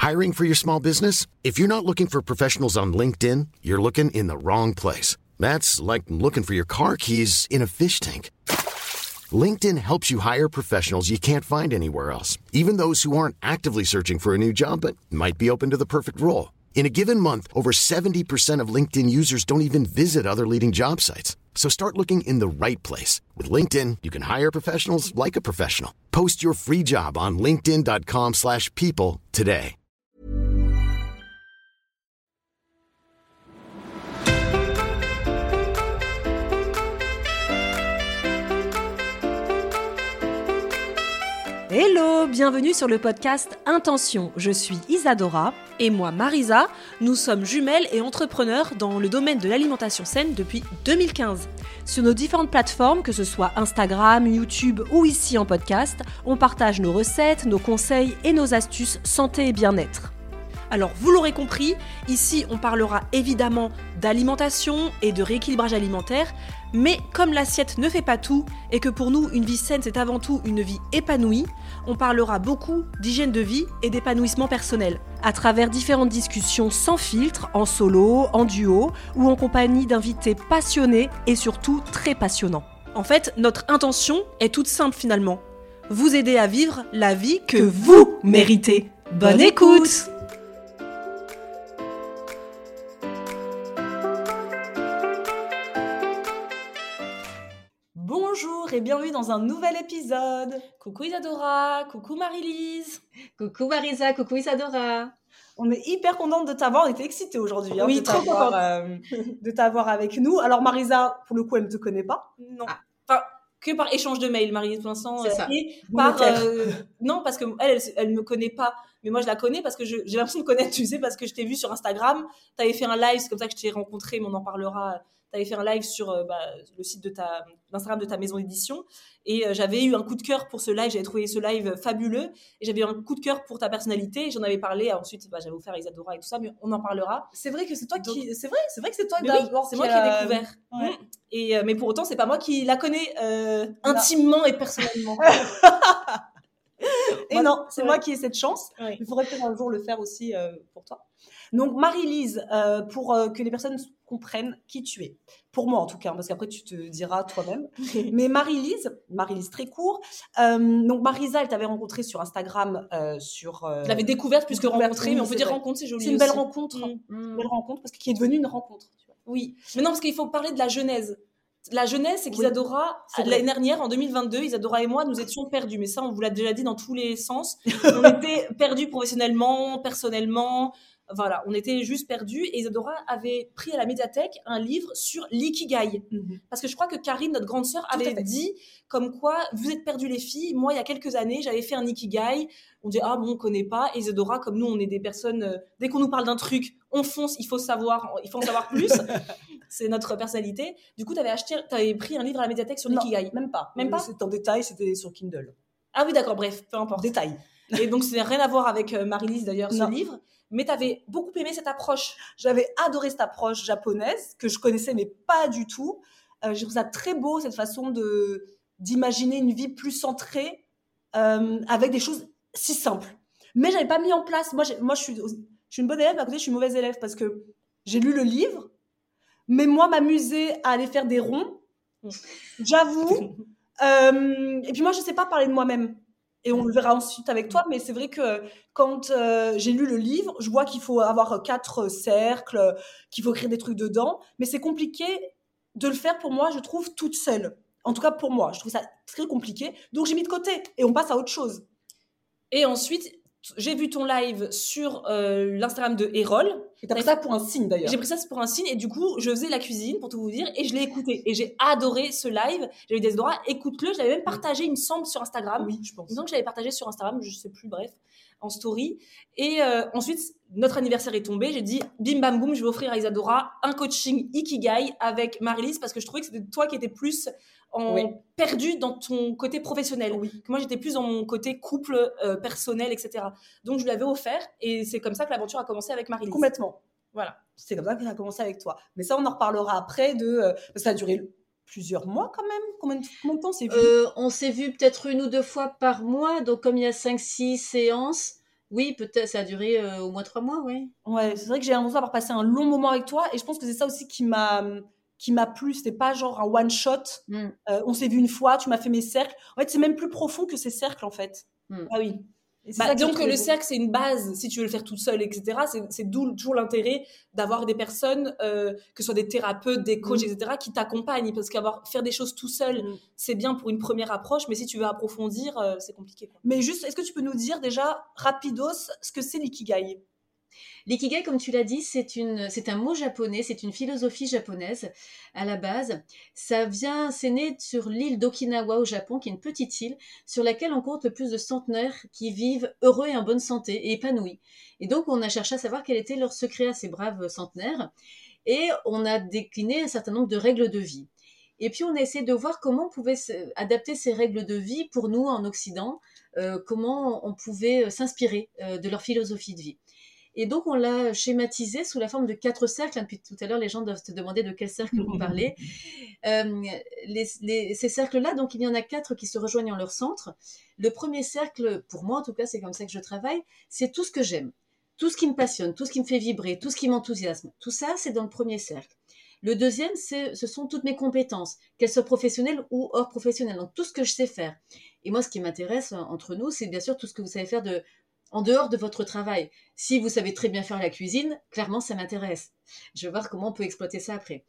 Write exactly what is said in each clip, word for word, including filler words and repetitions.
Hiring for your small business? If you're not looking for professionals on LinkedIn, you're looking in the wrong place. That's like looking for your car keys in a fish tank. LinkedIn helps you hire professionals you can't find anywhere else, even those who aren't actively searching for a new job but might be open to the perfect role. In a given month, over seventy percent of LinkedIn users don't even visit other leading job sites. So start looking in the right place. With LinkedIn, you can hire professionals like a professional. Post your free job on linkedin.com slash people today. Hello, bienvenue sur le podcast Intention. Je suis Isadora. Et moi, Marisa. Nous sommes jumelles et entrepreneurs dans le domaine de l'alimentation saine depuis deux mille quinze. Sur nos différentes plateformes, que ce soit Instagram, YouTube ou ici en podcast, on partage nos recettes, nos conseils et nos astuces santé et bien-être. Alors, vous l'aurez compris, ici on parlera évidemment d'alimentation et de rééquilibrage alimentaire, mais comme l'assiette ne fait pas tout et que pour nous, une vie saine, c'est avant tout une vie épanouie, on parlera beaucoup d'hygiène de vie et d'épanouissement personnel. À travers différentes discussions sans filtre, en solo, en duo ou en compagnie d'invités passionnés et surtout très passionnants. En fait, notre intention est toute simple finalement. Vous aider à vivre la vie que, que vous méritez. Bonne écoute! Bonjour et bienvenue dans un nouvel épisode. Coucou Isadora, coucou Marie-Lise. Coucou Marisa, coucou Isadora. On est hyper contente de t'avoir, on était excités aujourd'hui hein, oui, de, trop t'avoir, euh, de t'avoir avec nous. Alors Marisa, pour le coup, elle ne te connaît pas. Non. Ah. Enfin, que par échange de mails, Marie-Lise, pour l'instant. C'est ça. Et par, euh, non, parce que elle, elle, elle me connaît pas. Mais moi, je la connais parce que je, j'ai l'impression de connaître, tu sais, parce que je t'ai vu sur Instagram. Tu avais fait un live, c'est comme ça que je t'ai rencontré, mais on en parlera. Tu avais fait un live sur euh, bah, le site de ta, l'Instagram de ta maison d'édition. Et euh, j'avais eu un coup de cœur pour ce live. J'avais trouvé ce live fabuleux. Et j'avais eu un coup de cœur pour ta personnalité. Et j'en avais parlé. Alors, ensuite, bah, j'avais offert à Isadora et tout ça, mais on en parlera. C'est vrai que c'est toi Donc, qui. C'est vrai, c'est vrai que c'est toi mais d'abord. Oui, c'est moi qui ai a... découvert. Ouais. Mmh. Et, euh, mais pour autant, c'est pas moi qui la connais euh, intimement et personnellement. Et moi, non, c'est ouais. moi qui ai cette chance. Ouais. Il faudrait peut-être un jour le faire aussi euh, pour toi. Donc, Marie-Lise, euh, pour euh, que les personnes comprennent qui tu es. Pour moi, en tout cas, parce qu'après, tu te diras toi-même. Mais Marie-Lise, Marie-Lise très court. Euh, donc, Marisa, elle t'avait rencontrée sur Instagram. Euh, sur, euh, je l'avais découverte plus que rencontrée, oui, mais on peut dire vrai. rencontre, c'est joli. C'est une aussi. belle rencontre. Mmh. Une belle rencontre, parce qu'il est devenu une rencontre. Tu vois. Oui. Mais non, parce qu'il faut parler de la genèse. La genèse, c'est qu'Isadora, oui, l'année dernière, en deux mille vingt-deux, Isadora et moi, nous étions perdus. Mais ça, on vous l'a déjà dit dans tous les sens. On était perdus professionnellement, personnellement. Voilà, on était juste perdus. Et Isadora avait pris à la médiathèque un livre sur l'ikigai. Mm-hmm. Parce que je crois que Karine, notre grande sœur, avait dit comme quoi, vous êtes perdues les filles. Moi, il y a quelques années, j'avais fait un ikigai. On dit, ah bon, on connaît pas. Et Isadora, comme nous, on est des personnes, euh, dès qu'on nous parle d'un truc, on fonce, il faut savoir, il faut en savoir plus. C'est notre personnalité. Du coup, tu avais acheté, tu avais pris un livre à la médiathèque sur l'ikigai. Même pas. Même pas. C'était en détail, c'était sur Kindle. Ah oui, d'accord, bref, peu importe. Détail. Et donc, ça n'a rien à voir avec euh, Marie-Lise, d'ailleurs, non. ce livre. Mais tu avais beaucoup aimé cette approche. J'avais adoré cette approche japonaise, que je connaissais, mais pas du tout. Euh, j'ai trouvé ça très beau, cette façon de, d'imaginer une vie plus centrée, euh, avec des choses si simples. Mais je n'avais pas mis en place. Moi, moi je, suis, je suis une bonne élève, mais à côté, je suis une mauvaise élève, parce que j'ai lu le livre, mais moi, m'amuser à aller faire des ronds, j'avoue. euh, et puis moi, je ne sais pas parler de moi-même. Et on le verra ensuite avec toi, mais c'est vrai que quand euh, j'ai lu le livre, je vois qu'il faut avoir quatre cercles, qu'il faut écrire des trucs dedans, mais c'est compliqué de le faire pour moi, je trouve, toute seule. En tout cas, pour moi, je trouve ça très compliqué. Donc, j'ai mis de côté et on passe à autre chose. Et ensuite, j'ai vu ton live sur euh, l'Instagram de Erol. Et t'as pris ça pour un signe, d'ailleurs. J'ai pris ça pour un signe et du coup, je faisais la cuisine, pour tout vous dire, et je l'ai écouté. Et j'ai adoré ce live. J'avais dit à Isadora, écoute-le. Je l'avais même partagé, il me semble, sur Instagram. Oui, je pense. Il me semble que je l'avais partagé sur Instagram, je sais plus, bref, en story. Et euh, ensuite, notre anniversaire est tombé. J'ai dit, bim, bam, boum, je vais offrir à Isadora un coaching Ikigai avec Marie-Lise parce que je trouvais que c'était toi qui étais plus en oui. perdu dans ton côté professionnel. Oui. Que moi, j'étais plus dans mon côté couple, euh, personnel, et cetera. Donc, je lui avais offert et c'est comme ça que l'aventure a commencé avec Marie-Lise. Complètement. Voilà. C'est comme ça que ça a commencé avec toi. Mais ça, on en reparlera après de... Euh, ça a duré plusieurs mois quand même. Combien de, combien de temps c'est vu euh, On s'est vu peut-être une ou deux fois par mois. Donc, comme il y a cinq six séances, Oui, peut-être, ça a duré euh, au moins trois mois, oui. Ouais, c'est vrai que j'ai l'impression d'avoir passé un long moment avec toi et je pense que c'est ça aussi qui m'a qui m'a plu. C'était pas genre un one shot. Mm. Euh, on s'est vu une fois, tu m'as fait mes cercles. En fait, c'est même plus profond que ces cercles en fait. Mm. Ah oui. Et c'est Bah, ça que j'ai donc trouvé le beau. cercle, c'est une base, si tu veux le faire toute seule, et cetera. C'est, c'est d'où toujours l'intérêt d'avoir des personnes, euh, que ce soit des thérapeutes, des coachs, Mm. et cetera, qui t'accompagnent. Parce qu'avoir faire des choses tout seul, Mm. c'est bien pour une première approche, mais si tu veux approfondir, euh, c'est compliqué, quoi. Mais juste, est-ce que tu peux nous dire déjà rapidos ce que c'est l'ikigai? L'ikigai, comme tu l'as dit, c'est, une, c'est un mot japonais, c'est une philosophie japonaise à la base. Ça vient, c'est né sur l'île d'Okinawa au Japon, qui est une petite île sur laquelle on compte le plus de centenaires qui vivent heureux et en bonne santé et épanouis. Et donc, on a cherché à savoir quel était leur secret à ces braves centenaires et on a décliné un certain nombre de règles de vie. Et puis, on a essayé de voir comment on pouvait adapter ces règles de vie pour nous en Occident, euh, comment on pouvait s'inspirer euh, de leur philosophie de vie. Et donc, on l'a schématisé sous la forme de quatre cercles. Depuis tout à l'heure, les gens doivent se demander de quel cercle vous parlez. Euh, les, les, ces cercles-là, donc, il y en a quatre qui se rejoignent en leur centre. Le premier cercle, pour moi en tout cas, c'est comme ça que je travaille, c'est tout ce que j'aime, tout ce qui me passionne, tout ce qui me fait vibrer, tout ce qui m'enthousiasme. Tout ça, c'est dans le premier cercle. Le deuxième, c'est, ce sont toutes mes compétences, qu'elles soient professionnelles ou hors professionnelles, donc tout ce que je sais faire. Et moi, ce qui m'intéresse entre nous, c'est bien sûr tout ce que vous savez faire de en dehors de votre travail. Si vous savez très bien faire la cuisine, clairement, ça m'intéresse. Je vais voir comment on peut exploiter ça après.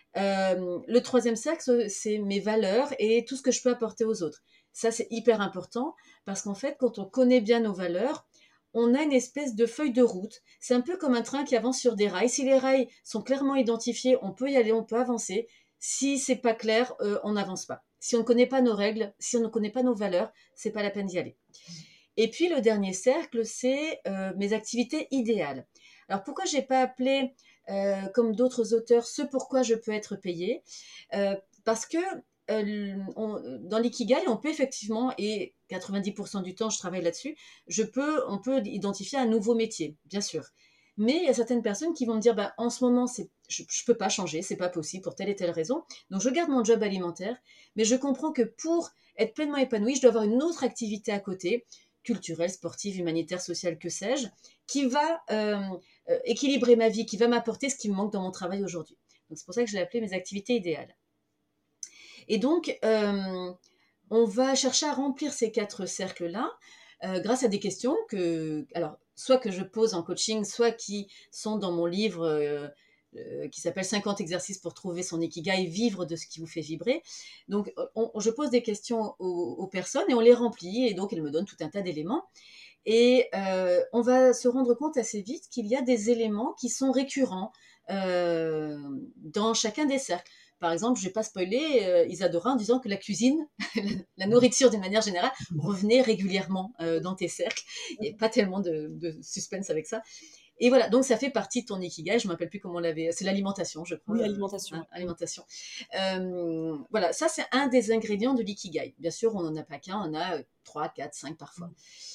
Euh, le troisième cercle, c'est mes valeurs et tout ce que je peux apporter aux autres. Ça, c'est hyper important parce qu'en fait, quand on connaît bien nos valeurs, on a une espèce de feuille de route. C'est un peu comme un train qui avance sur des rails. Si les rails sont clairement identifiés, on peut y aller, on peut avancer. Si c'est pas clair, euh, on n'avance pas. Si on ne connaît pas nos règles, si on ne connaît pas nos valeurs, c'est pas la peine d'y aller. Et puis le dernier cercle, c'est euh, mes activités idéales. Alors pourquoi j'ai pas appelé, euh, comme d'autres auteurs, ce pourquoi je peux être payé euh, Parce que euh, on, dans l'ikigai, on peut effectivement, et quatre-vingt-dix pour cent du temps je travaille là-dessus, je peux, on peut identifier un nouveau métier, bien sûr. Mais il y a certaines personnes qui vont me dire, bah, en ce moment, c'est, je ne peux pas changer, c'est pas possible pour telle et telle raison. Donc je garde mon job alimentaire, mais je comprends que pour être pleinement épanouie, je dois avoir une autre activité à côté, culturelle, sportive, humanitaire, sociale, que sais-je, qui va euh, euh, équilibrer ma vie, qui va m'apporter ce qui me manque dans mon travail aujourd'hui. Donc c'est pour ça que je l'ai appelé mes activités idéales. Et donc, euh, on va chercher à remplir ces quatre cercles-là euh, grâce à des questions que, alors, soit que je pose en coaching, soit qui sont dans mon livre euh, euh, qui s'appelle cinquante exercices pour trouver son ikigai, vivre de ce qui vous fait vibrer. Donc, on, je pose des questions aux, aux personnes et on les remplit, et donc elles me donnent tout un tas d'éléments. Et euh, on va se rendre compte assez vite qu'il y a des éléments qui sont récurrents euh, dans chacun des cercles. Par exemple, je ne vais pas spoiler euh, Isadora en disant que la cuisine, la nourriture d'une manière générale, revenait régulièrement euh, dans tes cercles. Il n'y a pas tellement de, de suspense avec ça. Et voilà, donc ça fait partie de ton ikigai. Je ne me rappelle plus comment on l'avait. C'est l'alimentation, je crois. Oui, alimentation. Euh, hein, alimentation. Euh, voilà, ça c'est un des ingrédients de l'ikigai. Bien sûr, on n'en a pas qu'un, on en a trois, quatre, cinq parfois.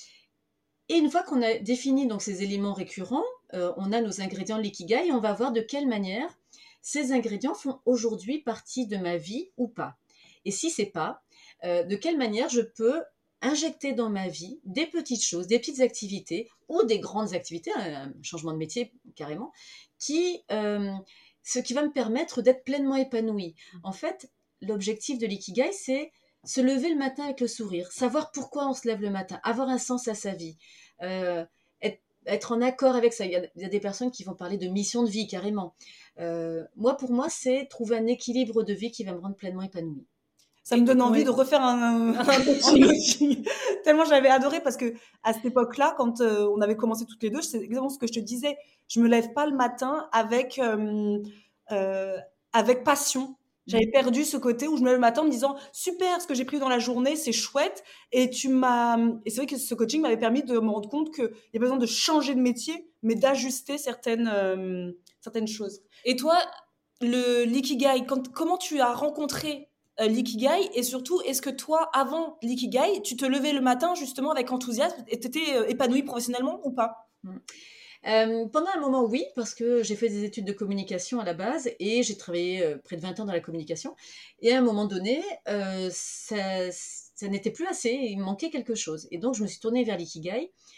Et une fois qu'on a défini donc ces éléments récurrents, euh, on a nos ingrédients de l'ikigai et on va voir de quelle manière ces ingrédients font aujourd'hui partie de ma vie ou pas. Et si c'est pas, euh, de quelle manière je peux injecter dans ma vie des petites choses, des petites activités ou des grandes activités, un changement de métier carrément, qui, euh, ce qui va me permettre d'être pleinement épanouie. En fait, l'objectif de l'ikigai, c'est se lever le matin avec le sourire, savoir pourquoi on se lève le matin, avoir un sens à sa vie, euh, être, être en accord avec ça. Il y, a, il y a des personnes qui vont parler de mission de vie carrément. Euh, moi, pour moi, c'est trouver un équilibre de vie qui va me rendre pleinement épanouie. Ça me donne envie ouais. de refaire un, un coaching. Tellement j'avais adoré parce que à cette époque-là, quand euh, on avait commencé toutes les deux, c'est exactement ce que je te disais. Je me lève pas le matin avec euh, euh, avec passion. J'avais perdu ce côté où je me lève le matin en me disant super, ce que j'ai pris dans la journée, c'est chouette. Et tu m'as et c'est vrai que ce coaching m'avait permis de me rendre compte qu'il y a besoin de changer de métier, mais d'ajuster certaines euh, certaines choses. Et toi, le l'ikigai, quand, comment tu as rencontré euh, l'ikigai et surtout, est-ce que toi, avant l'ikigai, tu te levais le matin justement avec enthousiasme et t'étais euh, épanouie professionnellement ou pas? Mmh. Euh, pendant un moment, oui, parce que j'ai fait des études de communication à la base et j'ai travaillé euh, près de vingt ans dans la communication. Et à un moment donné, euh, ça, ça n'était plus assez, il me manquait quelque chose. Et donc, je me suis tournée vers l'ikigai.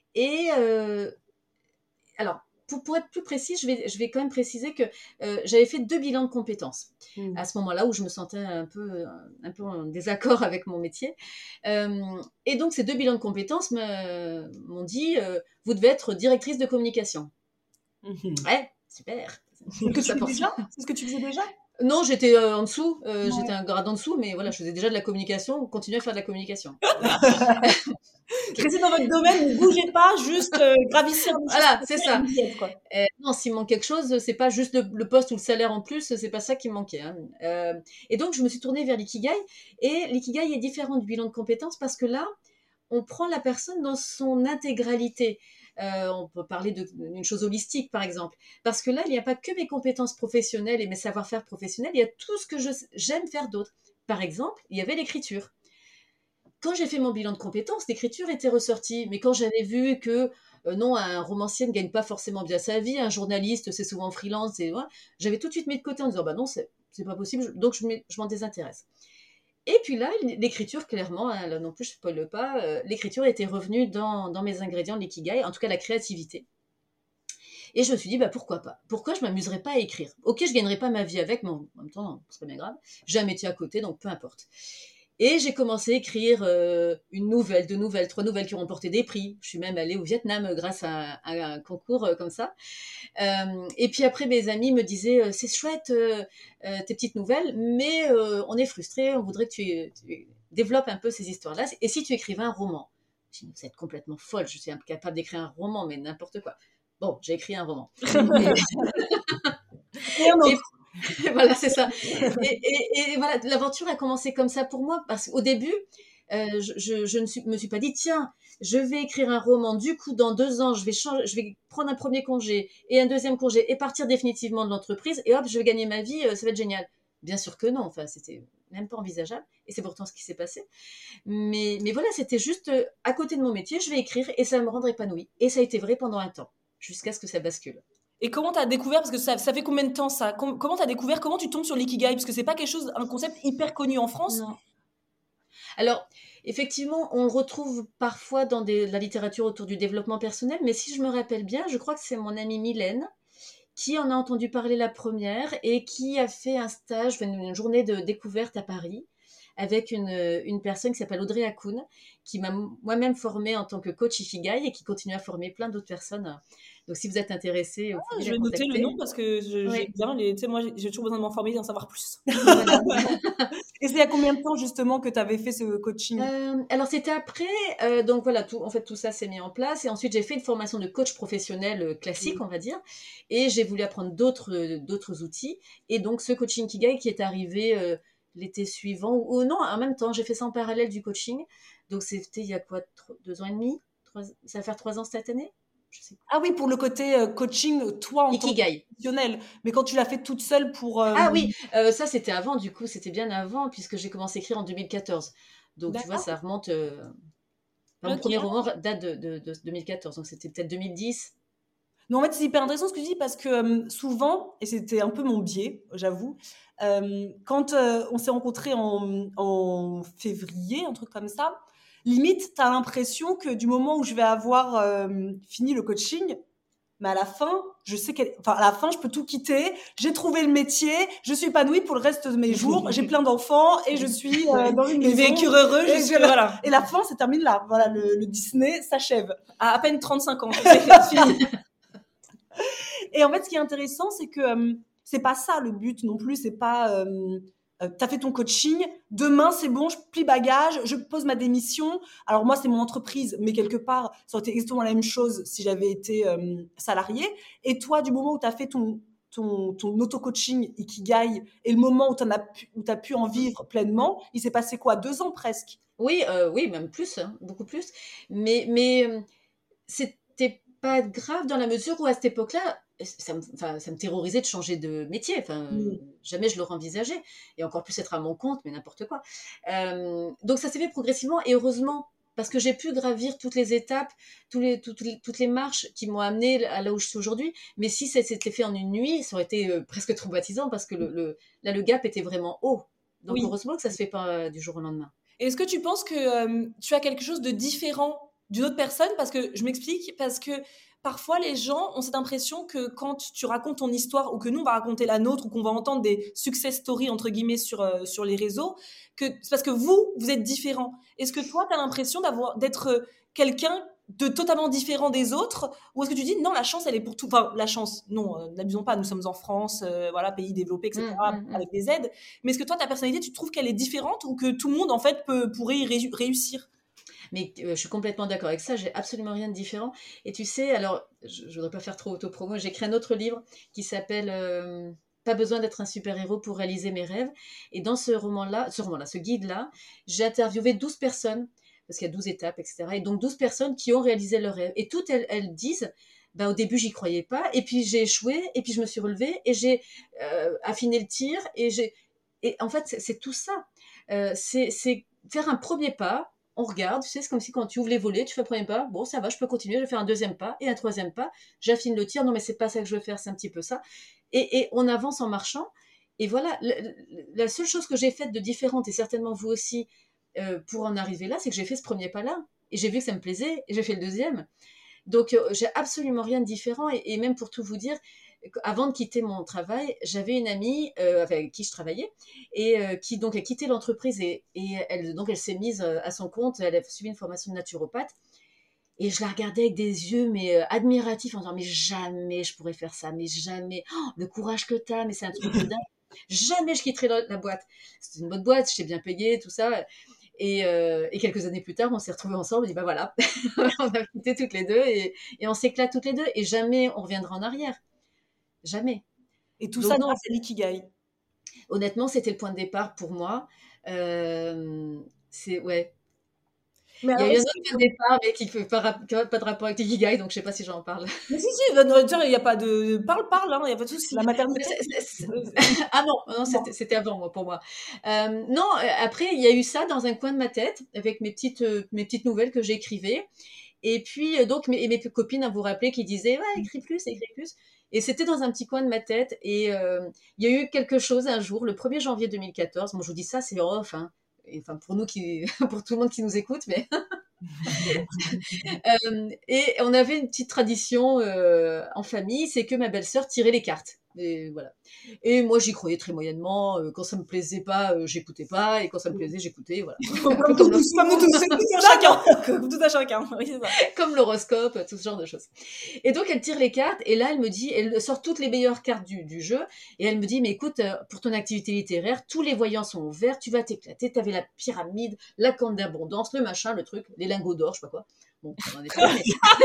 Et euh, alors, pour, pour être plus précis, je vais, je vais quand même préciser que euh, j'avais fait deux bilans de compétences mmh. à ce moment-là où je me sentais un peu, un peu en désaccord avec mon métier. Euh, et donc, ces deux bilans de compétences me, m'ont dit euh, vous devez être directrice de communication. Mmh. Ouais, super. C'est ce que tu faisais déjà C'est ce que tu faisais déjà Non, j'étais euh, en dessous, euh, ouais. J'étais un grade en dessous, mais voilà, je faisais déjà de la communication, continuez à faire de la communication. Restez dans votre domaine, ne bougez pas, juste euh, gravissez. Voilà, c'est ça. Euh, non, s'il manque quelque chose, c'est pas juste le, le poste ou le salaire en plus, c'est pas ça qui me manquait. Hein. Euh, et donc, je me suis tournée vers l'ikigai, et l'ikigai est différent du bilan de compétences parce que là, on prend la personne dans son intégralité. Euh, on peut parler de, d'une chose holistique, par exemple. Parce que là, il n'y a pas que mes compétences professionnelles et mes savoir-faire professionnels, il y a tout ce que je, j'aime faire d'autre. Par exemple, il y avait l'écriture. Quand j'ai fait mon bilan de compétences, l'écriture était ressortie. Mais quand j'avais vu que, euh, non, un romancier ne gagne pas forcément bien sa vie, un journaliste, c'est souvent freelance, et, ouais, j'avais tout de suite mis de côté en disant, bah non, c'est, c'est pas possible, donc je, je m'en désintéresse. Et puis là, l'écriture, clairement, hein, là non plus, je ne spoile pas, euh, l'écriture était revenue dans, dans mes ingrédients de l'ikigai, en tout cas la créativité. Et je me suis dit, bah, pourquoi pas ? Pourquoi je ne m'amuserais pas à écrire ? Ok, je ne gagnerai pas ma vie avec, mais en même temps, non, c'est pas bien grave. J'ai un métier à côté, donc peu importe. Et j'ai commencé à écrire euh, une nouvelle, deux nouvelles, trois nouvelles qui ont remporté des prix. Je suis même allée au Vietnam grâce à, à un concours euh, comme ça. Euh, et puis après, mes amis me disaient euh, « c'est chouette euh, euh, tes petites nouvelles, mais euh, on est frustrés, on voudrait que tu, tu développes un peu ces histoires-là. Et si tu écrivais un roman ?» Je dis « vous êtes complètement folle, je suis incapable d'écrire un roman, mais n'importe quoi. » Bon, j'ai écrit un roman. et, et, et voilà, c'est ça. Et, et, et voilà, l'aventure a commencé comme ça pour moi, parce qu'au début, euh, je, je, je ne suis, me suis pas dit, tiens, je vais écrire un roman, du coup, dans deux ans, je vais, changer, je vais prendre un premier congé et un deuxième congé et partir définitivement de l'entreprise, et hop, je vais gagner ma vie, ça va être génial. Bien sûr que non, enfin, c'était même pas envisageable, et c'est pourtant ce qui s'est passé. Mais, mais voilà, c'était juste à côté de mon métier, je vais écrire, et ça va me rendre épanouie. Et ça a été vrai pendant un temps, jusqu'à ce que ça bascule. Et comment tu as découvert, parce que ça, ça fait combien de temps ça ? Com- Comment tu as découvert, comment tu tombes sur l'ikigai ? Parce que c'est pas quelque chose, un concept hyper connu en France. Non. Alors, effectivement, on le retrouve parfois dans des, la littérature autour du développement personnel, mais si je me rappelle bien, je crois que c'est mon amie Mylène qui en a entendu parler la première et qui a fait un stage, une journée de découverte à Paris avec une, une personne qui s'appelle Audrey Hakoun, qui m'a moi-même formée en tant que coach Ikigai et qui continue à former plein d'autres personnes. Donc, si vous êtes intéressé, vous pouvez ah, je vais noter le nom parce que je, oui. j'ai bien les, tu sais, moi, j'ai toujours besoin de m'informer et d'en savoir plus. Voilà. Et c'est il y a combien de temps justement que tu avais fait ce coaching ? euh, Alors, c'était après. Euh, donc voilà, tout, en fait, tout ça s'est mis en place. Et ensuite, j'ai fait une formation de coach professionnel classique, mmh. on va dire. Et j'ai voulu apprendre d'autres, d'autres outils. Et donc, ce coaching Ikigai qui est arrivé euh, l'été suivant, ou, ou non, en même temps, j'ai fait ça en parallèle du coaching. Donc, c'était il y a quoi, trois, deux ans et demi trois, ça va faire trois ans cette année. Je sais. Ah oui, pour le côté euh, coaching, toi en Ikigai. tant que professionnel. Mais quand tu l'as fait toute seule pour... Euh... Ah oui, euh, ça c'était avant, du coup, c'était bien avant, puisque j'ai commencé à écrire en deux mille quatorze. Donc, D'accord. Tu vois, ça remonte... Euh... Enfin, mon okay. premier roman date de, de, de deux mille quatorze, donc c'était peut-être deux mille dix. Non, en fait, c'est hyper intéressant ce que tu dis, parce que euh, souvent, et c'était un peu mon biais, j'avoue, euh, quand euh, on s'est rencontrés en, en février, un truc comme ça, limite, tu as l'impression que du moment où je vais avoir euh, fini le coaching, mais à la fin, je sais qu'à enfin, à la fin, je peux tout quitter. J'ai trouvé le métier, je suis épanouie pour le reste de mes jours. J'ai plein d'enfants et je suis euh, dans une maison. Vécu heureux. Et, je, voilà. et la fin, c'est termine là. Voilà, le, le Disney s'achève. À à peine trente-cinq ans, c'est fini. Et en fait, ce qui est intéressant, c'est que euh, c'est pas ça le but non plus. C'est pas euh, euh, t'as fait ton coaching, demain c'est bon, je plie bagage, je pose ma démission. Alors moi, c'est mon entreprise, mais quelque part, ça aurait été exactement la même chose si j'avais été euh, salariée. Et toi, du moment où t'as fait ton ton, ton auto-coaching Ikigai et le moment où tu as pu, où t'as pu en vivre pleinement, il s'est passé quoi ? Deux ans presque ? Oui, euh, oui, même plus, hein, beaucoup plus. Mais, mais euh, c'était pas grave dans la mesure où à cette époque-là, ça me, enfin, ça me terrorisait de changer de métier. Enfin, mmh. Jamais je l'aurais envisagé. Et encore plus être à mon compte, mais n'importe quoi. Euh, donc ça s'est fait progressivement et heureusement, parce que j'ai pu gravir toutes les étapes, tous les, toutes, les, toutes les marches qui m'ont amenée à là où je suis aujourd'hui. Mais si ça s'était fait en une nuit, ça aurait été euh, presque traumatisant parce que le, le, là, le gap était vraiment haut. Donc oui. Heureusement que ça ne se fait pas euh, du jour au lendemain. Et est-ce que tu penses que euh, tu as quelque chose de différent d'une autre personne, parce que je m'explique, parce que parfois les gens ont cette impression que quand tu racontes ton histoire ou que nous on va raconter la nôtre ou qu'on va entendre des success stories entre guillemets sur, euh, sur les réseaux, que c'est parce que vous, vous êtes différents. Est-ce que toi tu as l'impression d'avoir, d'être quelqu'un de totalement différent des autres, ou est-ce que tu dis non, la chance elle est pour tout, enfin la chance, non, euh, n'abusons pas, nous sommes en France, euh, voilà, pays développé, et cetera, mmh, mmh, avec des aides, mais est-ce que toi ta personnalité tu trouves qu'elle est différente ou que tout le monde en fait peut, pourrait y ré- réussir? Mais euh, je suis complètement d'accord avec ça, j'ai absolument rien de différent. Et tu sais, alors, je ne voudrais pas faire trop auto-promo, j'ai écrit un autre livre qui s'appelle euh, Pas besoin d'être un super-héros pour réaliser mes rêves. Et dans ce roman-là, ce roman-là, ce guide-là, j'ai interviewé douze personnes, parce qu'il y a douze étapes, et cetera. Et donc douze personnes qui ont réalisé leurs rêves. Et toutes elles, elles disent, bah, au début, j'y croyais pas, et puis j'ai échoué, et puis je me suis relevée, et j'ai euh, affiné le tir, et j'ai... Et en fait, c'est, c'est tout ça. Euh, c'est, c'est faire un premier pas. On regarde, tu sais, c'est comme si quand tu ouvres les volets, tu fais un premier pas, bon, ça va, je peux continuer, je vais faire un deuxième pas et un troisième pas, j'affine le tir, non, mais c'est pas ça que je veux faire, c'est un petit peu ça. Et, et on avance en marchant. Et voilà, la, la seule chose que j'ai faite de différente, et certainement vous aussi, euh, pour en arriver là, c'est que j'ai fait ce premier pas-là. Et j'ai vu que ça me plaisait, et j'ai fait le deuxième. Donc, euh, j'ai absolument rien de différent. Et, et même pour tout vous dire, avant de quitter mon travail, j'avais une amie euh, avec qui je travaillais et euh, qui donc a quitté l'entreprise et, et elle, donc elle s'est mise à son compte, elle a suivi une formation de naturopathe et je la regardais avec des yeux mais euh, admiratifs en disant mais jamais je pourrais faire ça, mais jamais, oh, le courage que t'as, mais c'est un truc de dingue, jamais je quitterai la, la boîte. C'était une bonne boîte, j'étais bien payée, tout ça. Et, euh, et quelques années plus tard, on s'est retrouvés ensemble, on dit bah voilà, on a quitté toutes les deux et, et on s'éclate toutes les deux et jamais on reviendra en arrière. Jamais. Et tout donc, ça grâce à l'ikigai. Honnêtement, c'était le point de départ pour moi. Euh, c'est ouais. Mais il y a eu un autre point de départ, mais qui n'a pas, pas de rapport avec l'ikigai, donc je ne sais pas si j'en parle. Mais si, si, il n'y a pas de... Parle, parle, il hein, n'y a pas de souci. La maternité. C'est, c'est, c'est... ah non, non c'était, c'était avant, moi, pour moi. Euh, non, après, il y a eu ça dans un coin de ma tête, avec mes petites, euh, mes petites nouvelles que j'écrivais. Et puis, donc, mes, mes copines, à vous rappeler, qui disaient, ouais, écris plus, écris plus. Et c'était dans un petit coin de ma tête. Et euh, il y a eu quelque chose un jour, le premier janvier deux mille quatorze. Bon, je vous dis ça, c'est off, hein. Et, enfin, pour nous, qui, pour tout le monde qui nous écoute, mais... euh, et on avait une petite tradition euh, en famille, c'est que ma belle-sœur tirait les cartes. Et voilà. Et moi, j'y croyais très moyennement. Quand ça me plaisait pas, j'écoutais pas. Et quand ça me plaisait, j'écoutais. Voilà. Comme, comme, tous, comme nous tous, tout à chacun. Comme tout à chacun. Oui, c'est ça. Comme l'horoscope, tout ce genre de choses. Et donc, elle tire les cartes. Et là, elle me dit, elle sort toutes les meilleures cartes du, du jeu. Et elle me dit, mais écoute, pour ton activité littéraire, tous les voyants sont ouverts. Tu vas t'éclater. T'avais la pyramide, la corne d'abondance, le machin, le truc, les lingots d'or, je sais pas quoi. Bon, on en est pas.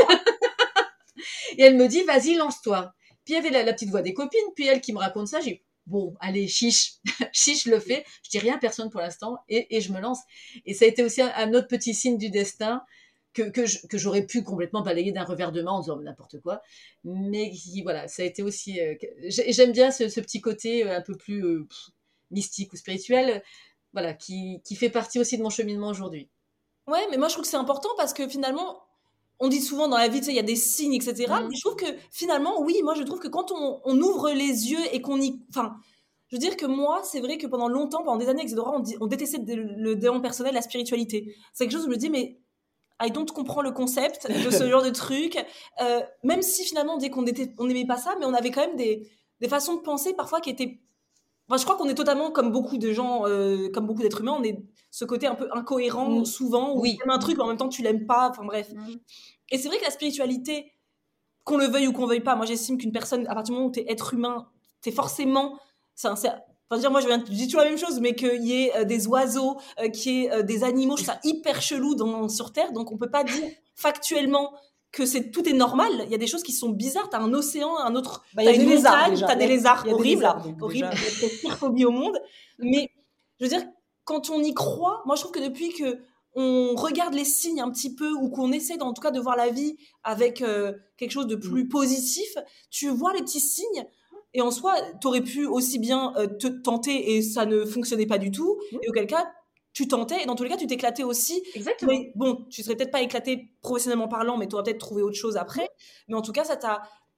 Et elle me dit, vas-y, lance-toi. Puis il y avait la, la petite voix des copines, puis elle qui me raconte ça, j'ai dit, bon, allez, chiche, chiche, je le fais, je dis rien à personne pour l'instant, et, et je me lance. Et ça a été aussi un, un autre petit signe du destin que, que, je, que j'aurais pu complètement balayer d'un revers de main en disant n'importe quoi, mais qui, voilà, ça a été aussi... Euh, j'aime bien ce, ce petit côté un peu plus euh, mystique ou spirituel, voilà, qui, qui fait partie aussi de mon cheminement aujourd'hui. Ouais, mais moi je trouve que c'est important parce que finalement... On dit souvent dans la vie, tu sais, il y a des signes, et cetera. Mmh. Mais je trouve que finalement, oui, moi je trouve que quand on, on ouvre les yeux et qu'on y... Enfin, je veux dire que moi, c'est vrai que pendant longtemps, pendant des années avec Isadora, on, dit, on détestait le développement personnel, la spiritualité. C'est quelque chose où je me dis, mais I don't comprends le concept de ce genre de truc. Euh, même si finalement, dès qu'on n'aimait on pas ça, mais on avait quand même des, des façons de penser parfois qui étaient... Enfin, je crois qu'on est totalement, comme beaucoup de gens, euh, comme beaucoup d'êtres humains, on est ce côté un peu incohérent, mmh. souvent, où oui. tu aimes un truc, mais en même temps, tu l'aimes pas, enfin bref. Mmh. Et c'est vrai que la spiritualité, qu'on le veuille ou qu'on veuille pas, moi j'estime qu'une personne, à partir du moment où tu es être humain, tu es forcément... C'est un, c'est, enfin, dire, moi je, viens, je dis toujours la même chose, mais qu'il y ait euh, des oiseaux, euh, qu'il y ait euh, des animaux, je trouve ça hyper chelou dans, sur Terre, donc on peut pas dire factuellement que c'est, tout est normal. Il y a des choses qui sont bizarres. Tu as un océan, un autre... Bah, t'as une montagne, tu as des lézards horribles, lézards, horribles, il y a des pires phobies au monde. Mais je veux dire, quand on y croit, moi je trouve que depuis que on regarde les signes un petit peu, ou qu'on essaie en tout cas de voir la vie avec euh, quelque chose de plus mmh. positif, tu vois les petits signes, et en soi, tu aurais pu aussi bien euh, te tenter et ça ne fonctionnait pas du tout, mmh. et auquel cas, tu tentais, et dans tous les cas, tu t'éclatais aussi. Exactement. Mais bon, tu serais peut-être pas éclaté professionnellement parlant, mais tu aurais peut-être trouvé autre chose après. Mais en tout cas, ça t'a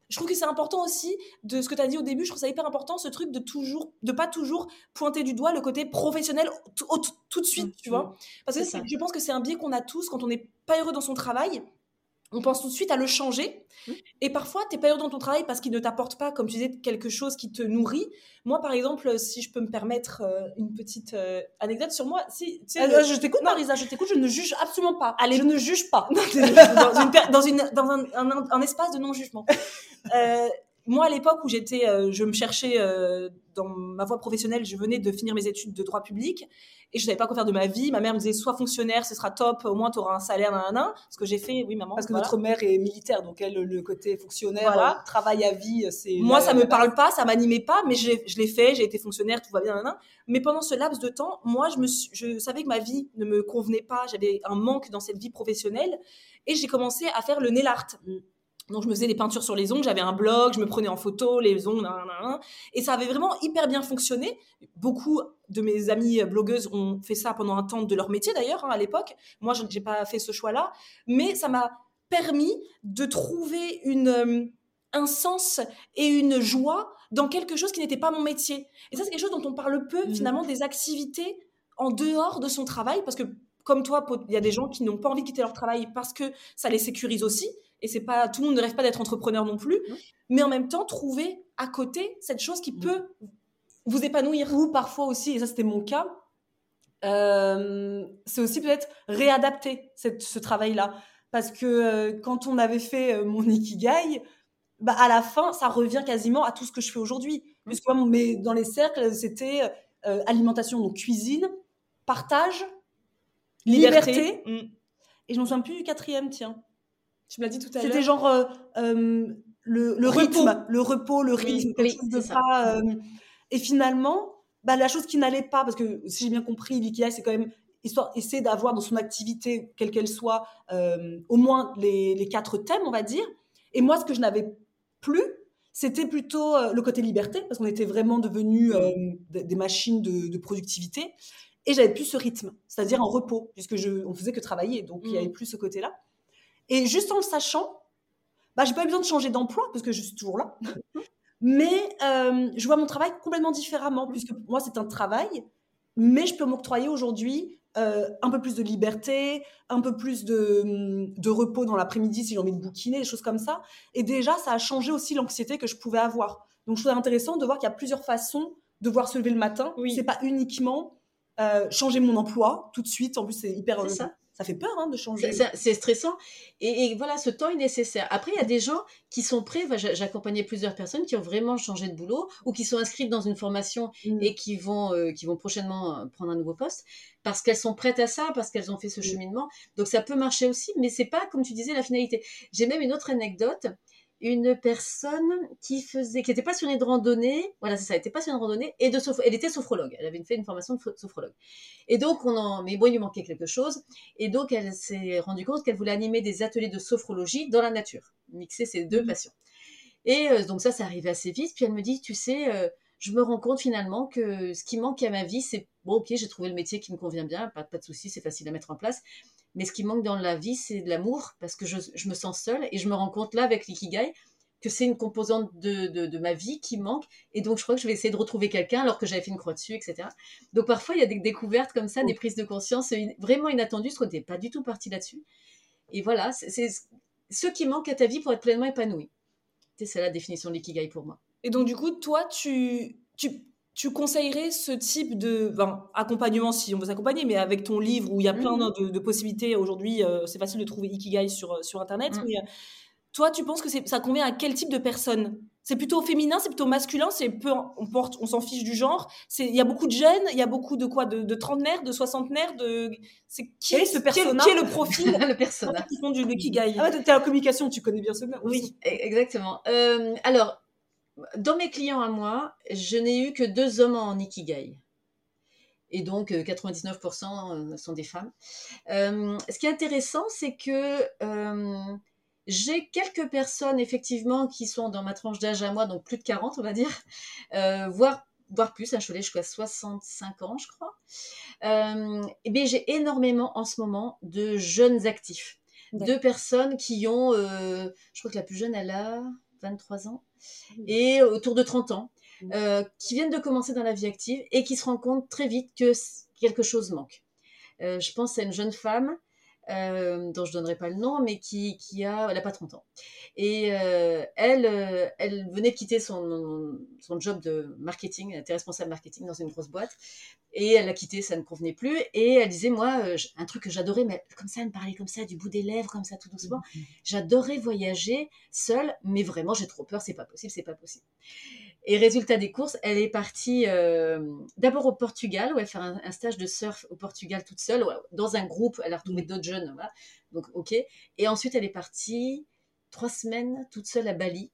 je trouve que c'est important aussi, de ce que tu as dit au début, je trouve ça hyper important, ce truc de toujours, de pas toujours pointer du doigt le côté professionnel tout, tout, tout de suite, Mmh, tu vois. Parce que c'est ça. je pense que c'est un biais qu'on a tous quand on n'est pas heureux dans son travail. On pense tout de suite à le changer. Mmh. Et parfois, tu n'es pas heureux dans ton travail parce qu'il ne t'apporte pas, comme tu disais, quelque chose qui te nourrit. Moi, par exemple, si je peux me permettre euh, une petite euh, anecdote sur moi. Si, tu sais, Euh, le- je t'écoute, Non. Marisa, je t'écoute, je ne juge absolument pas. Allez. Je ne juge pas. dans, une per- dans, une, dans un, un, un espace de non-jugement. Euh, moi, à l'époque où j'étais, euh, je me cherchais euh, dans ma voie professionnelle, je venais de finir mes études de droit public et je savais pas quoi faire de ma vie. Ma mère me disait, sois fonctionnaire, ce sera top, au moins tu auras un salaire, nan, nan, nan. Ce que j'ai fait, oui, maman. Parce que voilà. notre mère est militaire, donc elle, le côté fonctionnaire, Voilà. euh, travail à vie, c'est... Moi, la- ça la me base. parle pas, ça m'animait pas, mais je, je l'ai fait, j'ai été fonctionnaire, tout va bien, nan, nan. Mais pendant ce laps de temps, moi, je, me suis- je savais que ma vie ne me convenait pas, j'avais un manque dans cette vie professionnelle et j'ai commencé à faire le nail art. Donc, je me faisais des peintures sur les ongles, j'avais un blog, je me prenais en photo les ongles, nan, nan, nan. Et ça avait vraiment hyper bien fonctionné. Beaucoup de mes amies blogueuses ont fait ça pendant un temps de leur métier d'ailleurs, hein, à l'époque. Moi, je n'ai pas fait ce choix-là, mais ça m'a permis de trouver une, euh, un sens et une joie dans quelque chose qui n'était pas mon métier. Et ça, c'est quelque chose dont on parle peu, Mhm. finalement, des activités en dehors de son travail, parce que comme toi, il y a des gens qui n'ont pas envie de quitter leur travail parce que ça les sécurise aussi. Et c'est pas, tout le monde ne rêve pas d'être entrepreneur non plus, Mmh. mais en même temps, trouver à côté cette chose qui peut vous épanouir. Ou parfois aussi, et ça c'était mon cas, euh, c'est aussi peut-être réadapter cette, ce travail-là. Parce que euh, quand on avait fait euh, mon Ikigai, bah, à la fin, ça revient quasiment à tout ce que je fais aujourd'hui. Mmh. Puisque moi, mais dans les cercles, c'était euh, alimentation, donc cuisine, partage, liberté. Mm. Et je me souviens plus du quatrième, tiens. Tu me l'as dit tout à l'heure. C'était genre euh, euh, le, le Repos. rythme, le repos, le rythme, Oui, quelque oui, chose de c'est ça. pas. euh, et finalement, bah, la chose qui n'allait pas, parce que si j'ai bien compris, l'ikigai, c'est quand même histoire, essayer d'avoir dans son activité, quelle qu'elle soit, euh, au moins les, les quatre thèmes, on va dire. Et moi, ce que je n'avais plus, c'était plutôt euh, le côté liberté, parce qu'on était vraiment devenus euh, des, des machines de, de productivité. Et j'avais plus ce rythme, c'est-à-dire en repos, puisque je, on faisait que travailler, donc il Mm. n'y avait plus ce côté-là. Et juste en le sachant, bah, j'ai pas eu besoin de changer d'emploi parce que je suis toujours là. Mais euh, je vois mon travail complètement différemment, puisque moi c'est un travail, mais je peux m'octroyer aujourd'hui euh, un peu plus de liberté, un peu plus de, de repos dans l'après-midi si j'ai envie de bouquiner, des choses comme ça. Et déjà, ça a changé aussi l'anxiété que je pouvais avoir. Donc je trouve ça intéressant de voir qu'il y a plusieurs façons de voir se lever le matin. Oui. C'est pas uniquement euh, changer mon emploi tout de suite. En plus, c'est hyper. C'est ça. Ça fait peur hein, de changer. C'est- C'est c'est stressant. Et, et voilà, ce temps est nécessaire. Après, il y a des gens qui sont prêts. Enfin, j'a- J'accompagnais plusieurs personnes qui ont vraiment changé de boulot ou qui sont inscrites dans une formation Mm. et qui vont, euh, qui vont prochainement euh, prendre un nouveau poste parce qu'elles sont prêtes à ça, parce qu'elles ont fait ce Mm. cheminement. Donc, ça peut marcher aussi, mais c'est pas, comme tu disais, la finalité. J'ai même une autre anecdote. Une personne qui faisait, qui était passionnée de randonnée, voilà, c'est ça, elle était passionnée de randonnée et de soph- elle était sophrologue. Elle avait fait une formation de pho- sophrologue. Et donc, on en, mais bon, il lui manquait quelque chose. Et donc, elle s'est rendue compte qu'elle voulait animer des ateliers de sophrologie dans la nature, mixer ces deux Mhm. passions. Et euh, donc ça, ça arrivait assez vite. Puis elle me dit, tu sais, euh, je me rends compte finalement que ce qui manque à ma vie, c'est, bon, ok, j'ai trouvé le métier qui me convient bien, pas, pas de souci, c'est facile à mettre en place. Mais ce qui manque dans la vie, c'est de l'amour, parce que je, je me sens seule. Et je me rends compte là, avec l'ikigai, que c'est une composante de, de, de ma vie qui manque. Et donc, je crois que je vais essayer de retrouver quelqu'un alors que j'avais fait une croix dessus, et cetera. Donc, parfois, il y a des découvertes comme ça, des prises de conscience in- vraiment inattendues, parce qu'on n'était pas du tout parti là-dessus. Et voilà, c'est c'est ce qui manque à ta vie pour être pleinement épanoui. C'est ça la définition de l'ikigai pour moi. Et donc, du coup, toi, tu, tu, tu conseillerais ce type de ben, accompagnement, si on veut s'accompagner, mais avec ton livre où il y a plein Mhm. de, de possibilités aujourd'hui, euh, c'est facile de trouver Ikigai sur, sur Internet, Mhm. mais euh, toi, tu penses que c'est- ça convient à quel type de personne? C'est plutôt féminin, c'est plutôt masculin, c'est peu, on porte, on s'en fiche du genre. C'est, il y a beaucoup de jeunes, il y a beaucoup de quoi, de, de trentenaires, de soixantenaires, de, c'est qui, Quel est ce qui est- persona qui est le profil Le personnage. qui font du Ikigai? Ah ouais, t'es en communication, tu connais bien ce gars. Oui. Exactement. Euh, alors, dans mes clients à moi, je n'ai eu que deux hommes en ikigai. Et donc, euh, quatre-vingt-dix-neuf pour cent sont des femmes. Euh, ce qui est intéressant, c'est que euh, j'ai quelques personnes, effectivement, qui sont dans ma tranche d'âge à moi, donc plus de quarante, on va dire, euh, voire, voire plus, hein, je suis allée jusqu'à soixante-cinq ans, je crois. Euh, et bien, j'ai énormément, en ce moment, de jeunes actifs. D'accord. Deux personnes qui ont, euh, je crois que la plus jeune, elle a vingt-trois ans, et autour de trente ans, euh, qui viennent de commencer dans la vie active et qui se rendent compte très vite que quelque chose manque. Euh, je pense à une jeune femme, euh, dont je ne donnerai pas le nom, mais qui, qui a, elle n'a pas trente ans. Et euh, elle, euh, elle venait de quitter son, son job de marketing, elle était responsable marketing dans une grosse boîte, et elle l'a quitté, ça ne convenait plus, et elle disait, moi, euh, un truc que j'adorais, mais comme ça, elle me parlait comme ça, du bout des lèvres, comme ça, tout doucement, mmh. J'adorais voyager seule, mais vraiment, j'ai trop peur, c'est pas possible, c'est pas possible. Et résultat des courses, elle est partie euh, d'abord au Portugal, où elle fait un, un stage de surf au Portugal toute seule, dans un groupe, elle a retrouvé d'autres jeunes, voilà. Donc ok. Et ensuite, elle est partie trois semaines toute seule à Bali.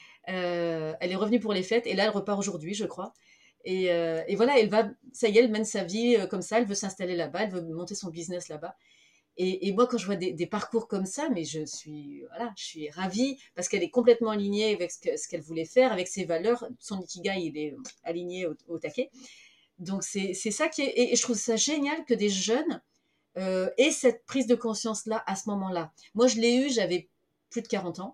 Euh, elle est revenue pour les fêtes, et là, elle repart aujourd'hui, je crois. Et, euh, et voilà, elle va, ça y est, elle mène sa vie euh, comme ça, elle veut s'installer là-bas, elle veut monter son business là-bas. Et, et moi, quand je vois des, des parcours comme ça, mais je suis, voilà, je suis ravie parce qu'elle est complètement alignée avec ce, que, ce qu'elle voulait faire, avec ses valeurs. Son ikigai, il est aligné au, au taquet. Donc, c'est, c'est ça qui est... Et, et je trouve ça génial que des jeunes euh, aient cette prise de conscience-là à ce moment-là. Moi, je l'ai eu, j'avais plus de quarante ans.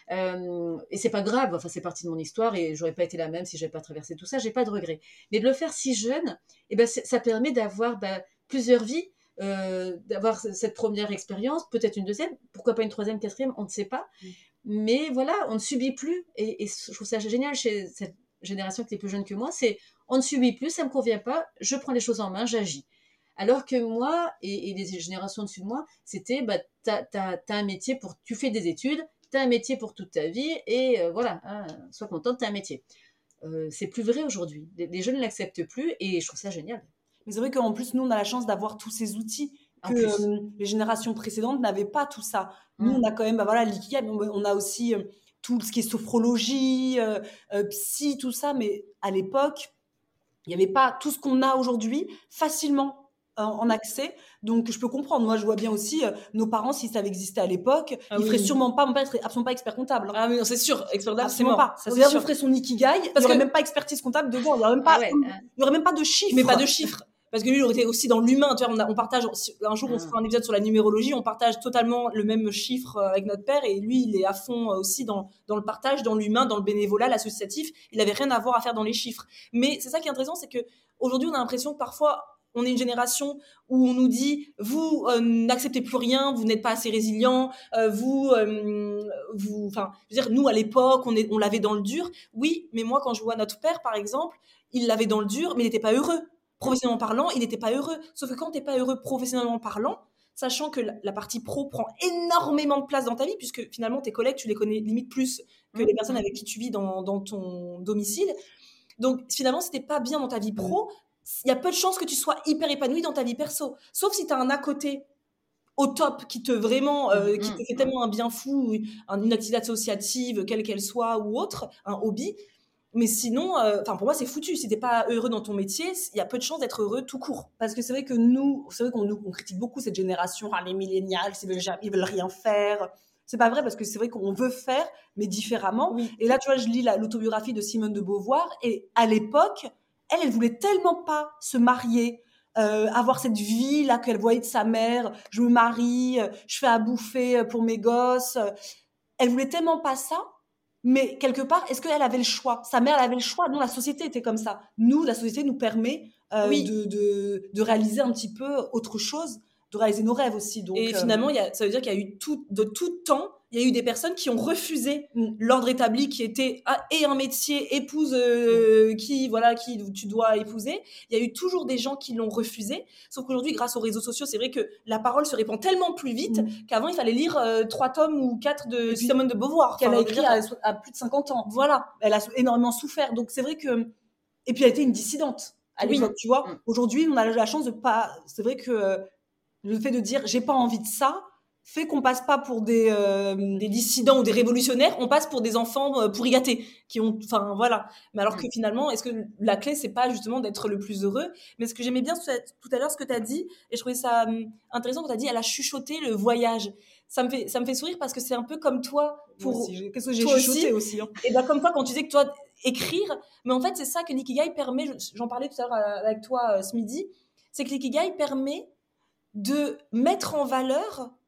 Euh, et c'est pas grave, enfin, c'est partie de mon histoire et j'aurais pas été la même si j'avais pas traversé tout ça. J'ai pas de regrets. Mais de le faire si jeune, eh ben, ça permet d'avoir ben, plusieurs vies. Euh, d'avoir cette première expérience, peut-être une deuxième, pourquoi pas une troisième, quatrième, on ne sait pas. Mmh. Mais voilà, on ne subit plus. Et, et je trouve ça génial chez cette génération qui est plus jeune que moi, c'est on ne subit plus, ça ne me convient pas, je prends les choses en main, j'agis. Alors que moi, et, et les générations au-dessus de moi, c'était, bah, t'as, t'as, t'as un métier pour, tu fais des études, t'as un métier pour toute ta vie, et euh, voilà, hein, sois contente, t'as un métier. Euh, c'est plus vrai aujourd'hui. Les, les jeunes ne l'acceptent plus, et je trouve ça génial. Mais c'est vrai qu'en plus, nous, on a la chance d'avoir tous ces outils que euh, les générations précédentes n'avaient pas tout ça. Nous, mmh. on a quand même, bah voilà, l'ikigai, on a aussi euh, tout ce qui est sophrologie, euh, euh, psy, tout ça. Mais à l'époque, il n'y avait pas tout ce qu'on a aujourd'hui facilement euh, en accès. Donc, je peux comprendre. Moi, je vois bien aussi euh, nos parents, si ça avait existé à l'époque, ah, ils ne feraient oui. sûrement pas, mon père serait absolument pas expert comptable. Ah oui, c'est sûr, expert comptable, c'est mort. Pas. Ça, c'est sûr. On ferait son ikigai, il n'y aurait que... même pas expertise comptable dedans. Il n'y aurait même pas, ah ouais, il y aurait même pas de chiffres. Mais pas de chiffres. Parce que lui, il aurait été aussi dans l'humain. Tu vois, on, a, on partage, un jour, on fera un épisode sur la numérologie, on partage totalement le même chiffre avec notre père, et lui, il est à fond aussi dans, dans le partage, dans l'humain, dans le bénévolat, l'associatif. Il n'avait rien à voir à faire dans les chiffres. Mais c'est ça qui est intéressant, c'est qu'aujourd'hui, on a l'impression que parfois, on est une génération où on nous dit, vous euh, n'acceptez plus rien, vous n'êtes pas assez résilient, euh, vous, euh, vous, enfin, je veux dire, nous, à l'époque, on, est, on l'avait dans le dur. Oui, mais moi, quand je vois notre père, par exemple, il l'avait dans le dur, mais il n'était pas heureux. Professionnellement parlant, il n'était pas heureux. Sauf que quand tu n'es pas heureux professionnellement parlant, sachant que la, la partie pro prend énormément de place dans ta vie, puisque finalement, tes collègues, tu les connais limite plus que les personnes avec qui tu vis dans, dans ton domicile. Donc, finalement, si tu n'es pas bien dans ta vie pro, il y a peu de chances que tu sois hyper épanoui dans ta vie perso. Sauf si tu as un à côté au top qui te vraiment euh, qui te fait tellement un bien fou, une activité associative, quelle qu'elle soit, ou autre, un hobby. Mais sinon, euh, pour moi, c'est foutu. Si t'es pas heureux dans ton métier, il y a peu de chances d'être heureux tout court. Parce que c'est vrai que nous, c'est vrai qu'on nous, on critique beaucoup cette génération, ah, les millénials, ils veulent, ils veulent rien faire. C'est pas vrai, parce que c'est vrai qu'on veut faire, mais différemment. Oui. Et là, tu vois, je lis la, l'autobiographie de Simone de Beauvoir, et à l'époque, elle, elle voulait tellement pas se marier, euh, avoir cette vie là qu'elle voyait de sa mère. Je me marie, je fais à bouffer pour mes gosses. Elle voulait tellement pas ça. Mais quelque part, est-ce qu'elle avait le choix ? Sa mère, elle avait le choix. Non, la société était comme ça. Nous, la société nous permet euh, oui. de, de, de réaliser un petit peu autre chose, de réaliser nos rêves aussi. Donc, et euh... finalement, y a, ça veut dire qu'il y a eu tout, de tout temps, il y a eu des personnes qui ont refusé mm. l'ordre établi qui était ah, et un métier, épouse euh, mm. qui, voilà, qui tu dois épouser. Il y a eu toujours des gens qui l'ont refusé. Sauf qu'aujourd'hui, grâce aux réseaux sociaux, c'est vrai que la parole se répand tellement plus vite mm. qu'avant, il fallait lire euh, trois tomes ou quatre de Simone de Beauvoir. Qu'elle enfin, a écrit dire, à, à plus de cinquante ans. Voilà. Elle a énormément souffert. Donc, c'est vrai que... Et puis, elle a été une dissidente à l'époque, oui. tu vois. Mm. Aujourd'hui, on a la chance de pas... C'est vrai que euh, le fait de dire « j'ai pas envie de ça », fait qu'on passe pas pour des, euh, des dissidents ou des révolutionnaires, on passe pour des enfants euh, pourri gâtés, qui ont, enfin voilà. Mais alors que finalement, est-ce que la clé, c'est pas justement d'être le plus heureux ? Mais ce que j'aimais bien tout à l'heure, ce que tu as dit, et je trouvais ça hum, intéressant quand tu as dit, elle a chuchoté le voyage. Ça me fait, ça me fait sourire parce que c'est un peu comme toi. Pour aussi, qu'est-ce que j'ai chuchoté aussi, aussi hein. Et ben comme toi, quand tu disais que toi, écrire, mais en fait, c'est ça que l'ikigai permet, j'en parlais tout à l'heure avec toi ce midi, c'est que l'ikigai permet de mettre en valeur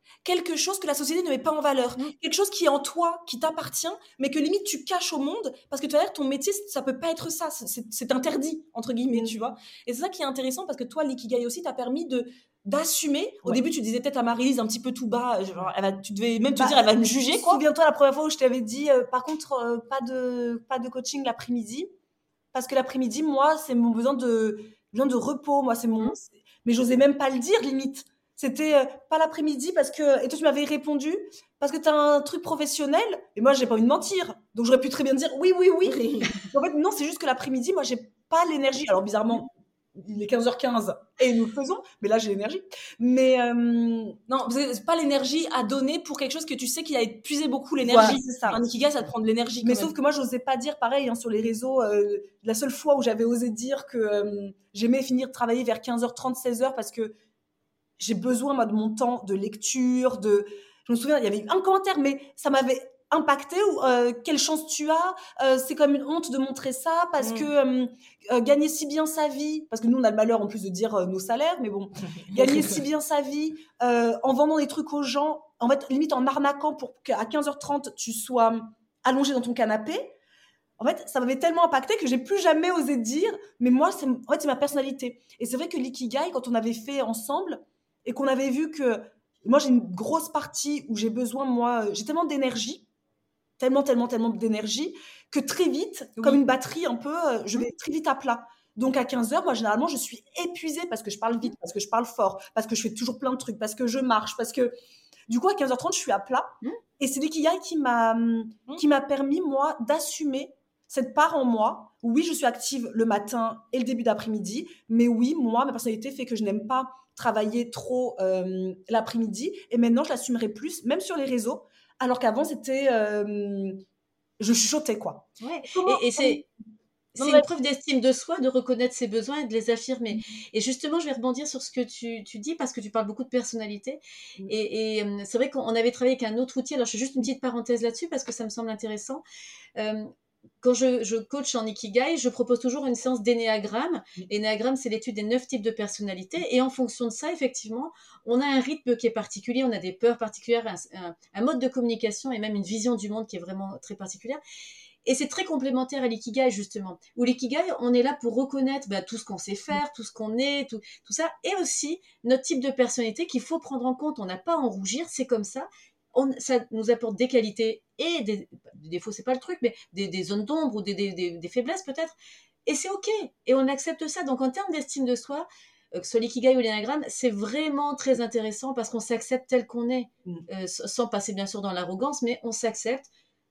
quelque chose que la société ne met pas en valeur, mmh. quelque chose qui est en toi, qui t'appartient, mais que limite tu caches au monde, parce que tu vas dire ton métier, ça peut pas être ça, c'est, c'est interdit, entre guillemets, mmh. tu vois. Et c'est ça qui est intéressant, parce que toi, l'ikigai aussi t'a permis de, d'assumer. Au ouais. début, tu disais peut-être à Marie-Lise un petit peu tout bas, genre, elle va, tu devais même te bah, dire, elle va me juger, quoi. Souviens-toi la première fois où je t'avais dit, euh, par contre, euh, pas, de, pas de coaching l'après-midi, parce que l'après-midi, moi, c'est mon besoin de, besoin de repos, moi, c'est mon... Mmh. C'est... Mais j'osais même pas le dire, limite. C'était euh, pas l'après-midi parce que... Et toi, tu m'avais répondu parce que t'as un truc professionnel. Et moi, j'ai pas envie de mentir. Donc, j'aurais pu très bien dire oui, oui, oui. En fait, non, c'est juste que l'après-midi, moi, j'ai pas l'énergie. Alors, bizarrement, il est quinze heures quinze et nous le faisons. Mais là, j'ai l'énergie. Mais euh... non, c'est pas l'énergie à donner pour quelque chose que tu sais qu'il a épuisé beaucoup l'énergie. Voilà, c'est ça. Un ikigai, ça te prend de l'énergie. Mais sauf même. que moi, j'osais pas dire pareil hein, sur les réseaux. Euh, la seule fois où j'avais osé dire que euh, j'aimais finir de travailler vers quinze heures trente, seize heures parce que j'ai besoin, moi, de mon temps de lecture, de... Je me souviens, il y avait eu un commentaire, mais ça m'avait impacté. Euh, quelle chance tu as euh, c'est comme une honte de montrer ça, parce mmh. que euh, euh, gagner si bien sa vie, parce que nous, on a le malheur, en plus, de dire euh, nos salaires, mais bon, gagner si bien sa vie, euh, en vendant des trucs aux gens, en fait, limite en arnaquant pour qu'à quinze heures trente, tu sois allongé dans ton canapé. En fait, ça m'avait tellement impacté que j'ai plus jamais osé dire, mais moi, c'est, en fait, c'est ma personnalité. Et c'est vrai que l'ikigai, quand on avait fait ensemble, et qu'on avait vu que moi, j'ai une grosse partie où j'ai besoin, moi, j'ai tellement d'énergie, tellement, tellement, tellement d'énergie, que très vite, oui. comme une batterie un peu, je vais très vite à plat. Donc, à quinze heures, moi, généralement, je suis épuisée parce que je parle vite, parce que je parle fort, parce que je fais toujours plein de trucs, parce que je marche, parce que... Du coup, à quinze heures trente, je suis à plat. Mmh. Et c'est l'ikigai qui m'a, mmh. qui m'a permis, moi, d'assumer cette part en moi. Oui, je suis active le matin et le début d'après-midi, mais oui, moi, ma personnalité fait que je n'aime pas travailler trop euh, l'après-midi, et maintenant je l'assumerai plus, même sur les réseaux, alors qu'avant c'était euh, je chuchotais quoi. Ouais. Et, et c'est c'est non, une preuve d'estime de soi de reconnaître ses besoins et de les affirmer. Mmh. Et justement, je vais rebondir sur ce que tu, tu dis, parce que tu parles beaucoup de personnalité. Mmh. Et, et c'est vrai qu'on avait travaillé avec un autre outil. Alors je fais juste une petite parenthèse là-dessus parce que ça me semble intéressant. Euh, Quand je, je coach en Ikigai, je propose toujours une séance d'énéagramme. L'énéagramme, c'est l'étude des neuf types de personnalités. Et en fonction de ça, effectivement, on a un rythme qui est particulier, on a des peurs particulières, un, un, un mode de communication et même une vision du monde qui est vraiment très particulière. Et c'est très complémentaire à l'ikigai, justement. Où l'ikigai, on est là pour reconnaître bah, tout ce qu'on sait faire, tout ce qu'on est, tout, tout ça. Et aussi notre type de personnalité qu'il faut prendre en compte. On n'a pas à en rougir, c'est comme ça. On, ça nous apporte des qualités et des, des défauts, c'est pas le truc, mais des, des zones d'ombre ou des, des, des, des faiblesses peut-être. Et c'est OK. Et on accepte ça. Donc en termes d'estime de soi, euh, que ce soit l'ikigai ou l'énéagramme, c'est vraiment très intéressant parce qu'on s'accepte tel qu'on est, mmh. euh, sans passer bien sûr dans l'arrogance, mais on s'accepte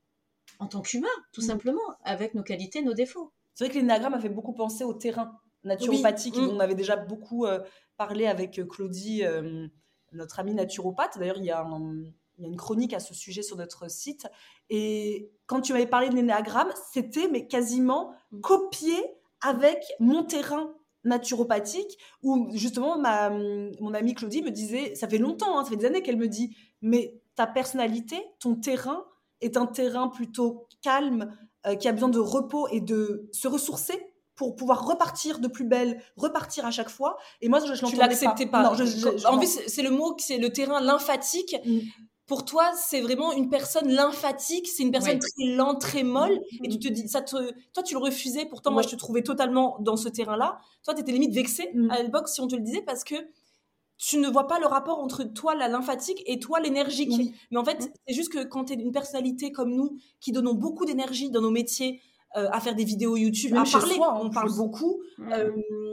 en tant qu'humain, tout mmh. simplement, avec nos qualités, nos défauts. C'est vrai que l'énéagramme a fait beaucoup penser au terrain naturopathique, oui. mmh. dont on avait déjà beaucoup euh, parlé avec Claudie, euh, notre amie naturopathe. D'ailleurs, il y a un... Il y a une chronique à ce sujet sur notre site. Et quand tu m'avais parlé de l'énéagramme, c'était mais quasiment copié avec mon terrain naturopathique, où justement ma, mon amie Claudie me disait, ça fait longtemps, hein, ça fait des années qu'elle me dit, mais ta personnalité, ton terrain est un terrain plutôt calme, euh, qui a besoin de repos et de se ressourcer pour pouvoir repartir de plus belle, repartir à chaque fois. Et moi, je, je l'entendais pas. Tu l'acceptais pas. Non, je, je, je, en fait, c'est, c'est le mot, c'est le terrain lymphatique. Mm. Pour toi, c'est vraiment une personne lymphatique, c'est une personne oui. très lente, très molle, mmh. et tu te dis, ça te, toi, tu le refusais, pourtant, ouais. moi, je te trouvais totalement dans ce terrain-là. Toi, tu étais limite vexée mmh. à l'époque, si on te le disait, parce que tu ne vois pas le rapport entre toi, la lymphatique, et toi, l'énergique. Oui. Mais en fait, mmh. c'est juste que quand tu es une personnalité comme nous, qui donnons beaucoup d'énergie dans nos métiers, euh, à faire des vidéos YouTube, même à parler, soi, on parle beaucoup, mmh. euh,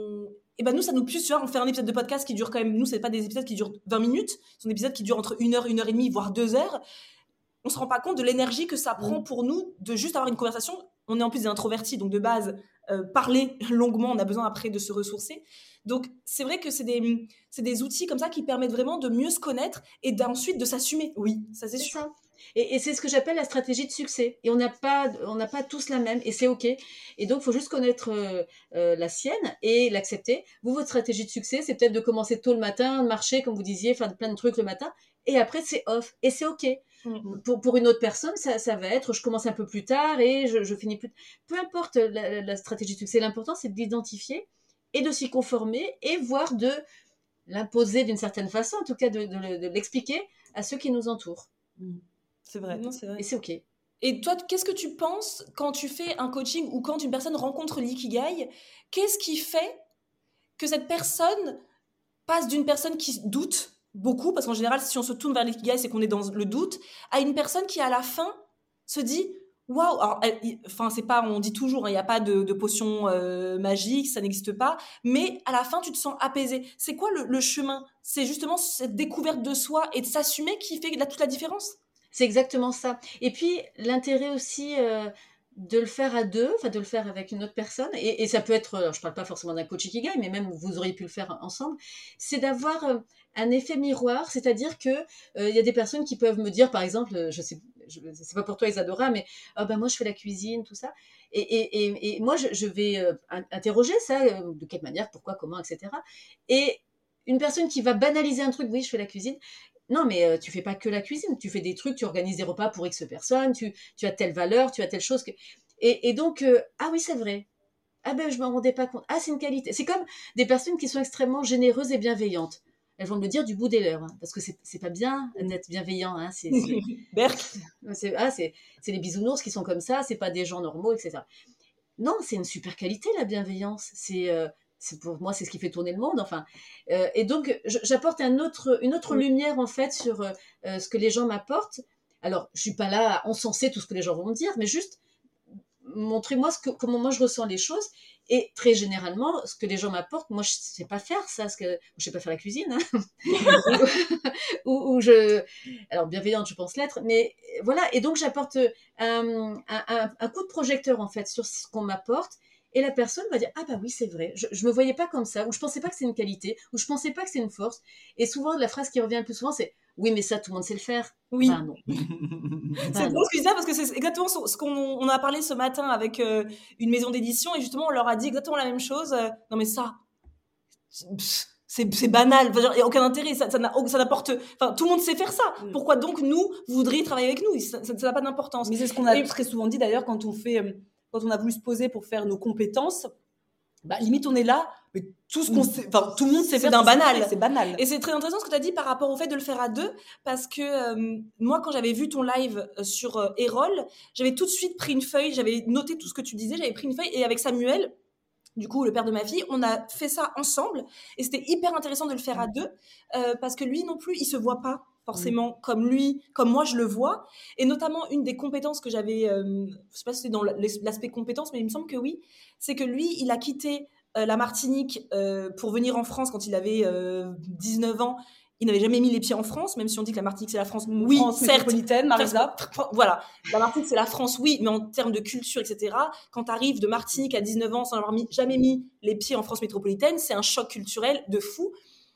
et ben nous, ça nous pousse, tu vois, on fait un épisode de podcast qui dure quand même, nous, c'est pas des épisodes qui durent vingt minutes, ce sont des épisodes qui durent entre une heure, une heure et demie, voire deux heures. On se rend pas compte de l'énergie que ça prend pour nous de juste avoir une conversation. On est en plus des introvertis, donc de base, euh, parler longuement, on a besoin après de se ressourcer. Donc, c'est vrai que c'est des, c'est des outils comme ça qui permettent vraiment de mieux se connaître et d'ensuite de s'assumer. Oui, ça c'est, c'est sûr. Ça. Et, et c'est ce que j'appelle la stratégie de succès. Et on n'a pas, on n'a pas tous la même, et c'est OK. Et donc, il faut juste connaître euh, euh, la sienne et l'accepter. Vous, votre stratégie de succès, c'est peut-être de commencer tôt le matin, de marcher, comme vous disiez, faire plein de trucs le matin, et après, c'est off. Et c'est OK. Mm-hmm. Pour, pour une autre personne, ça, ça va être, je commence un peu plus tard et je, je finis plus... Peu importe la, la stratégie de succès, l'important, c'est de l'identifier et de s'y conformer et voire de l'imposer d'une certaine façon, en tout cas de, de, de l'expliquer à ceux qui nous entourent. C'est vrai. Non, c'est vrai. Et c'est OK. Et toi, qu'est-ce que tu penses quand tu fais un coaching ou quand une personne rencontre l'ikigai? Qu'est-ce qui fait que cette personne passe d'une personne qui doute beaucoup, parce qu'en général, si on se tourne vers l'ikigai, c'est qu'on est dans le doute, à une personne qui, à la fin, se dit waouh, alors, elle- enfin, c'est pas, on dit toujours, il n'y a pas de, de potion euh, magique, ça n'existe pas, mais à la fin, tu te sens apaisé. C'est quoi le, le chemin? C'est justement cette découverte de soi et de s'assumer qui fait la- toute la différence? C'est exactement ça. Et puis, l'intérêt aussi euh, de le faire à deux, enfin de le faire avec une autre personne, et, et ça peut être, alors, je ne parle pas forcément d'un coach Ikigai, mais même vous auriez pu le faire ensemble, c'est d'avoir euh, un effet miroir, c'est-à-dire que euh, il y a des personnes qui peuvent me dire, par exemple, euh, je sais, je, c'est pas pour toi Isadora, mais oh, ben moi je fais la cuisine, tout ça, et, et, et, et moi je, je vais euh, interroger ça, euh, de quelle manière, pourquoi, comment, et cetera. Et une personne qui va banaliser un truc, oui, je fais la cuisine. Non, mais euh, tu fais pas que la cuisine, tu fais des trucs, tu organises des repas pour X personnes, tu, tu as telle valeur, tu as telle chose. Que... Et, et donc, euh, ah oui, c'est vrai. Ah ben, je m'en rendais pas compte. Ah, c'est une qualité. C'est comme des personnes qui sont extrêmement généreuses et bienveillantes. Elles vont me le dire du bout des lèvres, hein, parce que c'est, c'est pas bien d'être bienveillant. Hein, c'est, c'est, Berk. c'est, ah, c'est, c'est les bisounours qui sont comme ça, c'est pas des gens normaux, et cetera. Non, c'est une super qualité, la bienveillance. C'est, euh, c'est pour moi, c'est ce qui fait tourner le monde. Enfin, euh, et donc, je- j'apporte un autre, une autre Oui. lumière en fait sur euh, euh, ce que les gens m'apportent. Alors, je suis pas là à encenser tout ce que les gens vont me dire, mais juste montrez-moi ce que, comment moi je ressens les choses. Et très généralement, ce que les gens m'apportent, moi je sais pas faire ça, parce que je sais pas faire la cuisine, hein. ou, ou je, alors bienveillante, je pense l'être, mais voilà. Et donc j'apporte euh, un, un, un coup de projecteur en fait sur ce qu'on m'apporte. Et la personne va dire ah bah oui c'est vrai, je, je me voyais pas comme ça, ou je pensais pas que c'est une qualité, ou je pensais pas que c'est une force. Et souvent la phrase qui revient le plus souvent c'est oui mais ça tout le monde sait le faire. Oui. Ben non. C'est Ben drôle non. ce que je dis ça parce que c'est exactement ce ce qu'on on a parlé ce matin avec euh, une maison d'édition et justement on leur a dit exactement la même chose. euh, non mais ça, pff, c'est c'est banal. Enfin, genre, il n'y a aucun intérêt. Ça, ça, n'a- ça n'apporte. Enfin, tout le monde sait faire ça. Mm. Pourquoi donc nous, vous voudriez travailler avec nous? Ça ça- ça n'a pas d'importance. Mais c'est ce qu'on a Et- très souvent dit d'ailleurs quand on fait, euh, quand on a voulu se poser pour faire nos compétences. Bah, limite, on est là, mais tout ce qu'on sait, enfin, tout le monde sait C'est faire. d'un tout ce qu'on banal. fait, C'est banal. Et c'est très intéressant ce que tu as dit par rapport au fait de le faire à deux, parce que euh, moi, quand j'avais vu ton live euh, sur euh, Erol, j'avais tout de suite pris une feuille, j'avais noté tout ce que tu disais, j'avais pris une feuille, et avec Samuel, du coup, le père de ma fille, on a fait ça ensemble, et c'était hyper intéressant de le faire à deux, euh, parce que lui non plus, il se voit pas forcément comme lui, comme moi je le vois, et notamment une des compétences que j'avais, euh, je sais pas si c'est dans l'aspect compétence, mais il me semble que oui, c'est que lui, il a quitté euh, la Martinique euh, pour venir en France quand il avait euh, dix-neuf ans. Il n'avait jamais mis les pieds en France, même si on dit que la Martinique c'est la France. Oui, France certes. métropolitaine, Marisa. Voilà, la Martinique c'est la France, oui, mais en termes de culture, et cetera. Quand tu arrives de Martinique à dix-neuf ans sans avoir mis, jamais mis les pieds en France métropolitaine, c'est un choc culturel de fou.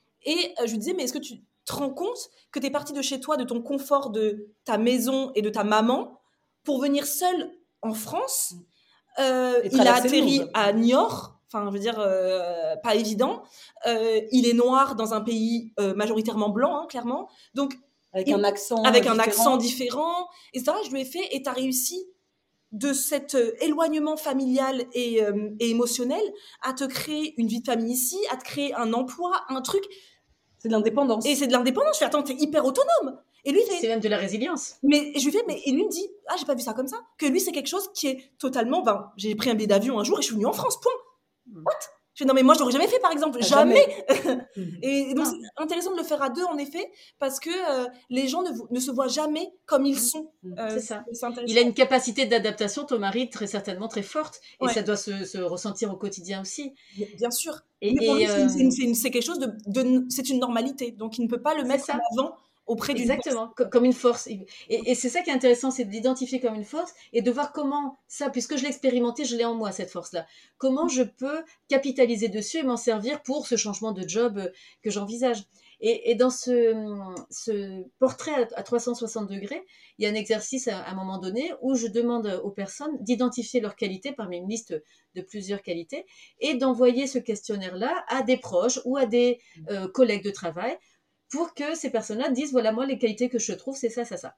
Et euh, je lui disais, mais est-ce que tu te rends compte que tu es parti de chez toi, de ton confort, de ta maison et de ta maman, pour venir seul en France? Euh, Et il a traverser le atterri monde. à Niort, enfin, je veux dire, euh, pas évident. Euh, il est noir dans un pays euh, majoritairement blanc, hein, clairement. Donc, Avec il- un accent avec un différent. accent différent, et cetera. Je lui ai fait, et tu as réussi de cet euh, éloignement familial et, euh, et émotionnel à te créer une vie de famille ici, à te créer un emploi, un truc. C'est de l'indépendance. Et c'est de l'indépendance. Je fais, attends, t'es hyper autonome. Et lui, il fait, C'est même de la résilience. mais je lui fais, mais il lui me dit, ah, j'ai pas vu ça comme ça. Que lui, c'est quelque chose qui est totalement, ben, j'ai pris un billet d'avion un jour et je suis venue en France, point. Mm. What? Je fais, non, mais moi, je l'aurais jamais fait, par exemple. Ah, Jamais. jamais. Et donc, Ah. c'est intéressant de le faire à deux, en effet, parce que euh, les gens ne, vo- ne se voient jamais comme ils Mm. sont. Mm. Euh, C'est ça. c'est intéressant. Il a une capacité d'adaptation, ton mari, très certainement très forte. Et Ouais. ça doit se, se ressentir au quotidien aussi. Bien- Bien sûr. Et, Mais pour et, lui, c'est euh, une- c'est une- c'est une- c'est quelque chose de, de- c'est une normalité. Donc, il ne peut pas le C'est mettre ça. en avant auprès d'une personne. exactement, co- comme une force. Et, et c'est ça qui est intéressant, c'est de l'identifier comme une force et de voir comment ça, puisque je l'ai expérimenté, je l'ai en moi, cette force-là. Comment je peux capitaliser dessus et m'en servir pour ce changement de job euh, que j'envisage. Et, et dans ce, ce portrait à, à trois cent soixante degrés, il y a un exercice à, à un moment donné où je demande aux personnes d'identifier leurs qualités parmi une liste de plusieurs qualités et d'envoyer ce questionnaire-là à des proches ou à des euh, collègues de travail pour que ces personnes-là disent, voilà, moi, les qualités que je trouve, c'est ça, ça, ça.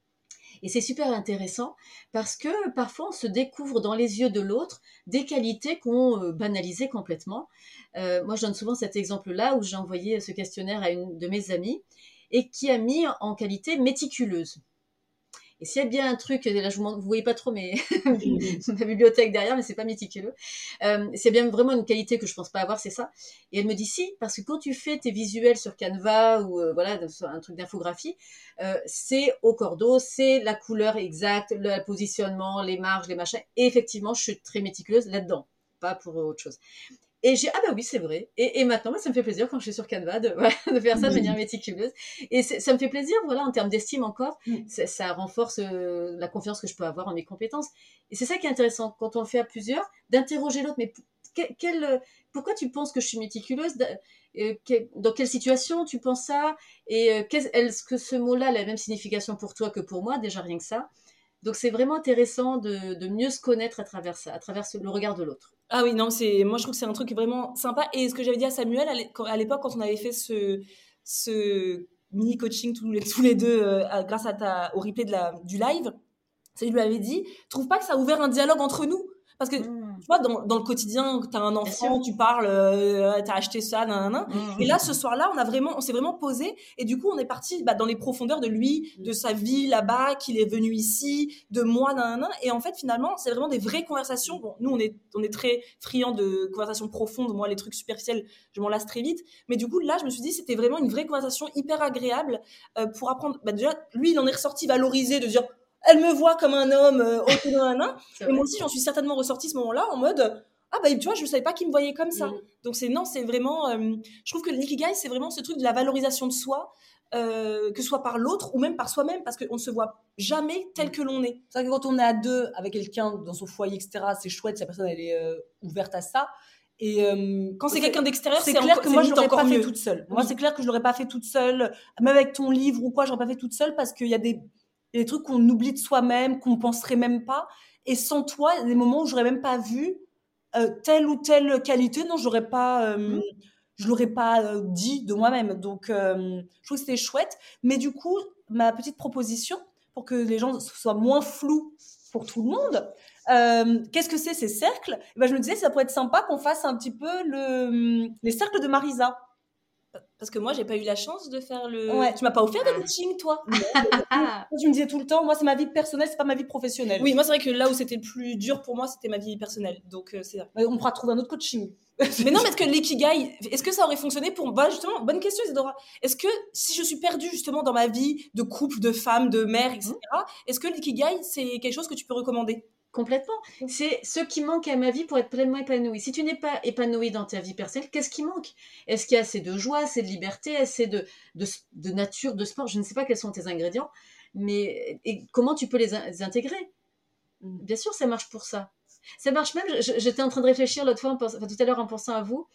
Et c'est super intéressant parce que parfois, on se découvre dans les yeux de l'autre des qualités qu'on euh, banalisait complètement. Euh, moi, je donne souvent cet exemple-là où j'ai envoyé ce questionnaire à une de mes amies et qui a mis en qualité méticuleuse. Et s'il y a bien un truc, là je vous montre, vous voyez pas trop mes, ma bibliothèque derrière, mais c'est pas méticuleux. Euh, c'est bien vraiment une qualité que je pense pas avoir, c'est ça. Et elle me dit si, parce que quand tu fais tes visuels sur Canva ou euh, voilà un truc d'infographie, euh, c'est au cordeau, c'est la couleur exacte, le positionnement, les marges, les machins. Et effectivement, je suis très méticuleuse là-dedans, pas pour autre chose. Et j'ai ah bah oui c'est vrai et, et maintenant bah, ça me fait plaisir quand je suis sur Canva de, voilà, de faire ça de manière méticuleuse et ça me fait plaisir voilà en termes d'estime encore mm. ça, ça renforce euh, la confiance que je peux avoir en mes compétences et c'est ça qui est intéressant quand on le fait à plusieurs d'interroger l'autre mais quel, quel, pourquoi tu penses que je suis méticuleuse euh, quel, dans quelle situation tu penses ça et euh, est-ce que ce mot-là a la même signification pour toi que pour moi déjà rien que ça donc c'est vraiment intéressant de, de mieux se connaître à travers ça à travers le regard de l'autre. Ah oui, non, c'est, moi je trouve que c'est un truc vraiment sympa. Et ce que j'avais dit à Samuel à l'époque, quand on avait fait ce, ce mini coaching tous les, tous les deux, euh, grâce à ta, au replay de la, du live, c'est lui avait dit, trouve pas que ça a ouvert un dialogue entre nous? Parce que, mmh. tu vois, dans, dans le quotidien, t'as un enfant, tu parles, euh, t'as acheté ça, nanana. Mmh. Et là, ce soir-là, on a vraiment, on s'est vraiment posé. Et du coup, on est parti, bah, dans les profondeurs de lui, de sa vie là-bas, qu'il est venu ici, de moi, nanana. Et en fait, finalement, c'est vraiment des vraies conversations. Bon, nous, on est, on est très friands de conversations profondes. Moi, les trucs superficiels, je m'en lasse très vite. Mais du coup, là, je me suis dit, c'était vraiment une vraie conversation hyper agréable, euh, pour apprendre. Bah, déjà, lui, il en est ressorti valorisé de dire, elle me voit comme un homme euh, autonome, un nain. Et moi aussi, j'en suis certainement ressortie ce moment-là en mode ah bah tu vois, je savais pas qu'il me voyait comme ça. Mmh. Donc c'est non, c'est vraiment. Euh, je trouve que l'ikigai, c'est vraiment ce truc de la valorisation de soi, euh, que ce soit par l'autre ou même par soi-même, parce qu'on ne se voit jamais tel que l'on est. C'est vrai que quand on est à deux avec quelqu'un dans son foyer, et cetera, c'est chouette, cette personne elle est euh, ouverte à ça. Et euh, quand c'est, c'est quelqu'un d'extérieur, c'est, c'est clair enco- que moi je l'aurais encore pas mieux. fait toute seule. Moi oui. C'est clair que je l'aurais pas fait toute seule, même avec ton livre ou quoi, j'aurais pas fait toute seule parce qu'il y a des Il y a des trucs qu'on oublie de soi-même, qu'on ne penserait même pas. Et sans toi, il y a des moments où je n'aurais même pas vu euh, telle ou telle qualité. Non, je n'aurais pas, euh, mmh. je l'aurais pas euh, dit de moi-même. Donc, euh, je trouve que c'était chouette. Mais du coup, ma petite proposition, pour que les gens soient moins flous pour tout le monde, euh, qu'est-ce que c'est ces cercles ? Et ben, je me disais, ça pourrait être sympa qu'on fasse un petit peu le, les cercles de Marisa. Parce que moi, j'ai pas eu la chance de faire le. Ouais. Tu m'as pas offert de coaching, toi. Tu me disais tout le temps, moi, c'est ma vie personnelle, c'est pas ma vie professionnelle. Oui, moi, c'est vrai que là où c'était le plus dur pour moi, c'était ma vie personnelle. Donc, euh, c'est. On pourra trouver un autre coaching. Mais non, mais est-ce que l'ikigai, est-ce que ça aurait fonctionné pour. Bah, justement, bonne question, Isadora. Est-ce que si je suis perdue, justement, dans ma vie de couple, de femme, de mère, et cetera, est-ce que l'ikigai, c'est quelque chose que tu peux recommander ? Complètement. C'est ce qui manque à ma vie pour être pleinement épanouie. Si tu n'es pas épanouie dans ta vie personnelle, qu'est-ce qui manque ? Est-ce qu'il y a assez de joie, assez de liberté, assez de, de, de nature, de sport ? Je ne sais pas quels sont tes ingrédients, mais et comment tu peux les, in- les intégrer ? Bien sûr, ça marche pour ça. Ça marche même, je, j'étais en train de réfléchir l'autre fois, en pensant, enfin, tout à l'heure en pensant à vous,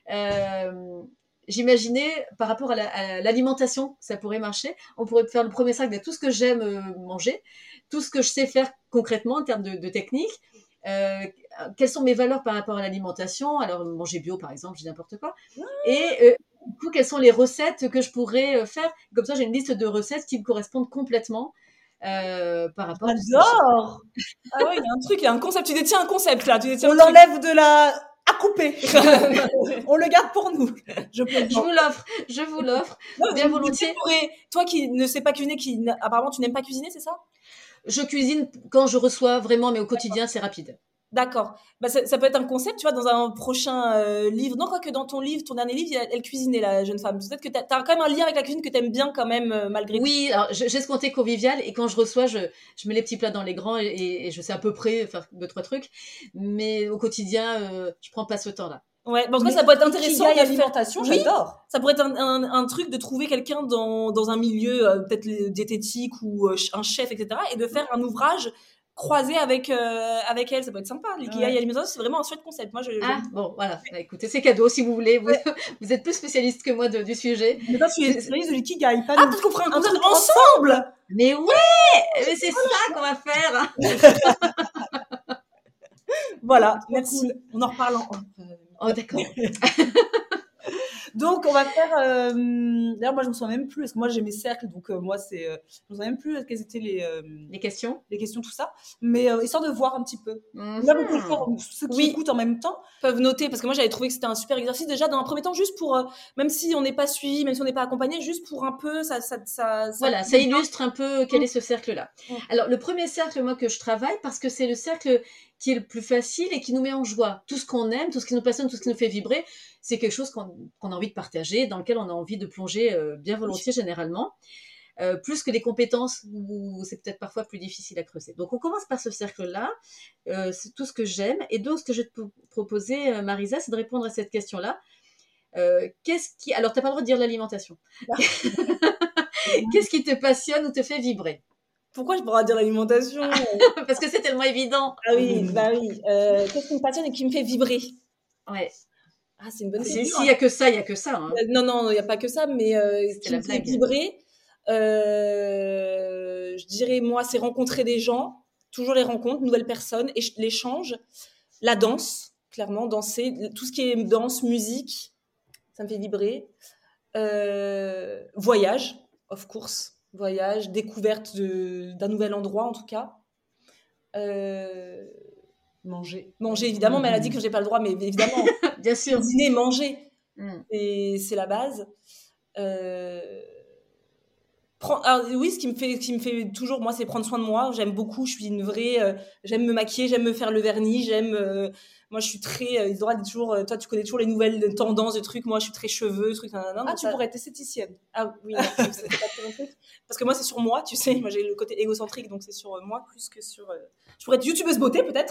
euh, j'imaginais par rapport à, la, à l'alimentation, ça pourrait marcher. On pourrait faire le premier sac de tout ce que j'aime euh, manger, tout ce que je sais faire concrètement en termes de, de technique. Euh, quelles sont mes valeurs par rapport à l'alimentation ? Alors, manger bio, par exemple, je dis n'importe quoi. Et euh, du coup, quelles sont les recettes que je pourrais faire ? Comme ça, j'ai une liste de recettes qui me correspondent complètement euh, par rapport J'adore. Ah oui, il y a un truc, il y a un concept. Tu détiens un concept, là. Tu détiens On l'enlève de la... à couper. On le garde pour nous. Je, je vous l'offre, je vous l'offre. Non, bien volontiers. Pourrais... Toi qui ne sais pas cuisiner, qui apparemment tu n'aimes pas cuisiner, c'est ça ? Je cuisine quand je reçois vraiment, mais au quotidien, c'est rapide. D'accord. Bah, ça, ça peut être un concept, tu vois, dans un prochain euh, livre. Non, quoi que dans ton livre, ton dernier livre, elle, elle cuisinait, la jeune femme. Peut-être que tu as quand même un lien avec la cuisine que tu aimes bien quand même, euh, malgré tout. Oui, alors j'ai ce côté convivial et quand je reçois, je, je mets les petits plats dans les grands et, et, et je sais à peu près faire deux, trois trucs. Mais au quotidien, euh, je prends pas ce temps-là. Ouais, bon, en tout cas, ça pourrait être intéressant. Il y a l'alimentation, oui, j'adore. Ça pourrait être un, un, un truc de trouver quelqu'un dans, dans un milieu euh, peut-être diététique ou euh, un chef, et cetera, et de faire un ouvrage croisé avec euh, avec elle. Ça peut être sympa. L'ikigai ouais. Alimentation, c'est vraiment un chouette concept. Moi, je. Ah je... bon, voilà. Bah, écoutez, c'est cadeau si vous voulez. Vous, vous êtes plus spécialiste que moi de, du sujet. Mais toi, tu es spécialiste de l'ikigai, pas ah, parce qu'on fera un, un concept ensemble. ensemble. Mais ouais, mais c'est ça qu'on va faire. Voilà, merci. Cool. On en reparle en. Oh, d'accord. Donc, on va faire. euh, D'ailleurs, moi, je me souviens même plus, parce que moi, j'ai mes cercles, donc euh, moi, c'est. euh, Je me souviens même plus quelles étaient les, euh, Les questions les questions, tout ça. Mais euh, histoire de voir un petit peu. Mhm. Là, vous pouvez le faire, ceux qui Oui. écoutent en même temps. Peuvent noter, parce que moi j'avais trouvé que c'était un super exercice déjà dans un premier temps, juste pour, euh, même si on n'est pas suivi, même si on n'est pas accompagné, juste pour un peu, ça, ça, ça, ça- Voilà, ça illustre un peu quel est ce cercle-là. Mm. Alors, le premier cercle, moi, que je travaille, parce que c'est le cercle qui est le plus facile et qui nous met en joie. Tout ce qu'on aime, tout ce qui nous passionne, tout ce qui nous fait vibrer, c'est quelque chose qu'on qu'on a envie de partager, dans lequel on a envie de plonger euh, bien volontiers, généralement. Euh, plus que les compétences où c'est peut-être parfois plus difficile à creuser. Donc, on commence par ce cercle-là, euh, c'est tout ce que j'aime. Et donc, ce que je vais te proposer, euh, Marisa, c'est de répondre à cette question-là. Euh, qu'est-ce qui... Alors, tu n'as pas le droit de dire l'alimentation. Qu'est-ce qui te passionne ou te fait vibrer? Pourquoi je pourrais dire l'alimentation? Parce que c'est tellement évident. Ah oui, bah oui. Euh, qu'est-ce qui me passionne et qui me fait vibrer? Ouais. Ah, c'est une bonne S'il question. n'y a que ça, il n'y a que ça. Hein. Euh, Non, non, il n'y a pas que ça, mais euh, C'était qui la me fait blague. vibrer, euh, je dirais, moi, c'est rencontrer des gens, toujours les rencontres, nouvelles personnes, et l'échange, la danse, clairement, danser, tout ce qui est danse, musique, ça me fait vibrer. Euh, voyage, of course, voyage, découverte de- d'un nouvel endroit, en tout cas. Euh, Manger. manger, évidemment, mais elle a dit que j'ai pas le droit, mais évidemment, Bien sûr. cuisiner, manger, Mm. et c'est la base. Euh, prend- alors, oui, ce qui me fait, ce qui me fait toujours, moi, c'est prendre soin de moi. J'aime beaucoup, je suis une vraie. euh, j'aime me maquiller, j'aime me faire le vernis, j'aime. euh, moi, je suis très. Euh, Isidora dit toujours, euh, toi, tu connais toujours les nouvelles tendances de trucs. Moi, je suis très cheveux, trucs. nan, nan, nan, Ah, donc tu ça- pourrais être esthéticienne. Ah oui, non, c'est c'est pas très mon truc. Parce que moi, c'est sur moi, tu sais. Moi, j'ai le côté égocentrique, donc c'est sur euh, moi plus que sur. euh, Je pourrais être youtubeuse beauté, peut-être.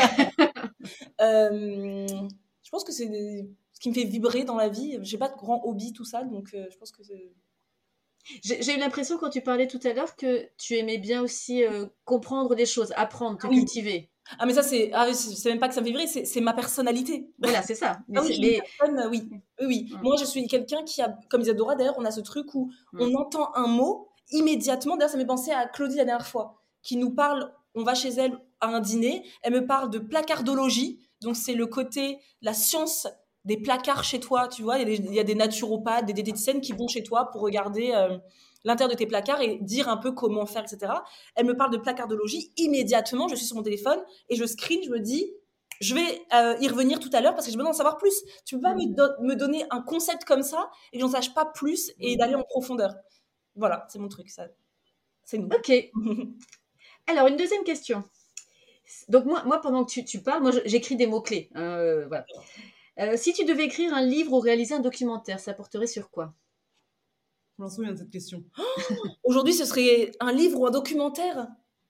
Euh, je pense que c'est des- ce qui me fait vibrer dans la vie. J'ai pas de grand hobby, tout ça, donc euh, je pense que c'est. J'ai j'ai eu l'impression quand tu parlais tout à l'heure que tu aimais bien aussi euh, comprendre des choses, apprendre, te Ah oui. cultiver. Ah, mais ça, c'est ah, oui, c'est c'est même pas que ça me fait vibrer, c'est c'est ma personnalité. Voilà, c'est ça. Mais Ah oui, c'est- je suis une mais- personne, euh, oui, oui, oui. Mm. Moi, je suis quelqu'un qui a, comme Isadora, d'ailleurs, on a ce truc où Mm. on entend un mot immédiatement. D'ailleurs, ça m'est pensé à Claudie la dernière fois, qui nous parle, on va chez elle à un dîner, elle me parle de placardologie, donc c'est le côté, la science des placards chez toi, tu vois, il y a des, il y a des naturopathes, des diététiciennes qui vont chez toi pour regarder euh, l'intérieur de tes placards et dire un peu comment faire, et cetera. Elle me parle de placardologie, immédiatement, je suis sur mon téléphone et je screen, je me dis, je vais euh, y revenir tout à l'heure parce que j'ai besoin d'en savoir plus. Tu peux pas me, do- me donner un concept comme ça et que j'en sache pas plus et d'aller en profondeur. Voilà, c'est mon truc, ça. C'est nous. Ok. Alors, une deuxième question. Donc, moi, moi pendant que tu, tu parles, moi, je- j'écris des mots-clés. hein, euh, voilà. Euh, si tu devais écrire un livre ou réaliser un documentaire, ça porterait sur quoi? Je m'en souviens de cette question. Aujourd'hui, ce serait un livre ou un documentaire.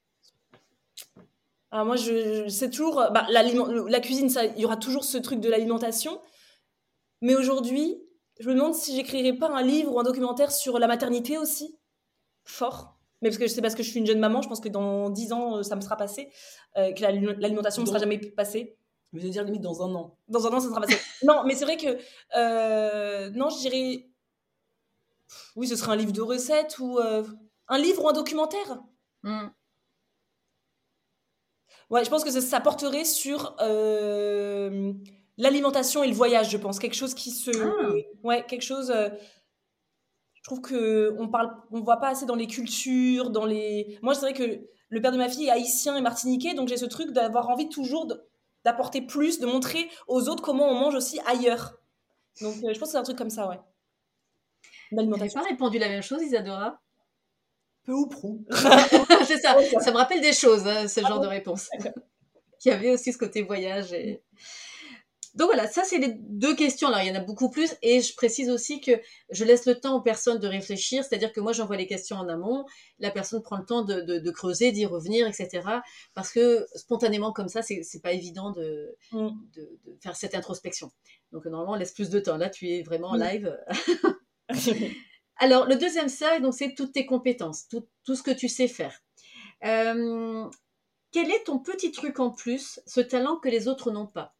Alors moi, je, je sais toujours, bah, l'aliment- la cuisine, ça, il y aura toujours ce truc de l'alimentation. Mais aujourd'hui, je me demande si j'écrirais pas un livre ou un documentaire sur la maternité aussi. Fort. Mais parce que c'est parce que je suis une jeune maman, je pense que dans dix ans, euh, ça me sera passé. Euh, que l'ali- l'alimentation ne sera Donc- jamais passée. Je veux dire limite dans un an. Dans un an, ça sera passé. Non, mais c'est vrai que... euh, non, je dirais... Oui, ce serait un livre de recettes ou... euh, un livre ou un documentaire. Hmm. Ouais, je pense que ça, ça porterait sur euh, l'alimentation et le voyage, je pense. Quelque chose qui se... Ah. Ouais, quelque chose... euh, je trouve qu'on parle, on voit pas assez dans les cultures, dans les... Moi, c'est vrai que le père de ma fille est haïtien et martiniquais, donc j'ai ce truc d'avoir envie toujours de- d'apporter plus, de montrer aux autres comment on mange aussi ailleurs. Donc, euh, je pense que c'est un truc comme ça, ouais. Tu n'avais L'alimentation. pas répondu la même chose, Isadora? Peu ou prou. C'est ça. Ça me rappelle des choses, hein, ce genre de réponse. Il y avait aussi ce côté voyage. Et... Donc voilà, ça c'est les deux questions. Alors il y en a beaucoup plus et je précise aussi que je laisse le temps aux personnes de réfléchir, c'est-à-dire que moi j'envoie les questions en amont, la personne prend le temps de, de, de creuser, d'y revenir, et cetera. Parce que spontanément comme ça, c'est, c'est pas évident de, Mm. de, de faire cette introspection. Donc normalement on laisse plus de temps. Là tu es vraiment en Mm. live. Alors le deuxième cercle, donc c'est toutes tes compétences, tout, tout ce que tu sais faire. Euh, quel est ton petit truc en plus, ce talent que les autres n'ont pas?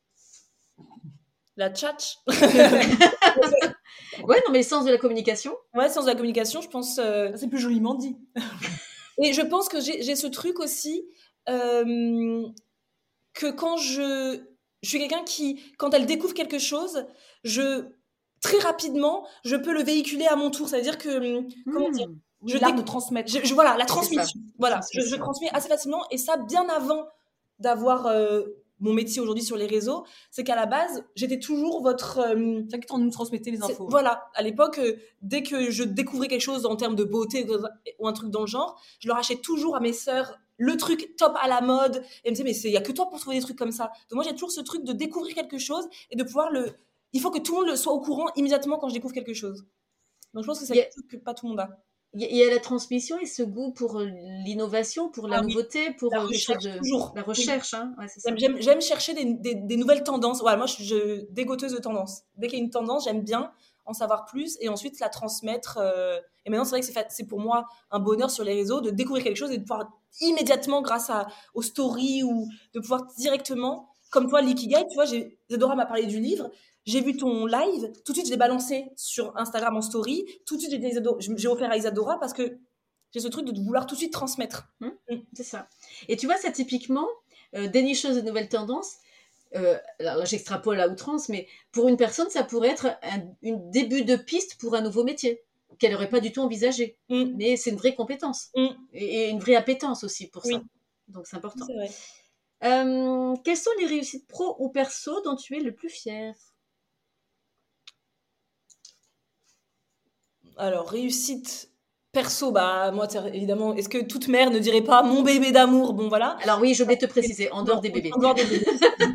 La tchatch. Ouais, non, mais le sens de la communication. Ouais, sens de la communication, je pense... euh, C'est plus joliment dit. Et je pense que j'ai, j'ai ce truc aussi, euh, que quand je... Je suis quelqu'un qui, quand elle découvre quelque chose, je très rapidement, je peux le véhiculer à mon tour. Ça veut dire que, mmh. comment dire, je l'art de transmettre. Je, je, voilà, la transmission. Voilà, je, je transmets assez facilement et ça bien avant d'avoir euh, mon métier aujourd'hui sur les réseaux. C'est qu'à la base, j'étais toujours votre. Euh, c'est que tu nous transmettais les infos. Voilà, à l'époque, euh, dès que je découvrais quelque chose en termes de beauté ou un truc dans le genre, je leur achetais toujours à mes sœurs le truc top à la mode. Et elles me disaient, mais il n'y a que toi pour trouver des trucs comme ça. Donc moi, j'ai toujours ce truc de découvrir quelque chose et de pouvoir le. Il faut que tout le monde soit au courant immédiatement quand je découvre quelque chose. Donc je pense que c'est quelque chose que pas tout le monde a. Il y a la transmission et ce goût pour l'innovation, pour la ah, nouveauté, pour la recherche, de, toujours. La recherche. Oui. Hein. Ouais, c'est ça. J'aime, j'aime chercher des, des, des nouvelles tendances. Voilà, moi, je suis dégoteuse de tendances. Dès qu'il y a une tendance, j'aime bien en savoir plus et ensuite la transmettre. Euh... Et maintenant, c'est vrai que c'est, fait, c'est pour moi un bonheur sur les réseaux de découvrir quelque chose et de pouvoir immédiatement, grâce à, aux stories ou de pouvoir directement, comme toi, l'Ikigai, tu vois, j'ai, Isadora m'a parlé du livre. J'ai vu ton live, tout de suite je l'ai balancé sur Instagram en story, tout de suite j'ai, Isadora, j'ai offert à Isadora parce que j'ai ce truc de vouloir tout de suite transmettre. Mmh, mmh. C'est ça. Et tu vois, ça typiquement, euh, dénicheuse de nouvelles tendances, euh, alors là j'extrapole à outrance, mais pour une personne, ça pourrait être un une début de piste pour un nouveau métier qu'elle n'aurait pas du tout envisagé. Mmh. Mais c'est une vraie compétence mmh. et, et une vraie appétence aussi pour oui. ça. Donc c'est important. C'est vrai. Euh, quelles sont les réussites pro ou perso dont tu es le plus fier ? Alors, réussite perso, bah, moi, évidemment, est-ce que toute mère ne dirait pas mon bébé d'amour ? Bon, voilà. Alors, oui, je vais te préciser, en dehors des bébés. En dehors des bébés.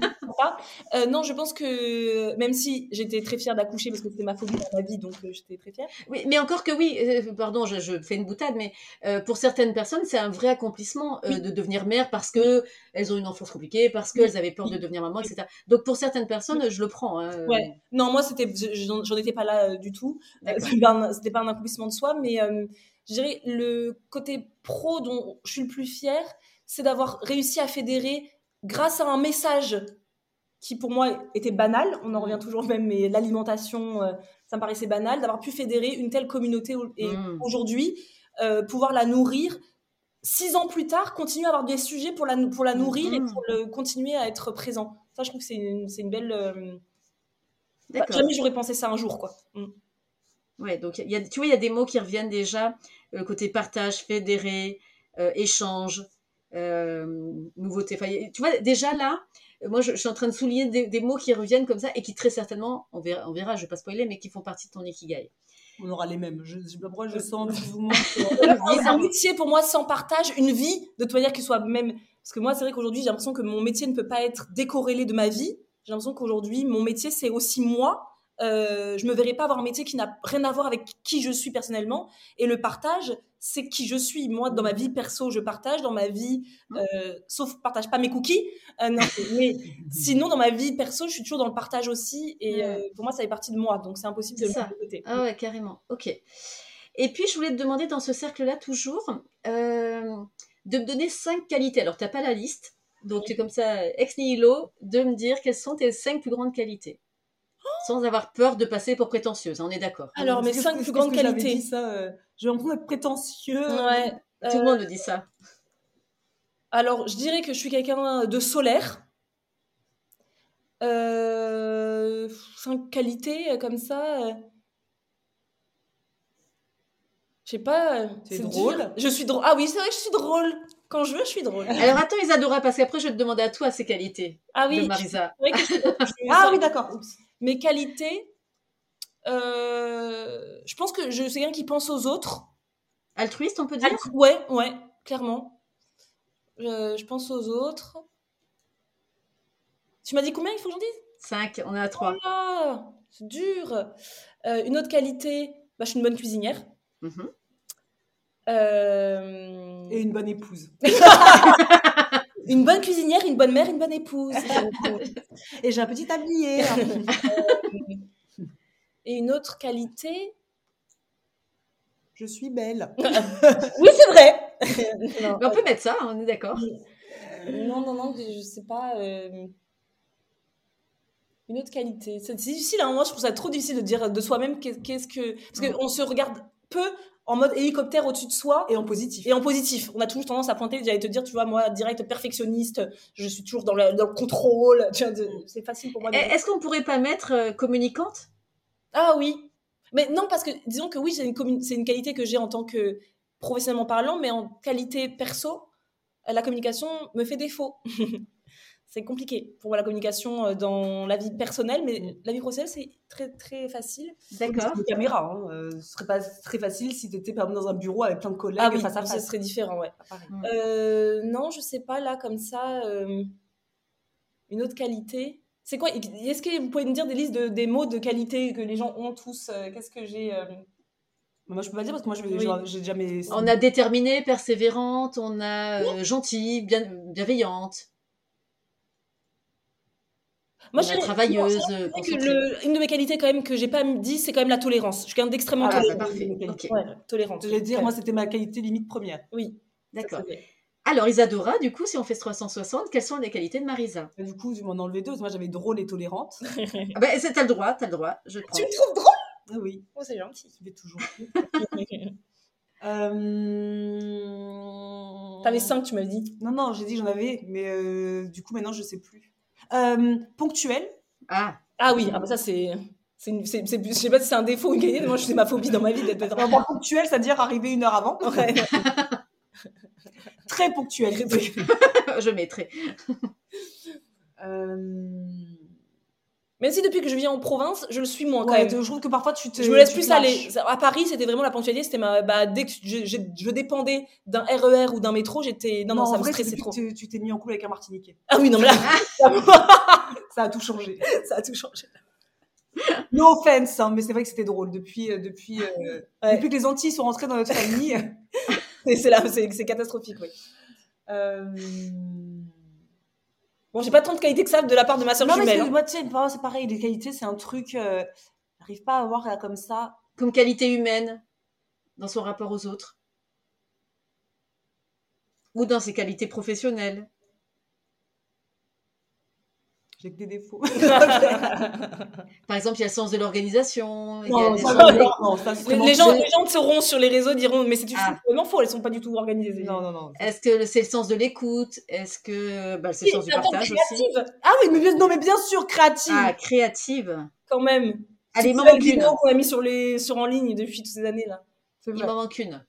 euh, non, je pense que, même si j'étais très fière d'accoucher parce que c'était ma phobie dans ma vie, donc euh, j'étais très fière. Oui, mais encore que oui, euh, pardon, je, je fais une boutade, mais euh, pour certaines personnes, c'est un vrai accomplissement euh, oui. de devenir mère parce qu'elles ont une enfance compliquée, parce qu'elles avaient peur de devenir maman, et cetera. Donc, pour certaines personnes, je le prends. Hein. Ouais. Non, moi, c'était, j'en, j'en étais pas là euh, du tout. Euh, c'était, pas un, c'était pas un accomplissement de soi, mais euh, je dirais le côté pro dont je suis le plus fière, c'est d'avoir réussi à fédérer grâce à un message qui pour moi était banal, on en revient toujours même, mais l'alimentation, euh, ça me paraissait banal, d'avoir pu fédérer une telle communauté et mmh. aujourd'hui, euh, pouvoir la nourrir, six ans plus tard, continuer à avoir des sujets pour la, pour la nourrir mmh. et pour le, continuer à être présent. Ça, je trouve que c'est une, c'est une belle... Euh... Bah, jamais j'aurais pensé ça un jour, quoi. Mmh. Ouais, donc y a, tu vois, il y a des mots qui reviennent déjà, le côté partage, fédérer, euh, échange, euh, nouveauté. Enfin, tu vois, déjà là, moi, je, je suis en train de souligner des, des mots qui reviennent comme ça et qui très certainement, on verra, on verra, je ne vais pas spoiler, mais qui font partie de ton Ikigai. On aura les mêmes. Je ne sais pas pourquoi je sens plus ou moins. C'est un métier pour moi sans partage, une vie, de toute manière qu'il soit même... Parce que moi, c'est vrai qu'aujourd'hui, j'ai l'impression que mon métier ne peut pas être décorrélé de ma vie. J'ai l'impression qu'aujourd'hui, mon métier, c'est aussi moi. Euh, je ne me verrais pas avoir un métier qui n'a rien à voir avec qui je suis personnellement. Et le partage, c'est qui je suis. Moi, dans ma vie perso, je partage. Dans ma vie, euh, sauf partage pas mes cookies. Euh, non, mais sinon, dans ma vie perso, je suis toujours dans le partage aussi. Et euh, pour moi, ça fait partie de moi. Donc, c'est impossible de le mettre de côté. Ah ouais, carrément. Ok. Et puis, je voulais te demander dans ce cercle-là, toujours, euh, de me donner cinq qualités. Alors, tu n'as pas la liste. Donc, c'est comme ça, ex nihilo, de me dire quelles sont tes cinq plus grandes qualités. Sans avoir peur de passer pour prétentieuse, on est d'accord. Alors, mes cinq plus grandes qualités. Dit ça, euh, je vais en prendre être prétentieux. Ouais, euh, Tout le monde me dit ça. Alors, je dirais que je suis quelqu'un de solaire. Euh, cinq qualités comme ça. Euh... Je sais pas. C'est, c'est drôle. Dur. Je suis drôle. Ah oui, c'est vrai que je suis drôle. Quand je veux, je suis drôle. Alors attends, Isadora, parce qu'après, je vais te demander à toi ces qualités. Ah oui. De Marisa. Je... Je... Je... ah oui, d'accord. Oups. Mes qualités, euh, je pense que je suis quelqu'un qui pense aux autres. Altruiste, on peut dire ? Altru... Ouais, ouais, clairement. Je, je pense aux autres. Tu m'as dit combien il faut que j'en dise ? Cinq, on est à trois. Oh là, c'est dur. Euh, une autre qualité, bah, je suis une bonne cuisinière. Mm-hmm. Euh... Et une bonne épouse. Une bonne cuisinière, une bonne mère, une bonne épouse. Et j'ai un petit tablier. euh, et une autre qualité... Je suis belle. Oui, c'est vrai. Non, on peut mettre ça, on est d'accord. Non, non, non, je sais pas... Euh... Une autre qualité. C'est, c'est difficile, hein. Moi, je trouve ça trop difficile de dire de soi-même qu'est-ce que... Parce qu'on se regarde peu... en mode hélicoptère au-dessus de soi. Et en positif. Et en positif. On a toujours tendance à pointer, j'allais te dire, tu vois, moi, direct perfectionniste, je suis toujours dans le, dans le contrôle. Tu vois, de, c'est facile pour moi. De... Est-ce qu'on pourrait pas mettre euh, communicante ? Ah oui. Mais non, parce que disons que oui, c'est une, commun- c'est une qualité que j'ai en tant que professionnellement parlant, mais en qualité perso, euh, la communication me fait défaut. C'est compliqué pour moi la communication euh, dans la vie personnelle, mais Mm. la vie professionnelle, c'est très très facile. D'accord. Des caméras, hein. Euh, ce serait pas très facile si tu étais par exemple dans un bureau avec plein de collègues Ah oui, face à ce face. serait différent, ouais. Pas pareil. Mm. Euh, non, je sais pas, là, comme ça, euh, une autre qualité. C'est quoi? Est-ce que vous pouvez me dire des listes de, des mots de qualité que les gens ont tous? euh, Qu'est-ce que j'ai euh, Mais moi, je peux pas dire parce que moi, je- Oui. genre, j'ai jamais. On a déterminée, persévérante, on a euh, gentille, bien, bienveillante, Moi, on je a dirais- travailleuse, non, c'est vrai que concentrée. le- une de mes qualités, quand même, que j'ai pas dit, c'est quand même la tolérance. Je suis quelqu'un d'extrêmement Ah, bah, tolérante. parfait. c'est une qualité. Ok. Ouais, tolérante. Je vais dire, quand moi, même. c'était ma qualité limite première. Oui. ça, D'accord. c'est vrai. Alors, Isadora, du coup, si on fait ce trois cent soixante, quelles sont les qualités de Marisa? Et du coup, tu m'en enlevais deux parce que moi, j'avais drôle et tolérante. Ah ben, c'est- t'as le droit, t'as le droit, je prends. Tu me trouves drôle? Ah oui, Oh, c'est gentil. tu fais toujours. euh... T'avais cinq, tu m'avais dit. Non, non, j'ai dit j'en avais, mais euh, du coup, maintenant, je sais plus. Euh, ponctuel. Ah, Ah oui, ah bah ça, c'est. c'est une- c'est- c'est- je sais pas si c'est un défaut ou une qualité, mais moi, c'est ma phobie dans ma vie d'être Alors, moi, ponctuel, c'est-à-dire arriver une heure avant. Ouais. Très ponctuel. je mettrai. euh... Même si depuis que je vis en province, je le suis moins quand Ouais, même. je trouve que parfois, tu te. Je me laisse tu plus te aller. lâches. À Paris, c'était vraiment la ponctualité. C'était ma, bah, dès que je, je, je dépendais d'un R E R ou d'un métro, j'étais. Non, non, en ça me vrai, c'est stressait depuis trop. que tu- tu t'es mis en couple avec un Martiniquais. Ah oui, non, mais là, Ça a tout changé. ça a tout changé. No offense, hein, mais c'est vrai que c'était drôle. Depuis, euh, depuis, euh, Ouais. depuis que les Antilles sont rentrées dans notre famille. Et c'est là, c'est, c'est catastrophique, oui. euh, Bon, j'ai pas tant de qualité que ça de la part de ma sœur Non, mais jumelle. c'est- hein. moi, tu sais, moi, c'est pareil. Les qualités, c'est un truc. Euh, j'arrive pas à avoir là comme ça. Comme qualité humaine, dans son rapport aux autres. Ou dans ses qualités professionnelles. J'ai que des défauts. Par exemple, il y a le sens de l'organisation. il y a non, des ça, sens non, de- non, non, ça, c'est Les, vraiment- les gens, les gens te sauront sur les réseaux, diront, mais c'est du Ah. complètement faux, elles sont pas du tout organisées. Non, non, non. Est-ce que c'est le sens de l'écoute? Est-ce que bah, c'est le Oui, sens du attends, partage aussi? créative, Ah oui, mais bien, non, mais bien sûr, créative. Ah, créative. quand même. Allez, il C'est m'en la manque une. vidéo qu'on a mis sur, les, sur en ligne depuis toutes ces années-là. C'est Il vrai. m'en manque une.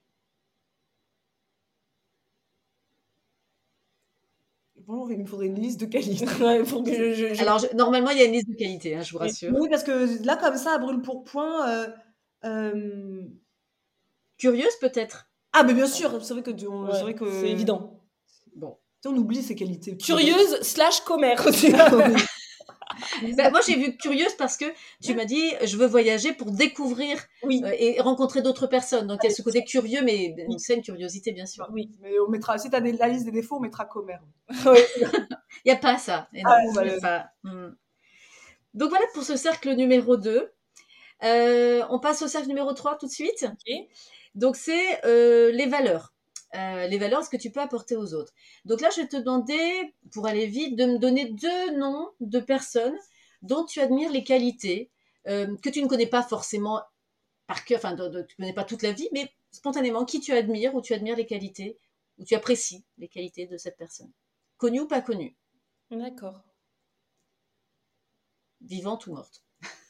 Bon, il me faudrait une liste de qualités. Ouais, pour que je, je- je- Alors, je- normalement, il y a une liste de qualités, hein, je vous rassure. Oui, parce que là, comme ça, à brûle pour point. Euh, euh... Curieuse, peut-être? Ah, mais bien sûr, c'est vrai que tu- on- Ouais, c'est vrai que c'est évident. Bon. Tu sais, on oublie ces qualités. Curieuse slash commère. Bah, moi, j'ai vu curieuse parce que tu m'as dit, je veux voyager pour découvrir Oui. euh, et rencontrer d'autres personnes. Donc, il y a ce côté curieux, mais c'est une curiosité, bien sûr. Oui. Mais on mettra, si tu as la liste des défauts, on mettra commère. Ouais. Il n'y a pas ça. Et non, Ah, il y a voilà. pas. Hmm. Donc, voilà pour ce cercle numéro deux. Euh, on passe au cercle numéro trois tout de suite. Ok. Donc, c'est euh, les valeurs. Euh, les valeurs, ce que tu peux apporter aux autres. Donc là, je vais te demander, pour aller vite, de me donner deux noms de personnes dont tu admires les qualités, euh, que tu ne connais pas forcément par cœur, enfin, de- de- tu ne connais pas toute la vie, mais spontanément, qui tu admires, ou tu admires les qualités, ou tu apprécies les qualités de cette personne. Connue ou pas connue, D'accord. vivante ou morte.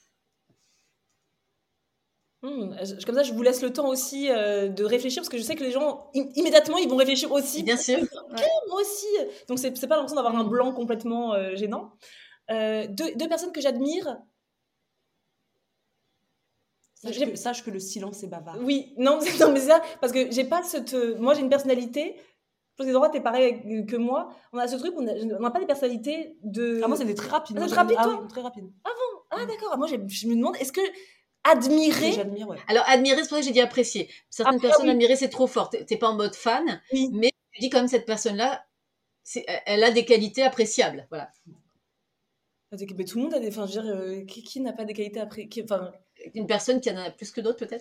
Hmm, je- Comme ça, je vous laisse le temps aussi euh, de réfléchir parce que je sais que les gens, im- immédiatement, ils vont réfléchir aussi. Bien sûr. Moi aussi. Donc, c'est c'est pas l'impression d'avoir un blanc complètement euh, gênant. Euh, deux, deux personnes que j'admire. Sache J'ai- que, sache que le silence est bavard. Oui, non, c'est- non, mais c'est ça, parce que j'ai pas cette. euh, Moi, j'ai une personnalité. Je pense que Dora, t'es pareil avec- que moi. On a ce truc, on a- on n'a pas des personnalités de. Ah, moi, c'est des très rapides. Ah, Moi, c'est j'aime- rapide, ah toi oui, très rapide. Ah, d'accord. Moi, j'ai- je me demande, est-ce que admirer. J'admire, ouais. Alors, admirer, c'est pour ça que j'ai dit apprécier. Certaines Ah, personnes, oui. admirer, c'est trop fort. T'es- T'es pas en mode fan, Oui. mais tu dis quand même, cette personne-là, c'est- elle a des qualités appréciables. Voilà. Mais tout le monde a des. Enfin, je veux dire, euh, qui, qui n'a pas des qualités après. qui- Enfin, Une personne qui en a plus que d'autres, peut-être.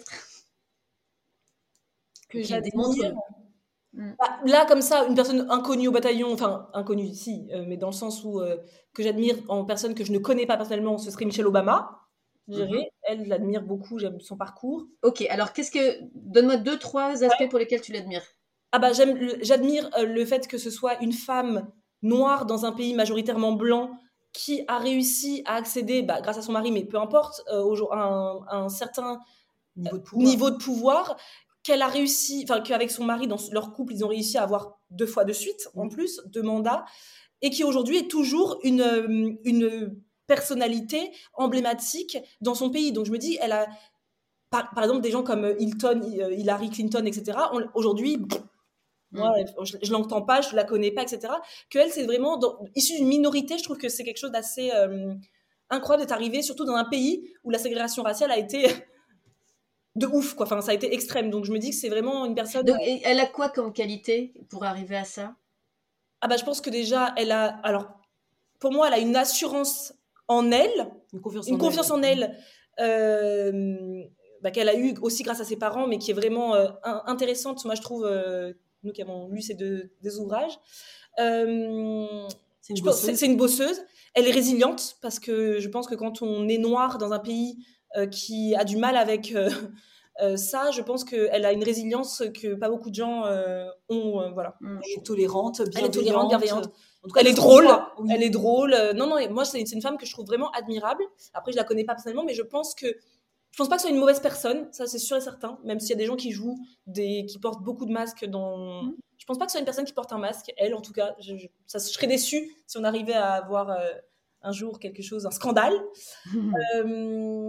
que Qui j'admire. démontre- Bah, là, comme ça, une personne inconnue au bataillon, enfin, inconnue, si, euh, mais dans le sens où euh, que j'admire en personne que je ne connais pas personnellement, ce serait Michelle Obama. Je dirais. Mhm. Elle, je l'admire beaucoup, j'aime son parcours. Ok, alors qu'est-ce que. Donne-moi deux, trois aspects pour lesquels tu l'admires. Ah bah, j'aime, le- j'admire euh, le fait que ce soit une femme noire dans un pays majoritairement blanc qui a réussi à accéder, bah, grâce à son mari, mais peu importe, euh, au, à, un, à un certain niveau de pouvoir, niveau de pouvoir qu'elle a réussi, enfin qu'avec son mari, dans leur couple, ils ont réussi à avoir deux fois de suite, mmh. en plus, deux mandats, et qui aujourd'hui est toujours une, une personnalité emblématique dans son pays. Donc je me dis, elle a, par, par exemple, des gens comme Hilton, Hillary Clinton, et cetera, on, aujourd'hui... Moi, mmh. je, je l'entends pas, je la connais pas, et cetera. Qu'elle, c'est vraiment dans, issue d'une minorité. Je trouve que c'est quelque chose d'assez euh, incroyable d'être arrivé, surtout dans un pays où la ségrégation raciale a été de ouf, quoi. Enfin, ça a été extrême. Donc, je me dis que c'est vraiment une personne. Donc, elle a quoi comme qualité pour arriver à ça ? Ah bah, je pense que déjà, elle a. Alors, pour moi, elle a une assurance en elle, une confiance, une en, confiance elle. en elle. Euh, bah, qu'elle a eu aussi grâce à ses parents, mais qui est vraiment euh, intéressante. Moi, je trouve. Euh, nous qui avons lu ces deux, deux ouvrages. Euh, c'est, une pense, c'est, c'est une bosseuse. Elle est résiliente parce que je pense que quand on est noir dans un pays euh, qui a du mal avec euh, euh, ça, je pense qu'elle a une résilience que pas beaucoup de gens euh, ont. Euh, voilà. Elle est tolérante, bienveillante. Elle est tolérante, bienveillante. En tout cas, elle est drôle. Oui. Elle est drôle. Non, non, moi, c'est, c'est une femme que je trouve vraiment admirable. Après, je la connais pas personnellement, mais je pense que Je pense pas que ce soit une mauvaise personne, ça c'est sûr et certain, même s'il y a des gens qui jouent, des, qui portent beaucoup de masques dans... Mmh. Je pense pas que ce soit une personne qui porte un masque, elle en tout cas, je, je, ça, je serais déçue si on arrivait à avoir euh, un jour quelque chose, un scandale. Mmh. Euh...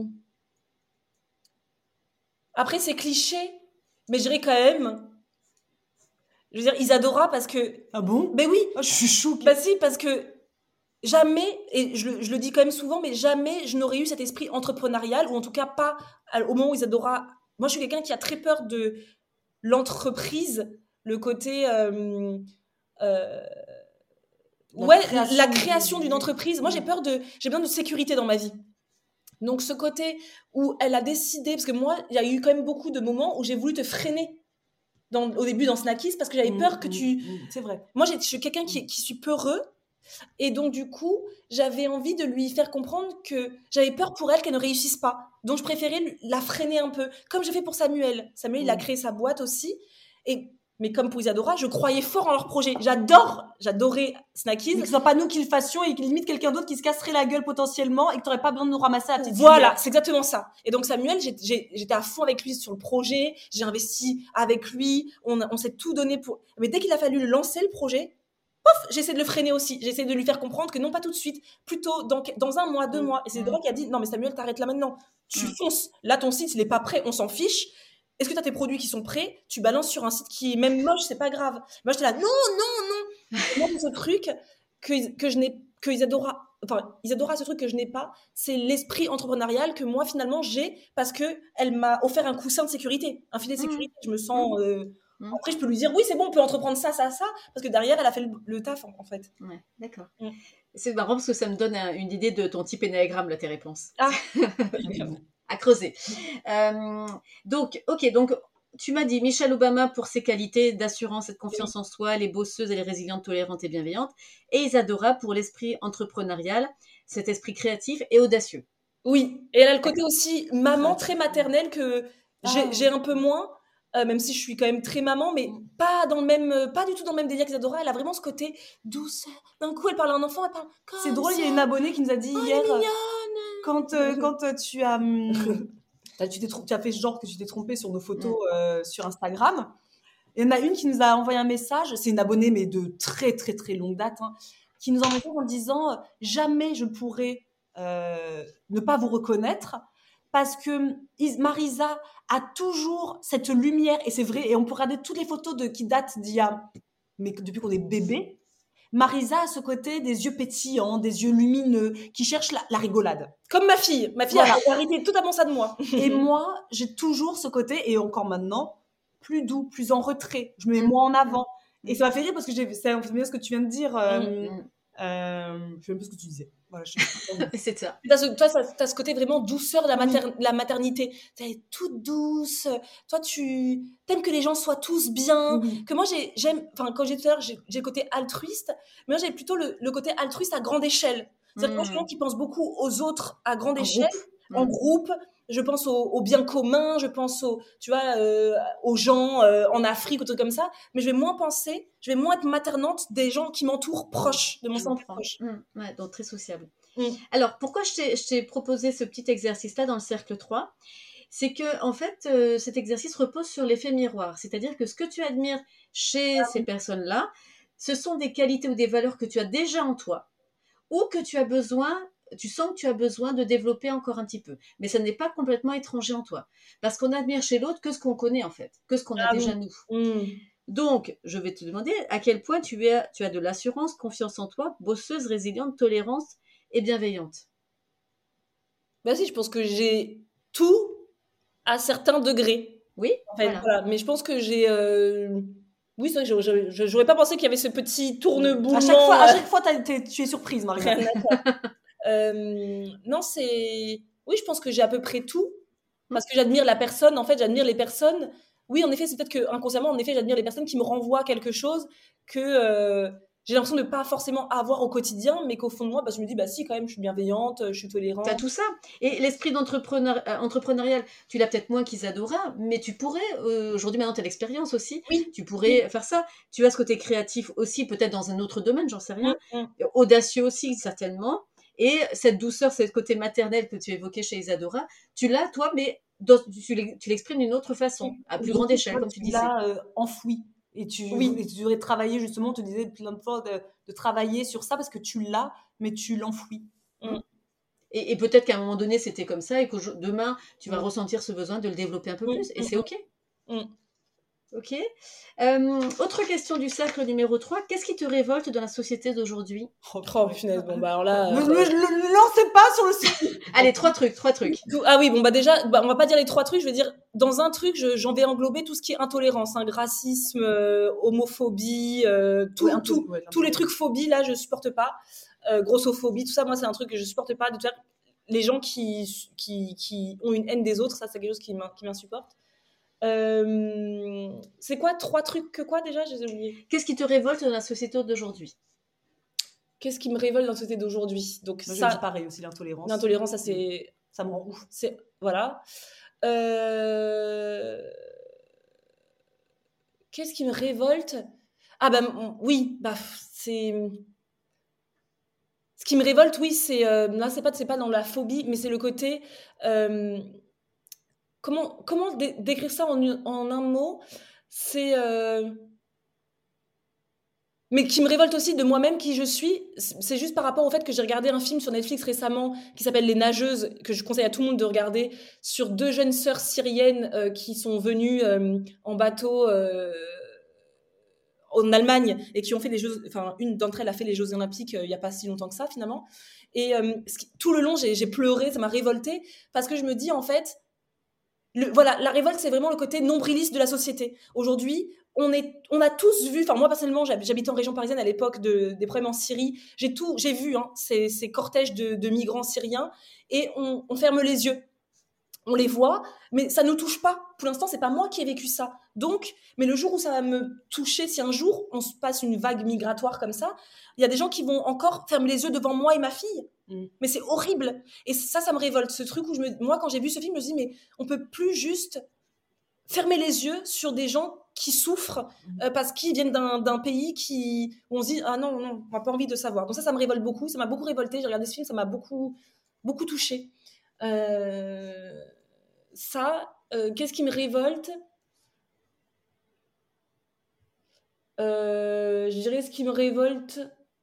Après c'est cliché, mais je dirais quand même, je veux dire Isadora parce que... Ah bon ? Ben oui. Oh, je suis choquée. Bah si, parce que jamais, et je, je le dis quand même souvent, mais jamais je n'aurais eu cet esprit entrepreneurial, ou en tout cas pas au moment où Isadora... Moi, je suis quelqu'un qui a très peur de l'entreprise, le côté... Euh, euh, la ouais, création la création d'une entreprise. Moi, j'ai peur de... J'ai besoin de sécurité dans ma vie. Donc, ce côté où elle a décidé... Parce que moi, il y a eu quand même beaucoup de moments où j'ai voulu te freiner dans, au début dans Snackies, parce que j'avais peur mmh, que tu... Mmh, c'est vrai. Moi, je suis quelqu'un qui, qui suis peureux. Et donc, du coup, j'avais envie de lui faire comprendre que j'avais peur pour elle qu'elle ne réussisse pas. Donc, je préférais la freiner un peu. Comme je fais pour Samuel. Samuel, mmh. il a créé sa boîte aussi. Et, mais comme pour Isadora, je croyais fort en leur projet. J'adore, j'adorais Snackies. Mais que ce soit pas nous qui le fassions et qu'il limite quelqu'un d'autre qui se casserait la gueule potentiellement et que tu n'aurais pas besoin de nous ramasser à la petite Voilà, c'est exactement ça. Et donc, Samuel, j'ai, j'ai, j'étais à fond avec lui sur le projet. J'ai investi avec lui. On, on s'est tout donné pour... Mais dès qu'il a fallu lancer le projet... Pof, j'essaie de le freiner aussi. J'essaie de lui faire comprendre que non, pas tout de suite, plutôt dans, dans un mois, deux mmh. mois. Et c'est Dora mmh. qui a dit non, mais Samuel, t'arrêtes là maintenant. Tu mmh. fonces. Là, ton site, il n'est pas prêt, on s'en fiche. Est-ce que tu as tes produits qui sont prêts ? Tu balances sur un site qui est même moche, c'est pas grave. Moi, j'étais là non, non, non. Moi, ce truc que, que je n'ai, que Isadora, enfin, Isadora, ce truc que je n'ai pas, c'est l'esprit entrepreneurial que moi, finalement, j'ai parce qu'elle m'a offert un coussin de sécurité, un filet de sécurité. Mmh. Je me sens. Euh, Mmh. Après, je peux lui dire, oui, c'est bon, on peut entreprendre ça, ça, ça, parce que derrière, elle a fait le, le taf, en, en fait. Ouais, d'accord. Mmh. C'est marrant parce que ça me donne un, une idée de ton type énéagramme, là, tes réponses. Ah à creuser. Euh, donc, ok, donc, tu m'as dit Michelle Obama pour ses qualités d'assurance et de confiance oui. en soi, elle est bosseuse, elle est résiliente, tolérante et bienveillante, et Isadora pour l'esprit entrepreneurial, cet esprit créatif et audacieux. Oui, et elle a le côté aussi maman très maternelle que ah. j'ai, j'ai un peu moins. Euh, même si je suis quand même très maman, mais pas dans le même, euh, pas du tout dans le même délire qu'Isadora. Elle a vraiment ce côté douce. D'un coup, elle parle à un enfant, elle parle comme c'est drôle, ça. Il y a une abonnée qui nous a dit oh, hier, quand, euh, quand euh, tu as, hum, tu, t'es, tu as fait genre que tu t'es trompée sur nos photos euh, sur Instagram. Il y en a une qui nous a envoyé un message, c'est une abonnée, mais de très très très longue date, hein, qui nous a envoyé en disant « Jamais je pourrais euh, ne pas vous reconnaître ». Parce que Marisa a toujours cette lumière, et c'est vrai, et on peut regarder toutes les photos de, qui datent d'il y a, mais depuis qu'on est bébé. Marisa a ce côté des yeux pétillants, des yeux lumineux, qui cherchent la, la rigolade. Comme ma fille. Ma fille voilà. a arrêté totalement ça de moi. Et moi, j'ai toujours ce côté, et encore maintenant, plus doux, plus en retrait. Je me mets moins en avant. Et ça m'a fait rire parce que j'ai, c'est bien ce que tu viens de dire. Euh, mmh. euh, je sais même pas ce que tu disais. Voilà, je c'est ça. T'as ce, toi, tu as ce côté vraiment douceur de la, mater, oui. la maternité. Tu es toute douce. Toi, tu aimes que les gens soient tous bien. Oui. Que moi, j'ai, j'aime. Enfin, quand j'ai tout à l'heure, j'ai, j'ai le côté altruiste. Mais moi, j'ai plutôt le, le côté altruiste à grande échelle. C'est-à-dire mmh. que moi, je suis quelqu'un qui pense beaucoup aux autres à grande en échelle. Groupe. en Mm. groupe, je pense au, au bien commun, je pense au, tu vois, euh, aux gens euh, en Afrique ou trucs comme ça, mais je vais moins penser, je vais moins être maternante des gens qui m'entourent proches, de mon Je cercle comprends. proche. Mm. Ouais, donc très sociable. Mm. Alors, pourquoi je t'ai, je t'ai proposé ce petit exercice-là dans le cercle trois? C'est que, en fait, euh, cet exercice repose sur l'effet miroir. C'est-à-dire que ce que tu admires chez ces personnes-là, ce sont des qualités ou des valeurs que tu as déjà en toi, ou que tu as besoin, tu sens que tu as besoin de développer encore un petit peu. Mais ça n'est pas complètement étranger en toi. Parce qu'on admire chez l'autre que ce qu'on connaît, en fait, que ce qu'on a Ah déjà oui. nous. Mm. Donc, je vais te demander à quel point tu as, tu as de l'assurance, confiance en toi, bosseuse, résiliente, tolérante et bienveillante. Bah si, je pense que j'ai tout à certains degrés. Oui, En fait, voilà. voilà. Mais je pense que j'ai. euh, Oui, c'est vrai que je- je- j'aurais pas pensé qu'il y avait ce petit tourneboulement. À chaque fois, à euh, chaque fois t'as- t'es- tu es surprise, Marina. rien à voir. Euh, non, c'est. Oui, je pense que j'ai à peu près tout. Parce que j'admire la personne. En fait, j'admire les personnes. Oui, en effet, c'est peut-être que inconsciemment, en effet, j'admire les personnes qui me renvoient quelque chose que euh, j'ai l'impression de pas forcément avoir au quotidien, mais qu'au fond de moi, bah, je me dis, bah si, quand même, je suis bienveillante, je suis Tu as tolérante. tout ça. Et l'esprit d'entrepreneur, euh, entrepreneurial, tu l'as peut-être moins qu'Isadora, mais tu pourrais, euh, aujourd'hui maintenant tu as l'expérience aussi, Oui. tu pourrais faire ça. Tu as ce côté créatif aussi, peut-être dans un autre domaine, j'en sais Mm, rien. mm. Audacieux aussi, certainement. Et cette douceur, ce côté maternel que tu évoquais chez Isadora, tu l'as toi, mais dans- tu l'ex- tu l'exprimes d'une autre façon, à plus grande Aujourd'hui, échelle, toi, comme tu tu disais. l'as euh, enfoui. Et tu, Oui. et tu devrais travailler justement, on te disait plein de fois de, de travailler sur ça parce que tu l'as, mais tu l'enfouis. Mm. Et, et peut-être qu'à un moment donné, c'était comme ça et que demain, tu vas Mm. ressentir ce besoin de le développer un peu Mm, plus. Et mm, c'est mm. OK. Mm. OK. Euh, autre question du cercle numéro trois. Qu'est-ce qui te révolte dans la société d'aujourd'hui? Oh, punaise, bon, bah alors là. Ne euh, ne- ne lancez pas sur le sujet. Allez, trois trucs, trois trucs. Tout- Ah oui, bon, bah déjà, bah, on va pas dire les trois trucs, je vais dire, dans un truc, je- j'en vais englober tout ce qui est intolérance, hein, racisme, euh, homophobie, euh, tout, Ouais, un peu, tout, ouais, un tous peu. les trucs phobie, là, je supporte pas. Euh, grossophobie, tout ça, moi, c'est un truc que je supporte pas. De faire les gens qui, qui, qui ont une haine des autres, ça, c'est quelque chose qui m'in- qui m'insupporte. Euh, c'est quoi, trois trucs que quoi déjà? J'ai oublié. Qu'est-ce qui te révolte dans la société d'aujourd'hui? Qu'est-ce qui me révolte dans la société d'aujourd'hui? Donc, Moi, je ça, dis pareil aussi, l'intolérance. l'intolérance, ça, c'est. Ça me rend ouf. C'est voilà. Euh, Qu'est-ce qui me révolte? Ah bah m- oui, bah c'est ce qui me révolte, oui, c'est euh, là c'est pas c'est pas dans la phobie, mais c'est le côté euh, comment comment dé- décrire ça en, une- en un mot? C'est euh, mais qui me révolte aussi de moi-même qui je suis. C'est juste par rapport au fait que j'ai regardé un film sur Netflix récemment qui s'appelle Les Nageuses, que je conseille à tout le monde de regarder, sur deux jeunes sœurs syriennes euh, qui sont venues euh, en bateau euh, en Allemagne et qui ont fait les Jeux. Enfin, une d'entre elles a fait les Jeux Olympiques euh, il n'y a pas si longtemps que ça finalement. Et euh, ce qui- tout le long, j'ai j'ai pleuré, ça m'a révoltée parce que je me dis en fait. Le, voilà, la révolte, c'est vraiment le côté nombriliste de la société. Aujourd'hui, on, est, on a tous vu, enfin moi personnellement, j'hab- j'habitais en région parisienne à l'époque de, des problèmes en Syrie, j'ai tout, j'ai vu hein, ces, ces cortèges de, de migrants syriens et on, on ferme les yeux. On les voit, mais ça ne nous touche pas. Pour l'instant, c'est pas moi qui ai vécu ça. Donc, mais le jour où ça va me toucher, si un jour on se passe une vague migratoire comme ça, il y a des gens qui vont encore fermer les yeux devant moi et ma fille. Mm. Mais c'est horrible. Et ça, ça me révolte. Ce truc où je me, moi, quand j'ai vu ce film, je me suis dit, mais on peut plus juste fermer les yeux sur des gens qui souffrent euh, parce qu'ils viennent d'un, d'un pays qui, où on se dit, ah non, non, on n'a pas envie de savoir. Donc ça, ça me révolte beaucoup. Ça m'a beaucoup révolté. J'ai regardé ce film, ça m'a beaucoup, beaucoup touché. Euh, ça, euh, qu'est-ce qui me révolte? Euh, je dirais ce qui me révolte.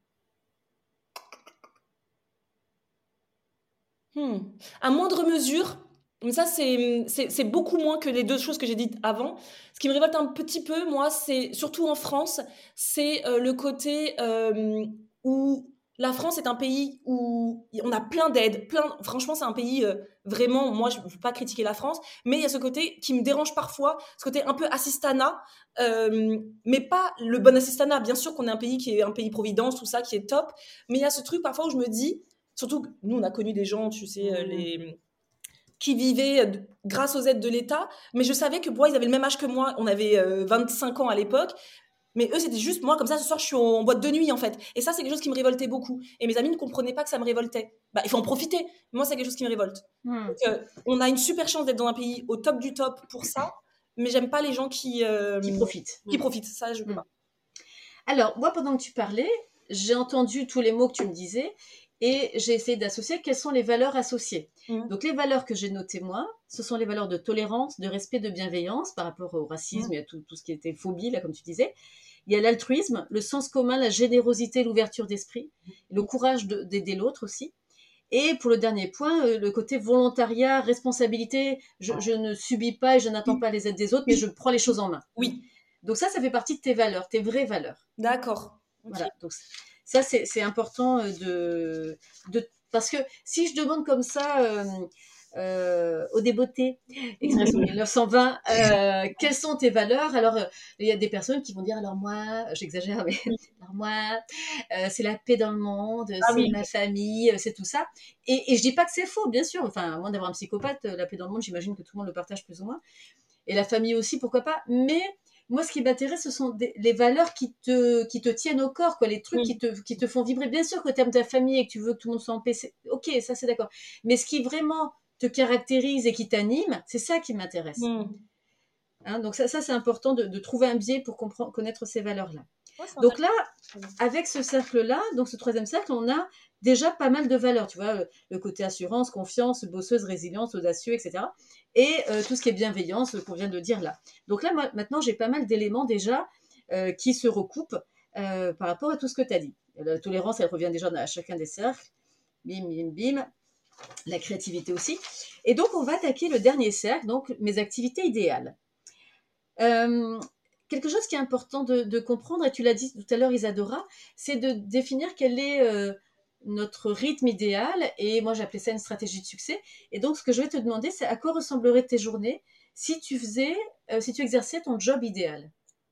Hmm. À moindre mesure, mais ça c'est, c'est, c'est beaucoup moins que les deux choses que j'ai dites avant. Ce qui me révolte un petit peu, moi, c'est surtout en France, c'est euh, le côté euh, où la France est un pays où on a plein d'aides, plein. Franchement, c'est un pays euh, vraiment. Moi, je ne veux pas critiquer la France, mais il y a ce côté qui me dérange parfois, ce côté un peu assistanat, euh, mais pas le bon assistanat. Bien sûr qu'on est un pays qui est un pays providence, tout ça, qui est top, mais il y a ce truc parfois où je me dis. Surtout que nous, on a connu des gens, tu sais, euh, les... qui vivaient euh, grâce aux aides de l'État, mais je savais que moi, ils avaient le même âge que moi, on avait euh, vingt-cinq ans à l'époque, Mais eux, c'était juste, moi, comme ça, ce soir, je suis en boîte de nuit, en fait. Et ça, c'est quelque chose qui me révoltait beaucoup. Et mes amis ne comprenaient pas que ça me révoltait. Bah, il faut en profiter. Moi, c'est quelque chose qui me révolte. Hmm. Donc, euh, on a une super chance d'être dans un pays au top du top pour ça. Mais j'aime pas les gens qui... euh, Qui profitent. Qui profitent. Ça, je peux Hmm. pas. Alors, moi, pendant que tu parlais, j'ai entendu tous les mots que tu me disais et j'ai essayé d'associer quelles sont les valeurs associées. Mmh. Donc, les valeurs que j'ai notées, moi, ce sont les valeurs de tolérance, de respect, de bienveillance par rapport au racisme Mmh. et à tout, tout ce qui était phobie, là, comme tu disais. Il y a l'altruisme, le sens commun, la générosité, l'ouverture d'esprit, le courage de, d'aider l'autre aussi. Et pour le dernier point, euh, le côté volontariat, responsabilité, je, je ne subis pas et je n'attends pas les aides des autres, mais je prends les choses en main. Oui. Donc ça, ça fait partie de tes valeurs, tes vraies valeurs. D'accord. Okay. Voilà. Donc ça, c'est, c'est important de, de... Parce que si je demande comme ça euh, euh, au débeauté, expression mille neuf cent vingt, euh, quelles sont tes valeurs? Alors, euh, il y a des personnes qui vont dire, alors moi, j'exagère, mais alors moi, euh, c'est la paix dans le monde, Ah c'est oui. ma famille, c'est tout ça. Et, et je dis pas que c'est faux, bien sûr. Enfin, à moins d'avoir un psychopathe, la paix dans le monde, j'imagine que tout le monde le partage plus ou moins. Et la famille aussi, pourquoi pas. Mais moi, ce qui m'intéresse, ce sont des, les valeurs qui te, qui te tiennent au corps, quoi, les trucs Mm. qui, te, qui te font vibrer. Bien sûr que tu aimes ta famille et que tu veux que tout le monde soit en paix, c'est, ok, ça c'est d'accord. Mais ce qui vraiment te caractérise et qui t'anime, c'est ça qui m'intéresse. Mm. Hein, donc ça, ça c'est important de, de trouver un biais pour comprendre, connaître ces valeurs-là. Ouais, c'est Donc là, avec ce cercle-là, donc ce troisième cercle, on a déjà pas mal de valeurs, tu vois, le côté assurance, confiance, bosseuse, résilience, audacieux, et cetera. Et euh, tout ce qui est bienveillance, qu'on vient de dire là. Donc là, moi, maintenant, j'ai pas mal d'éléments déjà euh, qui se recoupent euh, par rapport à tout ce que tu as dit. La tolérance, elle revient déjà à chacun des cercles. Bim, bim, bim. La créativité aussi. Et donc, on va attaquer le dernier cercle, donc mes activités idéales. Euh, quelque chose qui est important de, de comprendre, et tu l'as dit tout à l'heure Isadora, c'est de définir quel est euh, notre rythme idéal, et moi j'appelais ça une stratégie de succès. Et donc ce que je vais te demander, c'est à quoi ressembleraient tes journées si tu faisais, euh, si tu exerçais ton job idéal.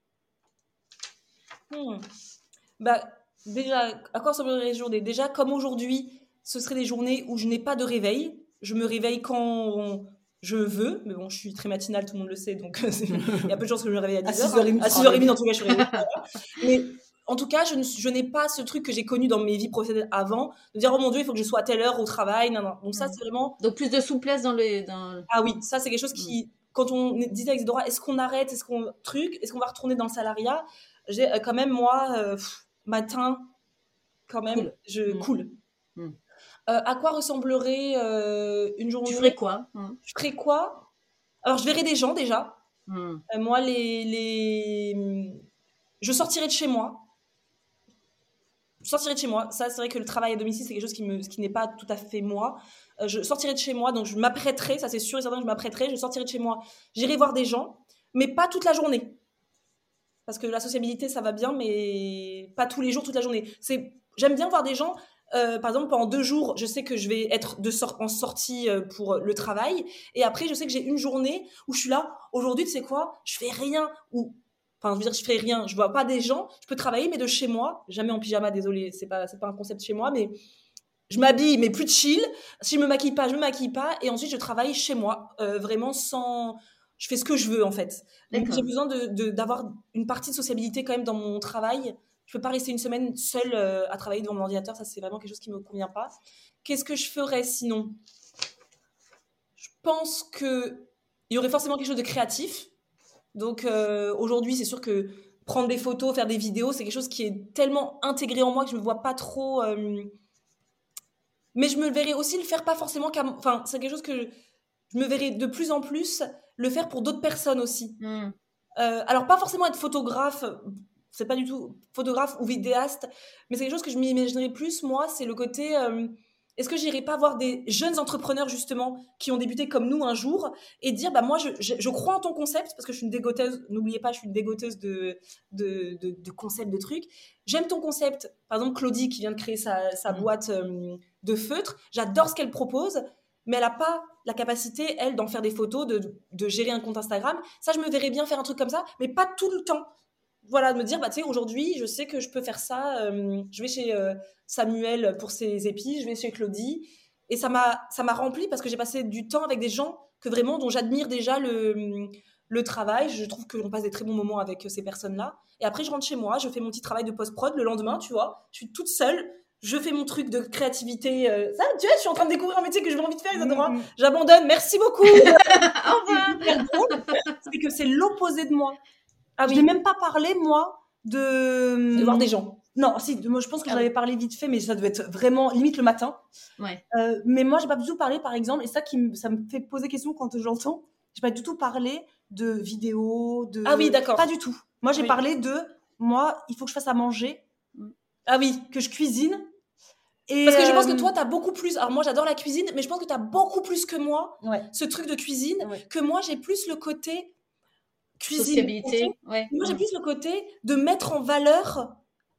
Hmm. Bah, déjà, à quoi ressembleraient les journées? Déjà, comme aujourd'hui, ce seraient des journées où je n'ai pas de réveil. Je me réveille quand je veux, mais bon, je suis très matinale, tout le monde le sait, donc il y a peu de chances que je me réveille à dix heures. À six heures trente, en tout cas, je suis réveillée. Mais en tout cas, je, ne, je n'ai pas ce truc que j'ai connu dans mes vies professionnelles avant, de dire, oh mon Dieu, il faut que je sois à telle heure au travail. Non, non. Donc ça, c'est vraiment... Donc plus de souplesse dans les... Dans... Ah oui, ça, c'est quelque chose qui... Quand on disait avec Isadora, est-ce qu'on arrête, est-ce qu'on truc, est-ce qu'on va retourner dans le salariat? J'ai euh, quand même, moi, euh, pff, matin, quand même, cool. je mmh. cool. Mmh. Euh, à quoi ressemblerait euh, une journée? Tu ferais quoi? mmh. Je ferais quoi? Alors, je verrais des gens, déjà. Mmh. Euh, moi, les, les... je sortirais de chez moi. Je sortirais de chez moi. Ça, c'est vrai que le travail à domicile, c'est quelque chose qui, me, qui n'est pas tout à fait moi. Euh, je sortirais de chez moi, donc je m'apprêterais, ça c'est sûr et certain que je m'apprêterais. Je sortirais de chez moi. J'irais voir des gens, mais pas toute la journée. Parce que la sociabilité, ça va bien, mais pas tous les jours, toute la journée. C'est... J'aime bien voir des gens, euh, par exemple, pendant deux jours, je sais que je vais être de sor- en sortie pour le travail. Et après, je sais que j'ai une journée où je suis là. Aujourd'hui, tu sais quoi? Je fais rien. Ou, enfin, je veux dire, je fais rien. Je vois pas des gens. Je peux travailler, mais de chez moi. Jamais en pyjama, désolé, c'est pas, c'est pas un concept chez moi, mais je m'habille, mais plus de chill. Si je me maquille pas, je me maquille pas. Et ensuite, je travaille chez moi, euh, vraiment sans... Je fais ce que je veux, en fait. Donc, j'ai besoin de, de, d'avoir une partie de sociabilité quand même dans mon travail. Je peux pas rester une semaine seule euh, à travailler devant mon ordinateur. Ça, c'est vraiment quelque chose qui me convient pas. Qu'est-ce que je ferais sinon? Je pense qu'il y aurait forcément quelque chose de créatif. Donc, euh, aujourd'hui, c'est sûr que prendre des photos, faire des vidéos, c'est quelque chose qui est tellement intégré en moi que je me vois pas trop... Euh... Mais je me verrais aussi le faire pas forcément... Qu'à... Enfin, c'est quelque chose que... Je... Je me verrais de plus en plus le faire pour d'autres personnes aussi. Mm. Euh, alors, pas forcément être photographe, c'est pas du tout photographe ou vidéaste, mais c'est quelque chose que je m'imaginerais plus, moi, c'est le côté... Euh, est-ce que j'irais pas voir des jeunes entrepreneurs, justement, qui ont débuté comme nous un jour, et dire, bah moi, je, je, je crois en ton concept, parce que je suis une dégoteuse, n'oubliez pas, je suis une dégoteuse de, de, de, de concepts, de trucs. J'aime ton concept. Par exemple, Claudie, qui vient de créer sa, sa mm. boîte euh, de feutres, j'adore ce qu'elle propose, mais elle n'a pas la capacité, elle, d'en faire des photos, de, de gérer un compte Instagram. Ça, je me verrais bien faire un truc comme ça, mais pas tout le temps. Voilà, de me dire, bah, tu sais, aujourd'hui, je sais que je peux faire ça. Euh, je vais chez euh, Samuel pour ses épis, je vais chez Claudie. Et ça m'a, ça m'a rempli parce que j'ai passé du temps avec des gens que vraiment, dont j'admire déjà le, le travail, je trouve qu'on passe des très bons moments avec ces personnes-là. Et après, je rentre chez moi, je fais mon petit travail de post-prod le lendemain, tu vois. Je suis toute seule, je fais mon truc de créativité. Euh, ça, tu vois, je suis en train de découvrir un métier que j'ai envie de faire, Isadora. Mm-hmm. J'abandonne, merci beaucoup. Au revoir. C'est que c'est l'opposé de moi. Ah, oui. Je n'ai même pas parlé, moi, de... De voir des gens. Non, si, moi, je pense que ah, j'avais oui. parlé vite fait, mais ça devait être vraiment limite le matin. Ouais. Euh, mais moi, j'ai pas du tout parlé, par exemple, et ça, qui m- ça me fait poser question quand j'entends, j'ai pas du tout parlé de vidéos, de... Ah oui, d'accord. Pas du tout. Moi, j'ai oui. parlé de, moi, il faut que je fasse à manger. Ah oui. Que je cuisine. Et Parce que euh... je pense que toi, t'as beaucoup plus... Alors moi, j'adore la cuisine, mais je pense que t'as beaucoup plus que moi, ouais. ce truc de cuisine, ouais. que moi, j'ai plus le côté cuisine. Sociabilité, ouais. Moi, j'ai plus le côté de mettre en valeur...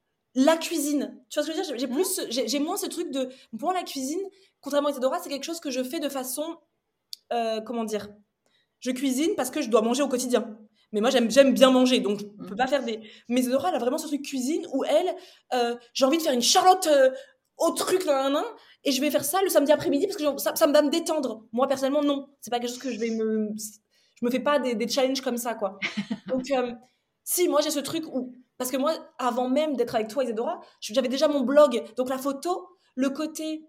la cuisine, tu vois ce que je veux dire, j'ai, plus, j'ai, j'ai moins ce truc de, pour moi la cuisine, contrairement à Isadora, c'est quelque chose que je fais de façon, euh, comment dire, je cuisine parce que je dois manger au quotidien, mais moi j'aime, j'aime bien manger, donc je peux pas faire des, mais Isadora elle a vraiment ce truc cuisine où elle, euh, j'ai envie de faire une Charlotte euh, au truc, nan, nan, nan, et je vais faire ça le samedi après-midi parce que je, ça, ça va me détendre, moi personnellement non, c'est pas quelque chose que je vais me, je me fais pas des, des challenges comme ça quoi, donc euh, si moi j'ai ce truc où parce que moi, avant même d'être avec toi, Isadora, j'avais déjà mon blog. Donc, la photo, le côté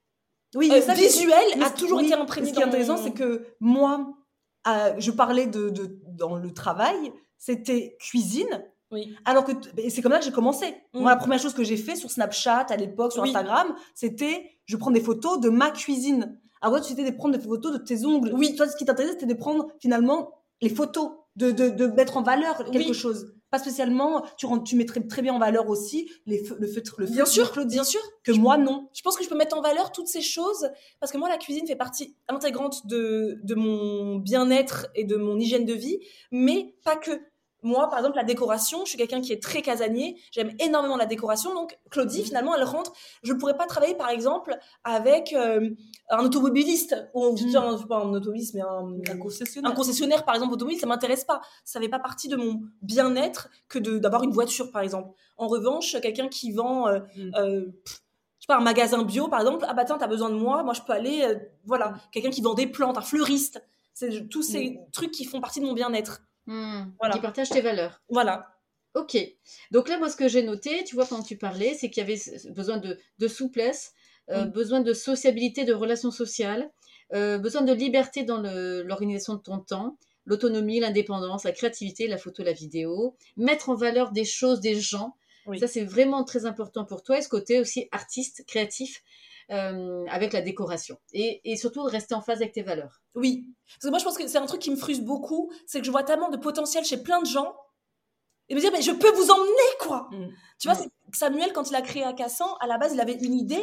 oui, euh, ça, visuel mais, a toujours oui, été imprégné. Ce qui est intéressant, mon... c'est que moi, euh, je parlais de, de, dans le travail, c'était cuisine. Oui. Alors que t- c'est comme ça que j'ai commencé. Mmh. Moi, la première chose que j'ai fait sur Snapchat, à l'époque, sur oui. Instagram, c'était je prends des photos de ma cuisine. Alors, toi, tu étais de prendre des photos de tes ongles. Oui. Toi, ce qui t'intéressait, c'était de prendre finalement les photos, de, de, de mettre en valeur quelque oui. chose. Pas spécialement, tu, tu mettrais très bien en valeur aussi les feux, le feutre, le bien feutre sûr, de Claudie, bien sûr. que je, moi non. Je pense que je peux mettre en valeur toutes ces choses parce que moi la cuisine fait partie intégrante de de mon bien-être et de mon hygiène de vie, mais pas que. Moi, par exemple, la décoration, je suis quelqu'un qui est très casanier, j'aime énormément la décoration, donc Claudie, mmh. finalement, elle rentre, je ne pourrais pas travailler, par exemple, avec euh, un automobiliste, ou mmh. un, pas un automobiliste, mais un, un, concessionnaire. un concessionnaire, par exemple, automobile, ça ne m'intéresse pas, ça ne fait pas partie de mon bien-être que de, d'avoir une voiture, par exemple. En revanche, quelqu'un qui vend... Euh, mmh. euh, pff, je sais pas, un magasin bio, par exemple, ah bah tiens, t'as besoin de moi, moi je peux aller, euh, voilà, mmh. quelqu'un qui vend des plantes, un fleuriste, c'est tous ces mmh. trucs qui font partie de mon bien-être. Mmh, voilà. Qui partagent tes valeurs. Voilà. Ok. Donc là, moi, ce que j'ai noté, tu vois, quand tu parlais, c'est qu'il y avait besoin de, de souplesse, euh, mmh. besoin de sociabilité, de relations sociales, euh, besoin de liberté dans le, l'organisation de ton temps, l'autonomie, l'indépendance, la créativité, la photo, la vidéo, mettre en valeur des choses, des gens. Oui. Ça, c'est vraiment très important pour toi. Et ce côté aussi artiste, créatif, Euh, avec la décoration et, et surtout rester en phase avec tes valeurs. Oui, parce que moi je pense que c'est un truc qui me frustre beaucoup, c'est que je vois tellement de potentiel chez plein de gens et me dire mais je peux vous emmener quoi. Mmh. Tu vois, mmh. c'est, Samuel quand il a créé Akassan, à la base il avait une idée,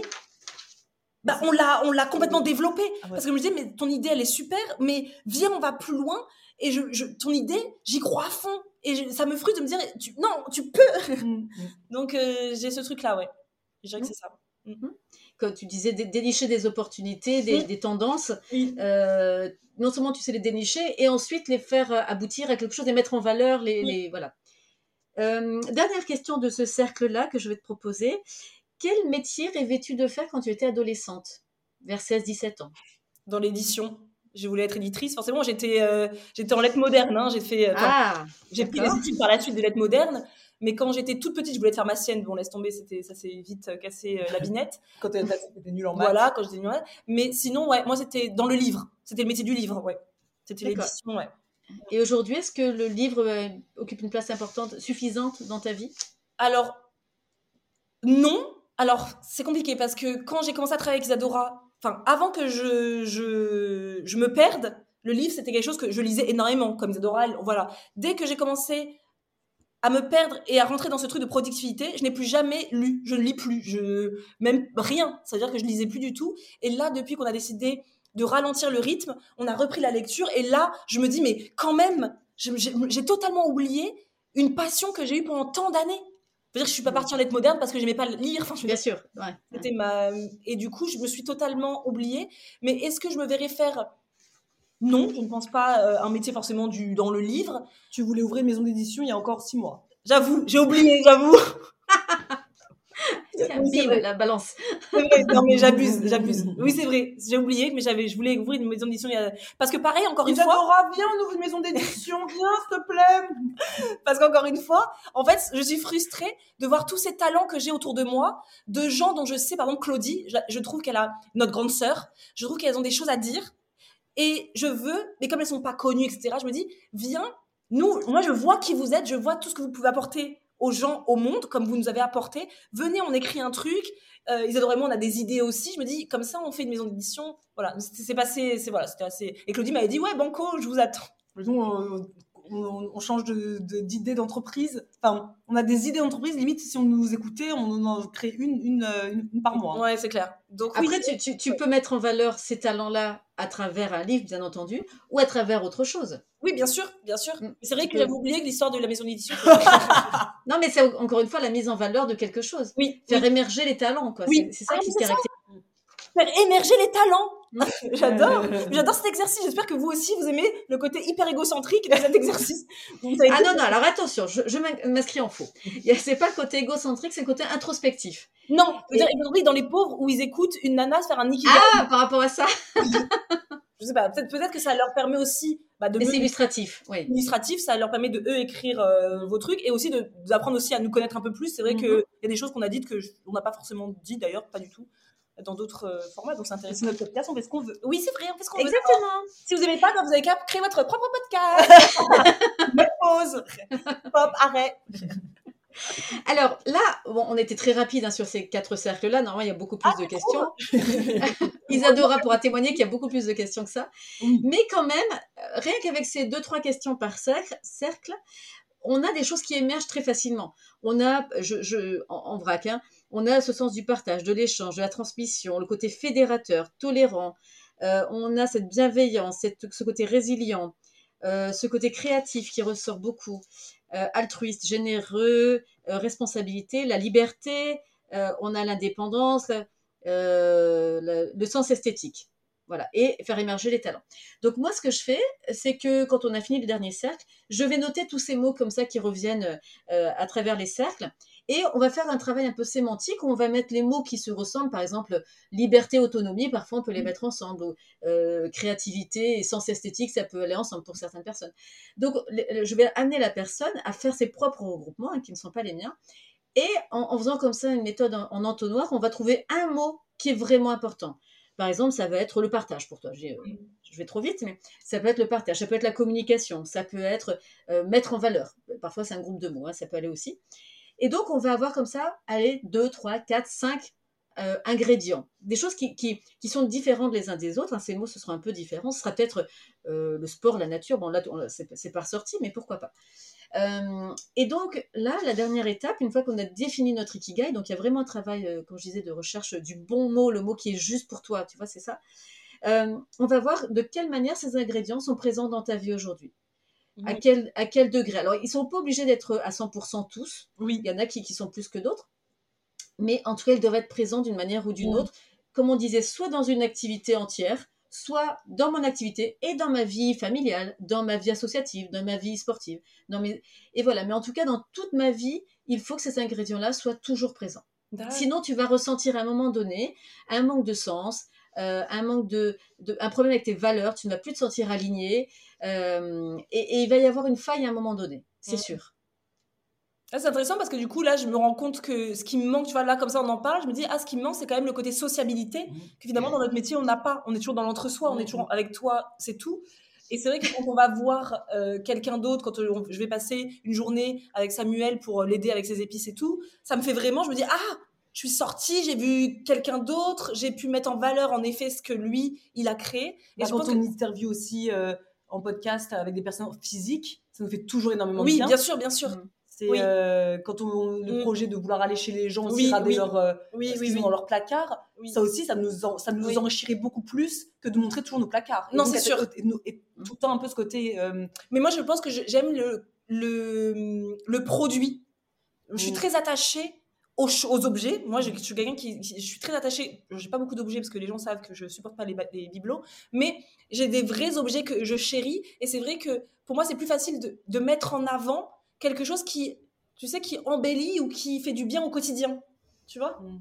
bah, on l'a on l'a complètement mmh. développée ah ouais. parce que je me disais mais ton idée elle est super, mais viens on va plus loin et je, je ton idée j'y crois à fond et je, ça me frustre de me dire tu, non tu peux. Mmh. Donc euh, j'ai ce truc là ouais, je dirais mmh. que c'est ça. Mmh. Quand tu disais dé- dénicher des opportunités, des, oui. des tendances, oui. euh, non seulement tu sais les dénicher et ensuite les faire aboutir à quelque chose, les mettre en valeur, les, oui. les voilà. Euh, dernière question de ce cercle-là que je vais te proposer. Quel métier rêvais-tu de faire quand tu étais adolescente, vers seize dix-sept ans? Dans l'édition. Je voulais être éditrice. Forcément, j'étais, euh, j'étais en lettres modernes. Hein. J'ai, fait, ah, j'ai pris les études par la suite des lettres modernes. Mais quand j'étais toute petite, je voulais être pharmacienne. Bon, laisse tomber, c'était, ça s'est vite cassé euh, la binette. Quand tu étais nulle en maths. Voilà, quand j'étais nulle en maths. Mais sinon, ouais, moi, c'était dans le livre. C'était le métier du livre, ouais. C'était D'accord. l'édition, ouais. Et aujourd'hui, est-ce que le livre euh, occupe une place importante, suffisante dans ta vie? Alors, non. Alors, c'est compliqué parce que quand j'ai commencé à travailler avec Isadora, enfin, avant que je, je, je me perde, le livre, c'était quelque chose que je lisais énormément, comme Isadora, elle, voilà. Dès que j'ai commencé à me perdre et à rentrer dans ce truc de productivité, je n'ai plus jamais lu, je ne lis plus, je même rien, c'est-à-dire que je lisais plus du tout. Et là, depuis qu'on a décidé de ralentir le rythme, on a repris la lecture et là, je me dis mais quand même, j'ai, j'ai, j'ai totalement oublié une passion que j'ai eue pendant tant d'années. Je veux dire, je suis pas partie en lettres modernes parce que j'aimais pas lire. Enfin, je Bien sûr, ouais. C'était ma et du coup, je me suis totalement oubliée. Mais est-ce que je me verrais faire? Non, je ne pense pas euh, un métier forcément du, dans le livre. Tu voulais ouvrir une maison d'édition il y a encore six mois. J'avoue, j'ai oublié, j'avoue. Tiens, Oui, c'est bim, vrai. la balance. C'est vrai, non mais j'abuse, j'abuse. Oui, c'est vrai, j'ai oublié, mais j'avais, je voulais ouvrir une maison d'édition. Il y a... Parce que pareil, encore une fois... Isadora, viens, on ouvre une maison d'édition, viens, s'il te plaît. Parce qu'encore une fois, en fait, je suis frustrée de voir tous ces talents que j'ai autour de moi, de gens dont je sais, par exemple, Claudie, je, je trouve qu'elle a, notre grande sœur, je trouve qu'elles ont des choses à dire, et je veux, mais comme elles sont pas connues, et cetera, je me dis, viens, nous, moi, je vois qui vous êtes, je vois tout ce que vous pouvez apporter aux gens, au monde, comme vous nous avez apporté. Venez, on écrit un truc. Euh, Isadora et moi, on a des idées aussi. Je me dis, comme ça, on fait une maison d'édition. Voilà, c'est, c'est passé, c'est voilà, c'était assez. Et Claudie m'avait dit, ouais, banco, je vous attends. Nous, on, on, on change de, de, d'idées d'entreprise. Enfin, on a des idées d'entreprise. Limite, si on nous écoutait, on en crée une, une, une, une par mois. Ouais, c'est clair. Donc, Après, oui, tu, tu, tu peux mettre en valeur ces talents-là à travers un livre, bien entendu, ou à travers autre chose. Oui, bien sûr, bien sûr. Mm. Mais c'est vrai Tu que peux- j'avais oublié que l'histoire de la maison d'édition. Non, mais c'est encore une fois la mise en valeur de quelque chose. Oui, Faire oui. émerger les talents, quoi. Oui. C'est, c'est ça Ah, qui c'est ça. caractérise. Faire émerger les talents. Mm. J'adore, j'adore cet exercice. J'espère que vous aussi vous aimez le côté hyper égocentrique de cet exercice. Vous savez Ah tout. non, non, alors attention, je, je m'inscris en faux. Il y a- C'est pas le côté égocentrique, c'est le côté introspectif. Non, je veux dire, aujourd'hui, dans les pauvres où ils écoutent une nana se faire un ikigai. Ah, par rapport à ça, Je sais pas, peut-être, peut-être que ça leur permet aussi bah, de mais mieux c'est illustratif, oui. administratif, ça leur permet de eux écrire euh, vos trucs et aussi de d'apprendre aussi à nous connaître un peu plus. C'est vrai Mhm. qu'il y a des choses qu'on a dites que je- on n'a pas forcément dit d'ailleurs, pas du tout, dans d'autres euh, formats. Donc c'est intéressant. C'est notre podcast, on fait ce qu'on veut. Oui, c'est vrai, on fait ce qu'on veut. Exactement. Si vous aimez pas, bah, vous avez qu'à créer votre propre podcast. Même pause. Hop, arrêt. Alors là, bon, on était très rapide hein, sur ces quatre cercles-là. Normalement, il y a beaucoup plus de questions. Isadora pourra témoigner qu'il y a beaucoup plus de questions que ça. Oui. Mais quand même, euh, rien qu'avec ces deux, trois questions par cercle, cercle, on a des choses qui émergent très facilement. On a, je, je, en, en vrac, hein, on a ce sens du partage, de l'échange, de la transmission, le côté fédérateur, tolérant. Euh, on a cette bienveillance, cette, ce côté résilient, euh, ce côté créatif qui ressort beaucoup, euh, altruiste, généreux, euh, responsabilité, la liberté, euh, on a l'indépendance, euh, le, le sens esthétique. Voilà, et faire émerger les talents. Donc moi, ce que je fais, c'est que quand on a fini le dernier cercle, je vais noter tous ces mots comme ça qui reviennent euh, à travers les cercles, et on va faire un travail un peu sémantique où on va mettre les mots qui se ressemblent, par exemple liberté, autonomie, parfois on peut les mettre ensemble, ou, euh, créativité et sens esthétique, ça peut aller ensemble pour certaines personnes. Donc le, je vais amener la personne à faire ses propres regroupements, hein, qui ne sont pas les miens, et en, en faisant comme ça une méthode en, en entonnoir, on va trouver un mot qui est vraiment important. Par exemple, ça va être le partage pour toi. J'ai, euh, je vais trop vite, mais ça peut être le partage, ça peut être la communication, ça peut être euh, mettre en valeur. Parfois, c'est un groupe de mots, hein, ça peut aller aussi. Et donc, on va avoir comme ça, allez, deux, trois, quatre, cinq euh, ingrédients. Des choses qui, qui, qui sont différentes les uns des autres. Hein, ces mots, ce sera un peu différent. Ce sera peut-être euh, le sport, la nature. Bon, là, on, c'est, c'est pas ressorti, mais pourquoi pas. Euh, et donc là, la dernière étape, une fois qu'on a défini notre ikigai, donc il y a vraiment un travail, euh, comme je disais, de recherche du bon mot, le mot qui est juste pour toi, tu vois, c'est ça. Euh, on va voir de quelle manière ces ingrédients sont présents dans ta vie aujourd'hui. Mmh. À quel, à quel degré. Alors, ils ne sont pas obligés d'être à cent pour cent tous. Oui. Il y en a qui, qui sont plus que d'autres. Mais en tout cas, ils doivent être présents d'une manière ou d'une mmh. autre. Comme on disait, soit dans une activité entière, soit dans mon activité et dans ma vie familiale, dans ma vie associative, dans ma vie sportive. Dans mes... Et voilà, mais en tout cas, dans toute ma vie, il faut que ces ingrédients-là soient toujours présents. D'accord. Sinon, tu vas ressentir à un moment donné un manque de sens, euh, un manque de, de... un problème avec tes valeurs, tu ne vas plus te sentir aligné, euh, et, et il va y avoir une faille à un moment donné, c'est mmh. sûr. Ah, c'est intéressant parce que du coup, là, je me rends compte que ce qui me manque, tu vois, là, comme ça, on en parle, je me dis, ah, ce qui me manque, c'est quand même le côté sociabilité, mmh. que finalement, dans notre métier, on n'a pas. On est toujours dans l'entre-soi, mmh. on est toujours avec toi, c'est tout. Et c'est vrai que quand on va voir euh, quelqu'un d'autre, quand on, je vais passer une journée avec Samuel pour l'aider avec ses épices et tout, ça me fait vraiment, je me dis, ah, je suis sortie, j'ai vu quelqu'un d'autre, j'ai pu mettre en valeur, en effet, ce que lui, il a créé. Et bah, je quand pense on que... interview aussi euh, en podcast avec des personnes physiques, ça nous fait toujours énormément oui, de bien. Oui, bien sûr, bien sûr. Mmh. C'est oui. euh, quand on le mmh. projet de vouloir aller chez les gens aussi oui, rader oui. leur euh, oui, ce oui, qu'ils oui. ont dans leur placard, oui. ça aussi ça nous en, ça nous oui. enrichirait beaucoup plus que de montrer toujours nos placards. Et non, c'est sûr. Et, et, et tout le temps un peu ce côté. Euh... Mais moi, je pense que j'aime le le le produit. Je suis mmh. très attachée aux, aux objets. Moi, je, je suis quelqu'un qui, qui je suis très attachée. J'ai pas beaucoup d'objets parce que les gens savent que je supporte pas les, les bibelots, mais j'ai des vrais objets que je chéris. Et c'est vrai que pour moi, c'est plus facile de, de mettre en avant quelque chose qui, tu sais, qui embellit ou qui fait du bien au quotidien. Tu vois Mm.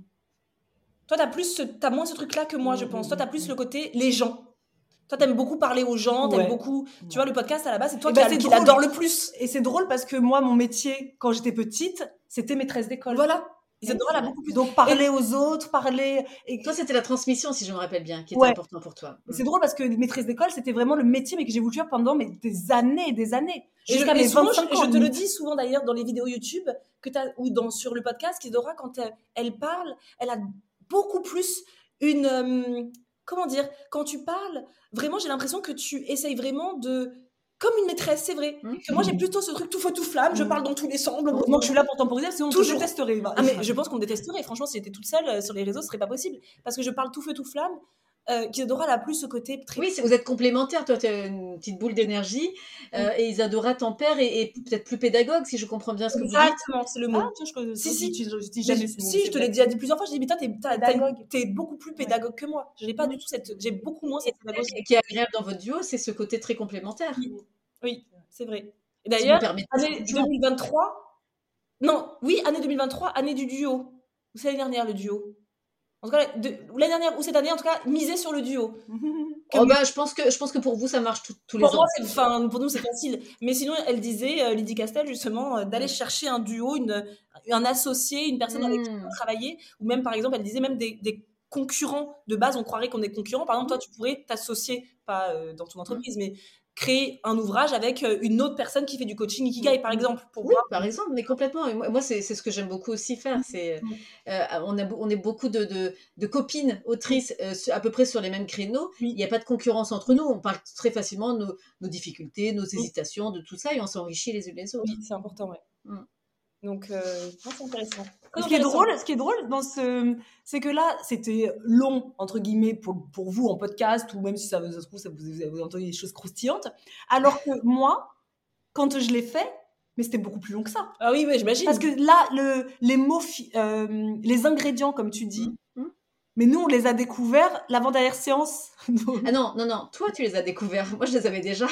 Toi, t'as plus, ce, t'as moins ce truc-là que moi, Mm, je pense. mm, Toi, t'as mm, plus mm. le côté les gens. Toi, t'aimes beaucoup parler aux gens, t'aimes Ouais. beaucoup. Tu Ouais. vois, le podcast à la base, c'est toi Eh qui, ben, a- c'est qui drôle. l'adore le plus. Et c'est drôle parce que moi, mon métier, quand j'étais petite, c'était maîtresse d'école. Voilà. Oui, Isadora c'est l'a vrai. beaucoup plus. Donc, parler aux autres, parler. Et... Toi, c'était la transmission, si je me rappelle bien, qui était Ouais. important pour toi. Et c'est drôle parce que maîtresse d'école, c'était vraiment le métier, mais que j'ai voulu faire pendant mais, des années et des années. Et, je, Jusqu'à et mes souvent, vingt-cinq je, ans. je te le limite. dis souvent d'ailleurs dans les vidéos YouTube que t'as, ou dans, sur le podcast, qu'Isadora, quand elle, elle parle, elle a beaucoup plus une. euh, comment dire Quand tu parles, vraiment, j'ai l'impression que tu essayes vraiment de. Comme une maîtresse, c'est vrai. Mmh. Que moi, j'ai plutôt ce truc tout feu, tout flamme, je Mmh. parle dans tous les sens. Heureusement que je suis là pour temporiser, sinon on te Toujours. détesterait. Ah, mais je pense qu'on me détesterait. Franchement, si j'étais toute seule euh, sur les réseaux, ce serait pas possible. Parce que je parle tout feu, tout flamme. Euh, qu'Isadora, elle a plus ce côté très. Oui, c'est- vous êtes complémentaires. Toi, tu as une petite boule d'énergie euh, et Isadora, ton père, est, est peut-être plus pédagogue, si je comprends bien ce que vous dites. Exactement, c'est le mot. Ah, tiens, je connais. Si, si. Je dis Mais jamais je- ce mot, si, c'est je te vrai. l'ai déjà dit plusieurs fois. Je dis, mais toi, t'es, t'as- t'as une- Pédagogue. t'es beaucoup plus pédagogue que moi. Je n'ai pas du tout cette. J'ai beaucoup moins cette pédagogie. Et qui est agréable dans votre duo, c'est ce côté très complémentaire. Oui, c'est vrai. Et Si vous d'ailleurs, me permettez, année effectivement. deux mille vingt-trois. Non, oui, année deux mille vingt-trois, année du duo. Ou c'est l'année dernière, le duo. En tout cas, de- ou l'année dernière, ou cette année, en tout cas, miser sur le duo. Que Oh bah, je pense que je pense que pour vous, ça marche tout- tous les Pour ans. moi, c'est, enfin, pour nous, c'est facile. Mais sinon, elle disait, euh, Lydie Castel, justement, euh, d'aller chercher un duo, une, un associé, une personne avec qui on Mmh. va travailler. Ou même, par exemple, elle disait même des, des concurrents. De base, on croirait qu'on est concurrents. Par exemple, toi, tu pourrais t'associer, pas euh, dans ton entreprise, mais créer un ouvrage avec euh, une autre personne qui fait du coaching Ikigai, par exemple. Pour Oui, voir. par exemple, mais complètement. Et moi, moi, c'est c'est ce que j'aime beaucoup aussi faire. C'est, euh, on, a, beau- on est beaucoup de, de, de copines autrices euh, sur- à peu près sur les mêmes créneaux. Oui. Il n'y a pas de concurrence entre nous. On parle très facilement de nos, nos difficultés, nos hésitations, de tout ça, et on s'enrichit les unes les autres. Oui, c'est important, ouais. Mm. Donc, euh, non, c'est intéressant. Et ce qui est drôle, ce qui est drôle dans ce, c'est que là, c'était long entre guillemets pour, pour vous en podcast ou même si ça, ça se trouve, ça vous, vous avez entendu des choses croustillantes. Alors que moi, quand je l'ai fait, mais c'était beaucoup plus long que ça. Ah oui, oui, j'imagine. Parce que là, le, les mots, fi- euh, les ingrédients, comme tu dis, Mm. mais nous, on les a découverts l'avant-dernière séance. Ah non, non, non, toi, tu les as découverts. Moi, je les avais déjà.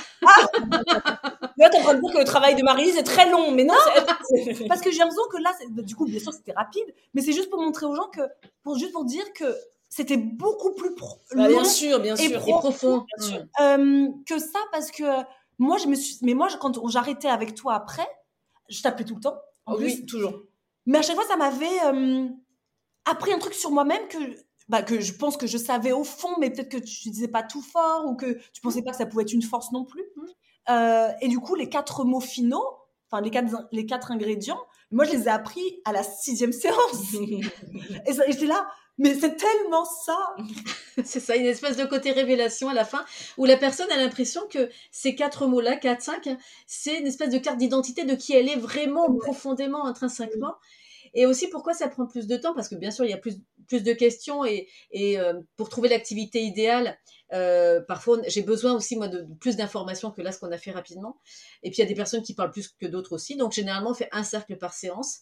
Là, t'es en train de dire que le travail de Marie, c'est très long, mais non, c'est... c'est- Parce que j'ai l'impression que là, c'est- bah, du coup, bien sûr, c'était rapide, mais c'est juste pour montrer aux gens que, pour, juste pour dire que c'était beaucoup plus pro- Bah, bien long sûr, bien et sûr. pro- Et profond. Bien sûr. Mm. euh, que ça, parce que moi, je me suis, mais moi, je- quand j'arrêtais avec toi après, je t'appelais tout le temps. En Oh, plus, oui, toujours. mais à chaque fois, ça m'avait euh, appris un truc sur moi-même que, bah, que je pense que je savais au fond, mais peut-être que tu disais pas tout fort ou que tu pensais pas que ça pouvait être une force non plus. Mm. Euh, et du coup, les quatre mots finaux, enfin les quatre, les quatre ingrédients, moi, je les ai appris à la sixième séance. Et, ça- et j'étais là, mais c'est tellement ça. C'est ça, une espèce de côté révélation à la fin, où la personne a l'impression que ces quatre mots-là, quatre, cinq, hein, c'est une espèce de carte d'identité de qui elle est vraiment profondément, intrinsèquement. Et aussi, pourquoi ça prend plus de temps? Parce que bien sûr, il y a plus, plus de questions et, et euh, pour trouver l'activité idéale, euh, parfois, j'ai besoin aussi, moi, de, de plus d'informations que là, ce qu'on a fait rapidement. Et puis, il y a des personnes qui parlent plus que d'autres aussi. Donc, généralement, on fait un cercle par séance.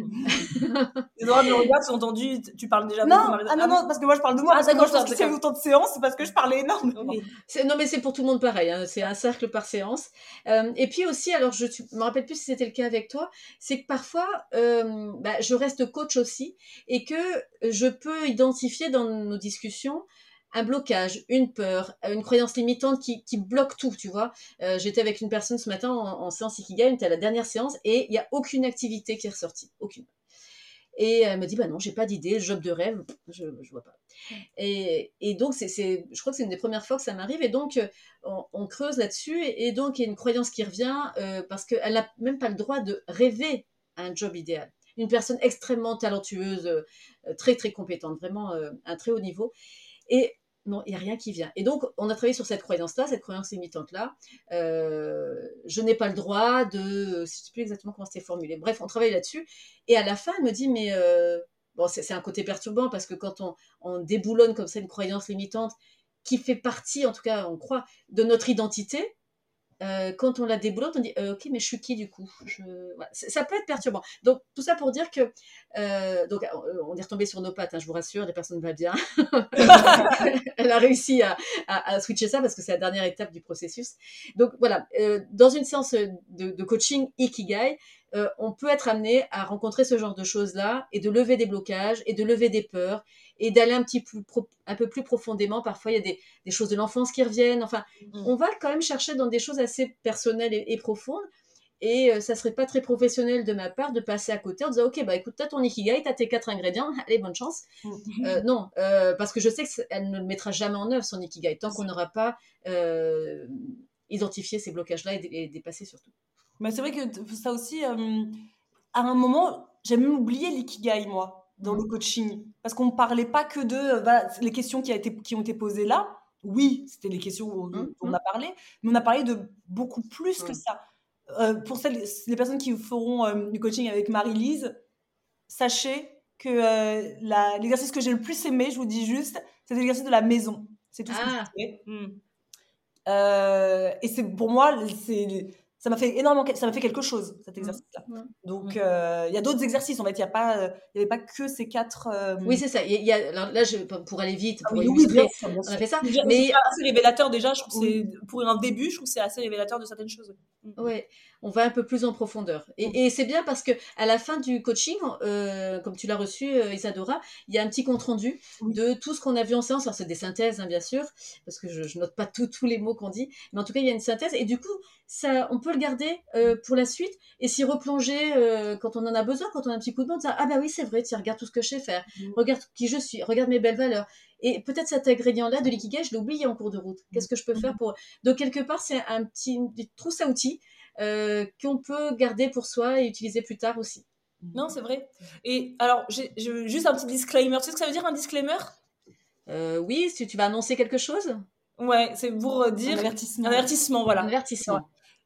Les oreilles me regardent, sont entendues, tu parles déjà Non, beaucoup, Marie- ah non, non, parce que moi, je parle de moi. Ah, parce que moi, je d'accord, pense que d'accord. c'est autant de séances, c'est parce que je parlais énormément. Oui. C'est- non, mais c'est pour tout le monde pareil. Hein, c'est un cercle par séance. Euh, et puis aussi, alors, je ne me rappelle plus si c'était le cas avec toi, c'est que parfois, euh, bah, je reste coach aussi et que je peux identifier dans nos discussions un blocage, une peur, une croyance limitante qui, qui bloque tout, tu vois. Euh, j'étais avec une personne ce matin en, en séance Ikigai, on était à la dernière séance et il n'y a aucune activité qui est ressortie, aucune. Et elle me dit, bah non, j'ai pas d'idée, le job de rêve, je, je vois pas. Et, et donc, c'est, c'est, je crois que c'est une des premières fois que ça m'arrive, et donc, euh, on, on creuse là-dessus, et, et donc, il y a une croyance qui revient, euh, parce qu'elle n'a même pas le droit de rêver à un job idéal. Une personne extrêmement talentueuse, euh, très, très compétente, vraiment euh, un très haut niveau. Et non, il n'y a rien qui vient. Et donc, on a travaillé sur cette croyance-là, cette croyance limitante-là. Euh, je n'ai pas le droit de... Je ne sais plus exactement comment c'était formulé. Bref, on travaille là-dessus. Et à la fin, elle me dit, mais... Euh, bon, c'est, c'est un côté perturbant parce que quand on, on déboulonne comme ça une croyance limitante qui fait partie, en tout cas, on croit, de notre identité, euh, quand on la débloque, on dit euh, ok, mais je suis qui du coup je... voilà. Ça peut être perturbant. Donc tout ça pour dire que euh, donc on est retombé sur nos pattes, hein, je vous rassure, les personnes vont bien. Elle a réussi à, à, à switcher ça parce que c'est la dernière étape du processus. Donc voilà, euh, dans une séance de, de coaching Ikigai, euh, on peut être amené à rencontrer ce genre de choses-là et de lever des blocages et de lever des peurs et d'aller un petit peu, un peu plus profondément. Parfois, il y a des, des choses de l'enfance qui reviennent. Enfin, mmh. on va quand même chercher dans des choses assez personnelles et, et profondes. Et euh, ça serait pas très professionnel de ma part de passer à côté en disant ok, bah écoute, t'as ton Ikigai, t'as tes quatre ingrédients, allez, bonne chance. Mmh. Euh, non, euh, parce que je sais qu'elle ne le mettra jamais en œuvre, son Ikigai, tant qu'on n'aura pas euh, identifié ces blocages-là et, et dépassé surtout. Mais c'est vrai que ça aussi, euh, à un moment, j'ai même oublié l'ikigai, moi, dans mmh. le coaching. Parce qu'on ne parlait pas que de euh, bah, les questions qui, a été, qui ont été posées là. Oui, c'était les questions dont mmh. on a parlé, mais on a parlé de beaucoup plus mmh. que ça. Euh, pour celles, les personnes qui feront euh, du coaching avec Marie-Lise, sachez que euh, la, l'exercice que j'ai le plus aimé, je vous dis juste, c'est l'exercice de la maison. C'est tout ah. ce que je fais. Mmh. Euh, et c'est, pour moi, c'est... ça m'a fait énormément, ça m'a fait quelque chose, cet exercice-là. Mmh. Donc, il mmh. euh, y a d'autres exercices, en fait, il n'y a pas, il n'y avait pas que ces quatre... Euh... Oui, c'est ça. Il y a, alors là, je, pour aller vite, pour ah, oui, illustrer, oui, bien sûr, on a fait ça. Déjà, mais c'est assez révélateur, déjà, je trouve oui. que c'est, pour un début, je trouve que c'est assez révélateur de certaines choses. Mmh. Oui, on va un peu plus en profondeur. Et, mmh. et c'est bien parce qu'à la fin du coaching, euh, comme tu l'as reçu, euh, Isadora, il y a un petit compte-rendu oui. de tout ce qu'on a vu en séance. Alors, c'est des synthèses, hein, bien sûr, parce que je ne note pas tout, tous les mots qu'on dit, mais en tout cas, il y a une synthèse. Et du coup, ça, on peut le garder euh, pour la suite et s'y replonger euh, quand on en a besoin, quand on a un petit coup de monde, ah bah oui, c'est vrai, tiens, regarde tout ce que je sais faire, mmh. regarde qui je suis, regarde mes belles valeurs. Et peut-être cet ingrédient-là de l'ikigai, je l'ai oublié en cours de route. Qu'est-ce que je peux faire pour... Donc, quelque part, c'est un petit une trousse à outils euh, qu'on peut garder pour soi et utiliser plus tard aussi. Non, c'est vrai. Et alors, j'ai, j'ai juste un petit disclaimer. Tu sais ce que ça veut dire, un disclaimer ? euh, Oui, si tu vas annoncer quelque chose. Ouais, c'est pour dire... Un avertissement. Un avertissement, voilà. Un avertissement.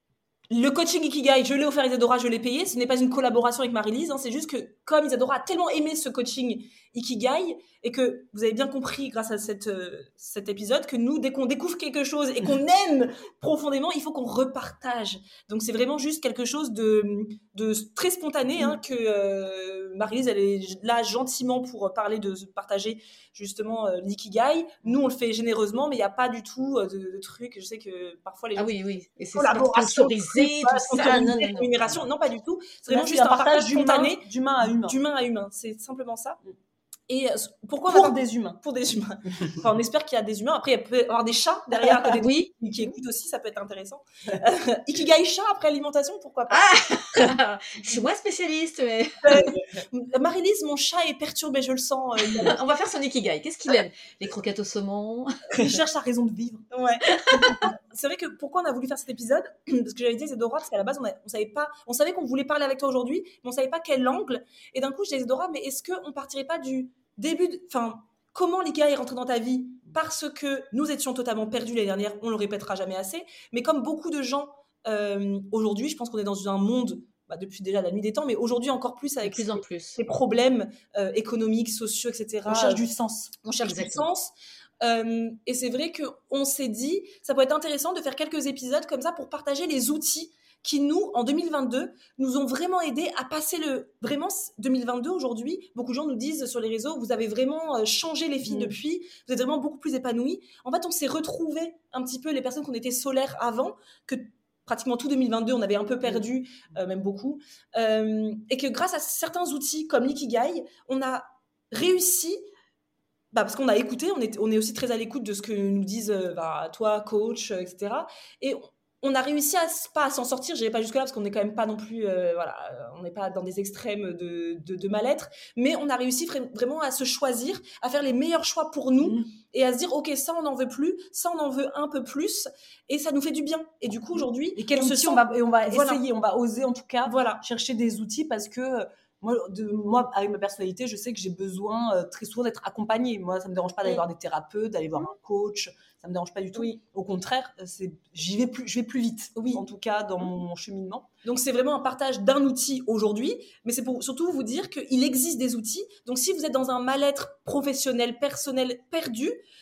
Le coaching Ikigai, je l'ai offert à Isadora, je l'ai payé. Ce n'est pas une collaboration avec Marie-Lise. Hein, c'est juste que, comme Isadora a tellement aimé ce coaching Ikigai, et que vous avez bien compris grâce à cette, euh, cet épisode, que nous, dès qu'on découvre quelque chose et qu'on aime profondément, il faut qu'on repartage. Donc, c'est vraiment juste quelque chose de, de très spontané, hein, que euh, Marie-Lise, elle est là gentiment pour parler de partager justement euh, l'Ikigai. Nous, on le fait généreusement, mais il n'y a pas du tout euh, de, de trucs. Je sais que parfois les gens... Ah oui, oui. Et c'est sponsorisé, tout ça. Non, non, non, non, pas du tout. C'est vraiment juste un partage spontané d'humain à humain. D'humain à humain. C'est simplement ça. Et pourquoi pour des humains pour des humains enfin, on espère qu'il y a des humains. Après il peut y avoir des chats derrière à côté de oui. qui écoutent aussi, ça peut être intéressant. euh, Ikigai chat après alimentation, pourquoi pas. Ah je suis moins spécialiste mais... euh, Marie-Lise, mon chat est perturbé, je le sens. euh, on va faire son Ikigai. Qu'est-ce qu'il aime? Les croquettes au saumon. Il cherche sa raison de vivre. Ouais. C'est vrai que pourquoi on a voulu faire cet épisode, parce que j'avais dit Isadora, parce qu'à la base on, a, on savait pas, on savait qu'on voulait parler avec toi aujourd'hui, mais on savait pas quel angle. Et d'un coup je disais Isadora, mais est-ce qu'on partirait pas du début, enfin, comment l'ikigai est rentré dans ta vie? Parce que nous étions totalement perdus l'année dernière, on le répétera jamais assez, mais comme beaucoup de gens euh, aujourd'hui, je pense qu'on est dans un monde, bah, depuis déjà la nuit des temps, mais aujourd'hui encore plus avec de plus en plus. les problèmes euh, économiques, sociaux, et cetera. On cherche du sens. On cherche Exactement. du sens. Euh, et c'est vrai qu'on s'est dit, ça pourrait être intéressant de faire quelques épisodes comme ça pour partager les outils qui nous, en deux mille vingt-deux, nous ont vraiment aidé à passer le... Vraiment, deux mille vingt-deux, aujourd'hui, beaucoup de gens nous disent sur les réseaux, vous avez vraiment changé les filles mmh. depuis, vous êtes vraiment beaucoup plus épanouies. En fait, on s'est retrouvés un petit peu, les personnes qui étaient solaires avant, que pratiquement tout deux mille vingt-deux, on avait un peu perdu, euh, même beaucoup, euh, et que grâce à certains outils comme l'ikigai, on a réussi... Bah parce qu'on a écouté, on est, on est aussi très à l'écoute de ce que nous disent euh, bah, toi, coach, euh, et cetera. Et on a réussi à, pas à s'en sortir, je n'irai pas jusque-là parce qu'on n'est quand même pas non plus, euh, voilà, on n'est pas dans des extrêmes de, de, de mal-être, mais on a réussi vraiment à se choisir, à faire les meilleurs choix pour nous mmh. et à se dire, ok, ça on n'en veut plus, ça on en veut un peu plus, et ça nous fait du bien. Et du coup, aujourd'hui, et quel on outil se sent... on va, et on va voilà. essayer, on va oser en tout cas voilà. chercher des outils parce que... Moi, de, moi, avec ma personnalité, je sais que j'ai besoin euh, très souvent d'être accompagnée. Moi, ça ne me dérange pas d'aller oui. voir des thérapeutes, d'aller voir un coach. Ça ne me dérange pas du tout. Oui. Au contraire, c'est, j'y vais plus, je vais plus vite, oui. en tout cas, dans mon cheminement. Donc, c'est vraiment un partage d'un outil aujourd'hui, mais c'est pour surtout vous dire qu'il existe des outils. Donc, si vous êtes dans un mal-être professionnel, personnel, perdu,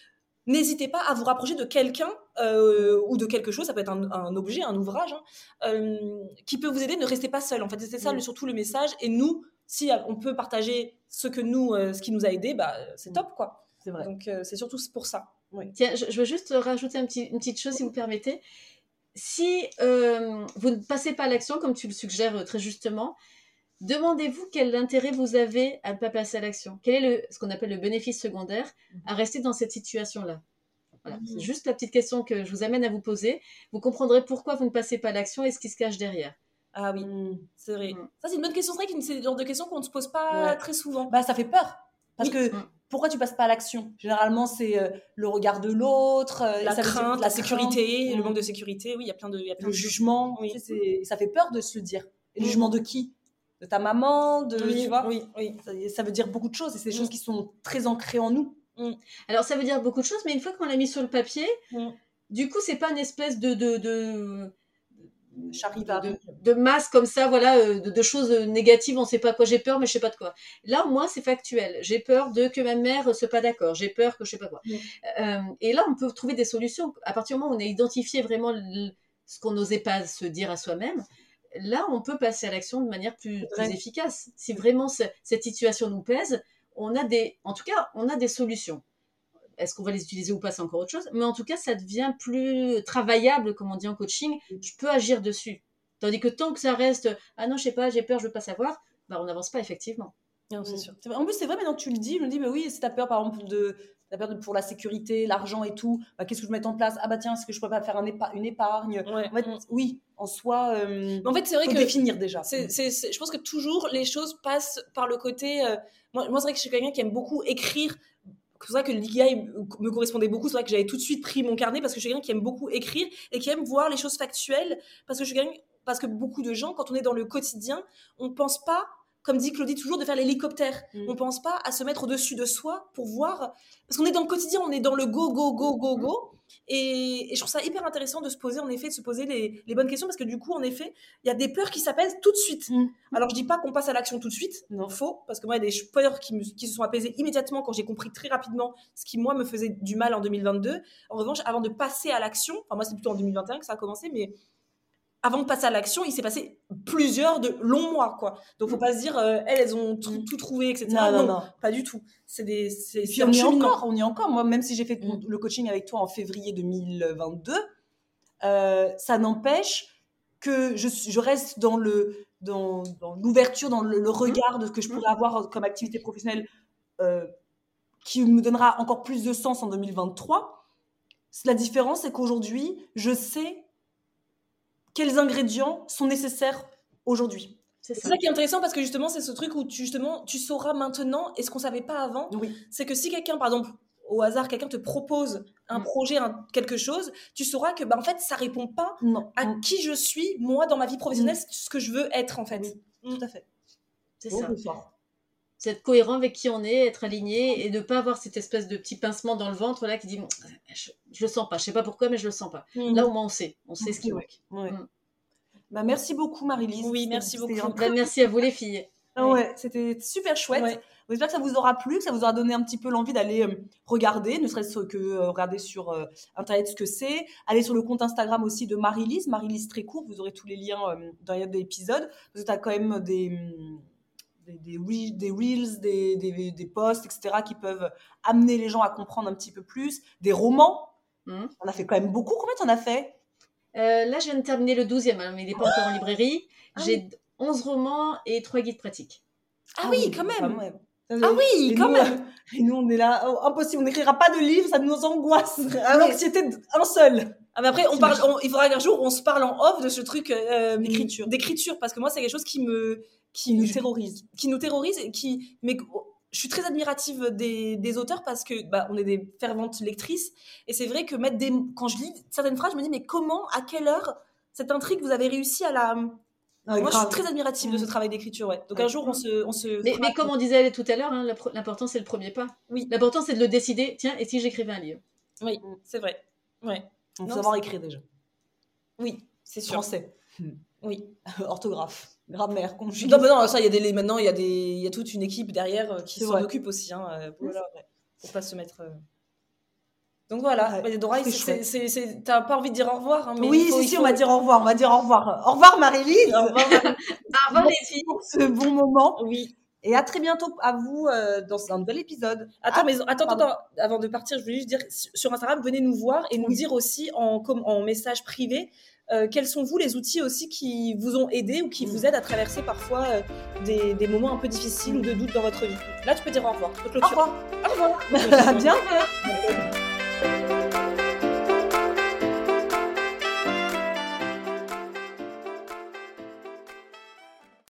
n'hésitez pas à vous rapprocher de quelqu'un euh, ou de quelque chose, ça peut être un, un objet, un ouvrage, hein, euh, qui peut vous aider. Ne restez pas seul. En fait, c'est ça, mmh. le, surtout le message. Et nous, si on peut partager ce que nous, euh, ce qui nous a aidé, bah, c'est mmh. top, quoi. C'est vrai. Donc, euh, c'est surtout pour ça. Oui. Tiens, je, je veux juste rajouter un petit, une petite chose, si vous permettez. Si euh, vous ne passez pas à l'action, comme tu le suggères très justement, demandez-vous quel intérêt vous avez à ne pas passer à l'action. Quel est le, ce qu'on appelle le bénéfice secondaire à rester dans cette situation-là. Voilà. Mmh. C'est juste la petite question que je vous amène à vous poser. Vous comprendrez pourquoi vous ne passez pas à l'action et ce qui se cache derrière. Ah oui, mmh. c'est vrai. Mmh. Ça, c'est une bonne question. C'est vrai que c'est le genre de question qu'on ne se pose pas ouais. très souvent. Bah, ça fait peur. Parce oui. que mmh. pourquoi tu passes pas à l'action ? Généralement, c'est euh, le regard de l'autre, euh, la crainte, la, la sécurité, crainte. le manque de sécurité. Oui, il y a plein de, il y a plein le de jugement. Oui. Tu sais, c'est... ça fait peur de se le dire. Et le mmh. jugement de qui ? De ta maman, de oui, tu vois. Oui, oui. Ça, ça veut dire beaucoup de choses. Et c'est des mmh. choses qui sont très ancrées en nous. Mmh. Alors, ça veut dire beaucoup de choses, mais une fois qu'on l'a mis sur le papier, mmh. du coup, c'est pas une espèce de de de De, de, de masse comme ça, voilà, de, de choses négatives, on ne sait pas quoi, j'ai peur, mais je ne sais pas de quoi. Là, moi, c'est factuel. J'ai peur de que ma mère ne soit pas d'accord, j'ai peur que je ne sais pas quoi. Mmh. Euh, et là, on peut trouver des solutions. À partir du moment où on a identifié vraiment le, ce qu'on n'osait pas se dire à soi-même, là, on peut passer à l'action de manière plus, plus efficace. Si vraiment ce, cette situation nous pèse, on a des, en tout cas, on a des solutions. Est-ce qu'on va les utiliser ou pas, c'est encore autre chose. Mais en tout cas, ça devient plus travaillable, comme on dit en coaching. Je peux agir dessus. Tandis que tant que ça reste « Ah non, je sais pas, j'ai peur, je veux pas savoir », bah, on n'avance pas effectivement. Non, c'est sûr. En plus, c'est vrai, maintenant que tu le dis, je me dis, mais oui, si tu as peur, par exemple, de, t'as peur de, pour la sécurité, l'argent et tout, bah, qu'est-ce que je mets en place ? Ah bah tiens, est-ce que je pourrais pas faire un épa- une épargne ? Ouais. En fait, mmh. oui, en soi, euh, en fait, c'est vrai faut que définir déjà. C'est, c'est, c'est, je pense que toujours, les choses passent par le côté... Euh, moi, moi, c'est vrai que je suis quelqu'un qui aime beaucoup écrire. C'est vrai que l'ikigai me correspondait beaucoup. C'est vrai que j'avais tout de suite pris mon carnet parce que je suis quelqu'un qui aime beaucoup écrire et qui aime voir les choses factuelles. Parce que je suis quelqu'un, parce que beaucoup de gens, quand on est dans le quotidien, on ne pense pas, comme dit Claudie toujours, de faire l'hélicoptère. Mmh. On ne pense pas à se mettre au-dessus de soi pour voir. Parce qu'on est dans le quotidien, on est dans le go, go, go, go, go. Et, et je trouve ça hyper intéressant de se poser, en effet, de se poser les, les bonnes questions parce que du coup, en effet, il y a des peurs qui s'apaisent tout de suite. Mmh. Alors, je dis pas qu'on passe à l'action tout de suite, non, faux, parce que moi, il y a des peurs qui, me, qui se sont apaisées immédiatement quand j'ai compris très rapidement ce qui, moi, me faisait du mal en deux mille vingt-deux. En revanche, avant de passer à l'action, enfin, moi, c'est plutôt en deux mille vingt et un que ça a commencé, mais avant de passer à l'action, il s'est passé plusieurs de longs mois, quoi. Donc, faut pas se dire, euh, elles, elles ont tout, tout trouvé, et cetera. Non, non, non, non, pas du tout. C'est des, c'est, c'est on y est encore, on y est encore. Moi, même si j'ai fait mmh. le coaching avec toi en février deux mille vingt-deux, euh, ça n'empêche que je, je reste dans le, dans, dans l'ouverture, dans le, le regard de ce que je pourrais avoir comme activité professionnelle, euh, qui me donnera encore plus de sens en deux mille vingt-trois. La différence, c'est qu'aujourd'hui, je sais quels ingrédients sont nécessaires aujourd'hui. C'est ça. c'est ça qui est intéressant parce que justement, c'est ce truc où tu, justement, tu sauras maintenant, et ce qu'on ne savait pas avant, oui. c'est que si quelqu'un, par exemple, au hasard, quelqu'un te propose un mmh. projet, un, quelque chose, tu sauras que, bah, en fait, ça ne répond pas non. à mmh. qui je suis, moi, dans ma vie professionnelle, mmh. ce que je veux être, en fait. Mmh. Tout à fait. C'est oh, ça. C'est être cohérent avec qui on est, être aligné et ne pas avoir cette espèce de petit pincement dans le ventre là qui dit bon, je, je le sens pas, je sais pas pourquoi mais je le sens pas. Mmh. Là au moins on sait, on sait mmh. ce qui manque. Ouais. Mmh. Bah, merci beaucoup Marie-Lise. Oui, merci beaucoup. Bah, merci à vous les filles. Ah ouais, ouais, c'était super chouette. Ouais. J'espère que ça vous aura plu, que ça vous aura donné un petit peu l'envie d'aller euh, regarder, ne serait-ce que euh, regarder sur euh, internet ce que c'est. Allez sur le compte Instagram aussi de Marie-Lise, Marie-Lise très court, vous aurez tous les liens euh, dans les notes de l'épisode. Parce que tu as quand même des... Des, des, re- des reels, des, des, des posts, et cetera qui peuvent amener les gens à comprendre un petit peu plus. Des romans. Mmh. On a fait quand même beaucoup. Combien tu en as fait ? euh, Là, je viens de terminer le douzième, hein, mais il n'est pas encore en librairie. Ah, J'ai oui. onze romans et trois guides pratiques. Ah, ah oui, quand même, quand même. Ah oui, et quand nous, même Et nous, on est là, oh, impossible, on n'écrira pas de livre, ça nous angoisse. Ah, l'anxiété d'un seul. Ah, mais après, on parle, on, il faudra qu'un jour, on se parle en off de ce truc euh, d'écriture. d'écriture, parce que moi, c'est quelque chose qui me... Qui nous terrorise. Qui nous terrorise et qui... Mais je suis très admirative des, des auteurs parce que bah, on est des ferventes lectrices. Et c'est vrai que mettre des... quand je lis certaines phrases, je me dis, mais comment, à quelle heure, cette intrigue, vous avez réussi à la... Ah, moi, grave. Je suis très admirative mmh. de ce travail d'écriture. Ouais. Donc, ouais. un jour, on se... On se mais, mais comme on disait tout à l'heure, hein, l'important, c'est le premier pas. Oui. L'important, c'est de le décider. Tiens, et si j'écrivais un livre ? Oui, mmh. c'est vrai. Ouais. Il faut savoir écrire déjà. Oui, c'est sûr. Français. Mmh. Oui. Orthographe. Grammaire, conjugaison. Non, mais non, ça, il y a des, maintenant, il y a des, il y a toute une équipe derrière qui c'est s'en vrai. occupe aussi, hein, pour, voilà, ouais. pour pas se mettre. Euh... Donc voilà, Ouais, Isadora, c'est c'est, chouette. c'est, c'est, t'as pas envie de dire au revoir, hein, mais Oui, il faut, si, il si, faut- on va dire au revoir. On va dire au revoir. Au revoir, Marie-Lise. Au revoir, Marie. Au revoir les filles. Pour ce bon moment. Oui. Et à très bientôt à vous euh, dans un nouvel épisode. Attends, Ah, mais attends, pardon. attends, avant de partir, je voulais juste dire, sur Instagram, venez nous voir et nous Oui. dire aussi en, comme, en message privé euh, quels sont vous les outils aussi qui vous ont aidé ou qui vous aident à traverser parfois euh, des, des moments un peu difficiles ou de doute dans votre vie. Là, tu peux dire au revoir. Tu peux Au clôturer. revoir. Au revoir. À bientôt.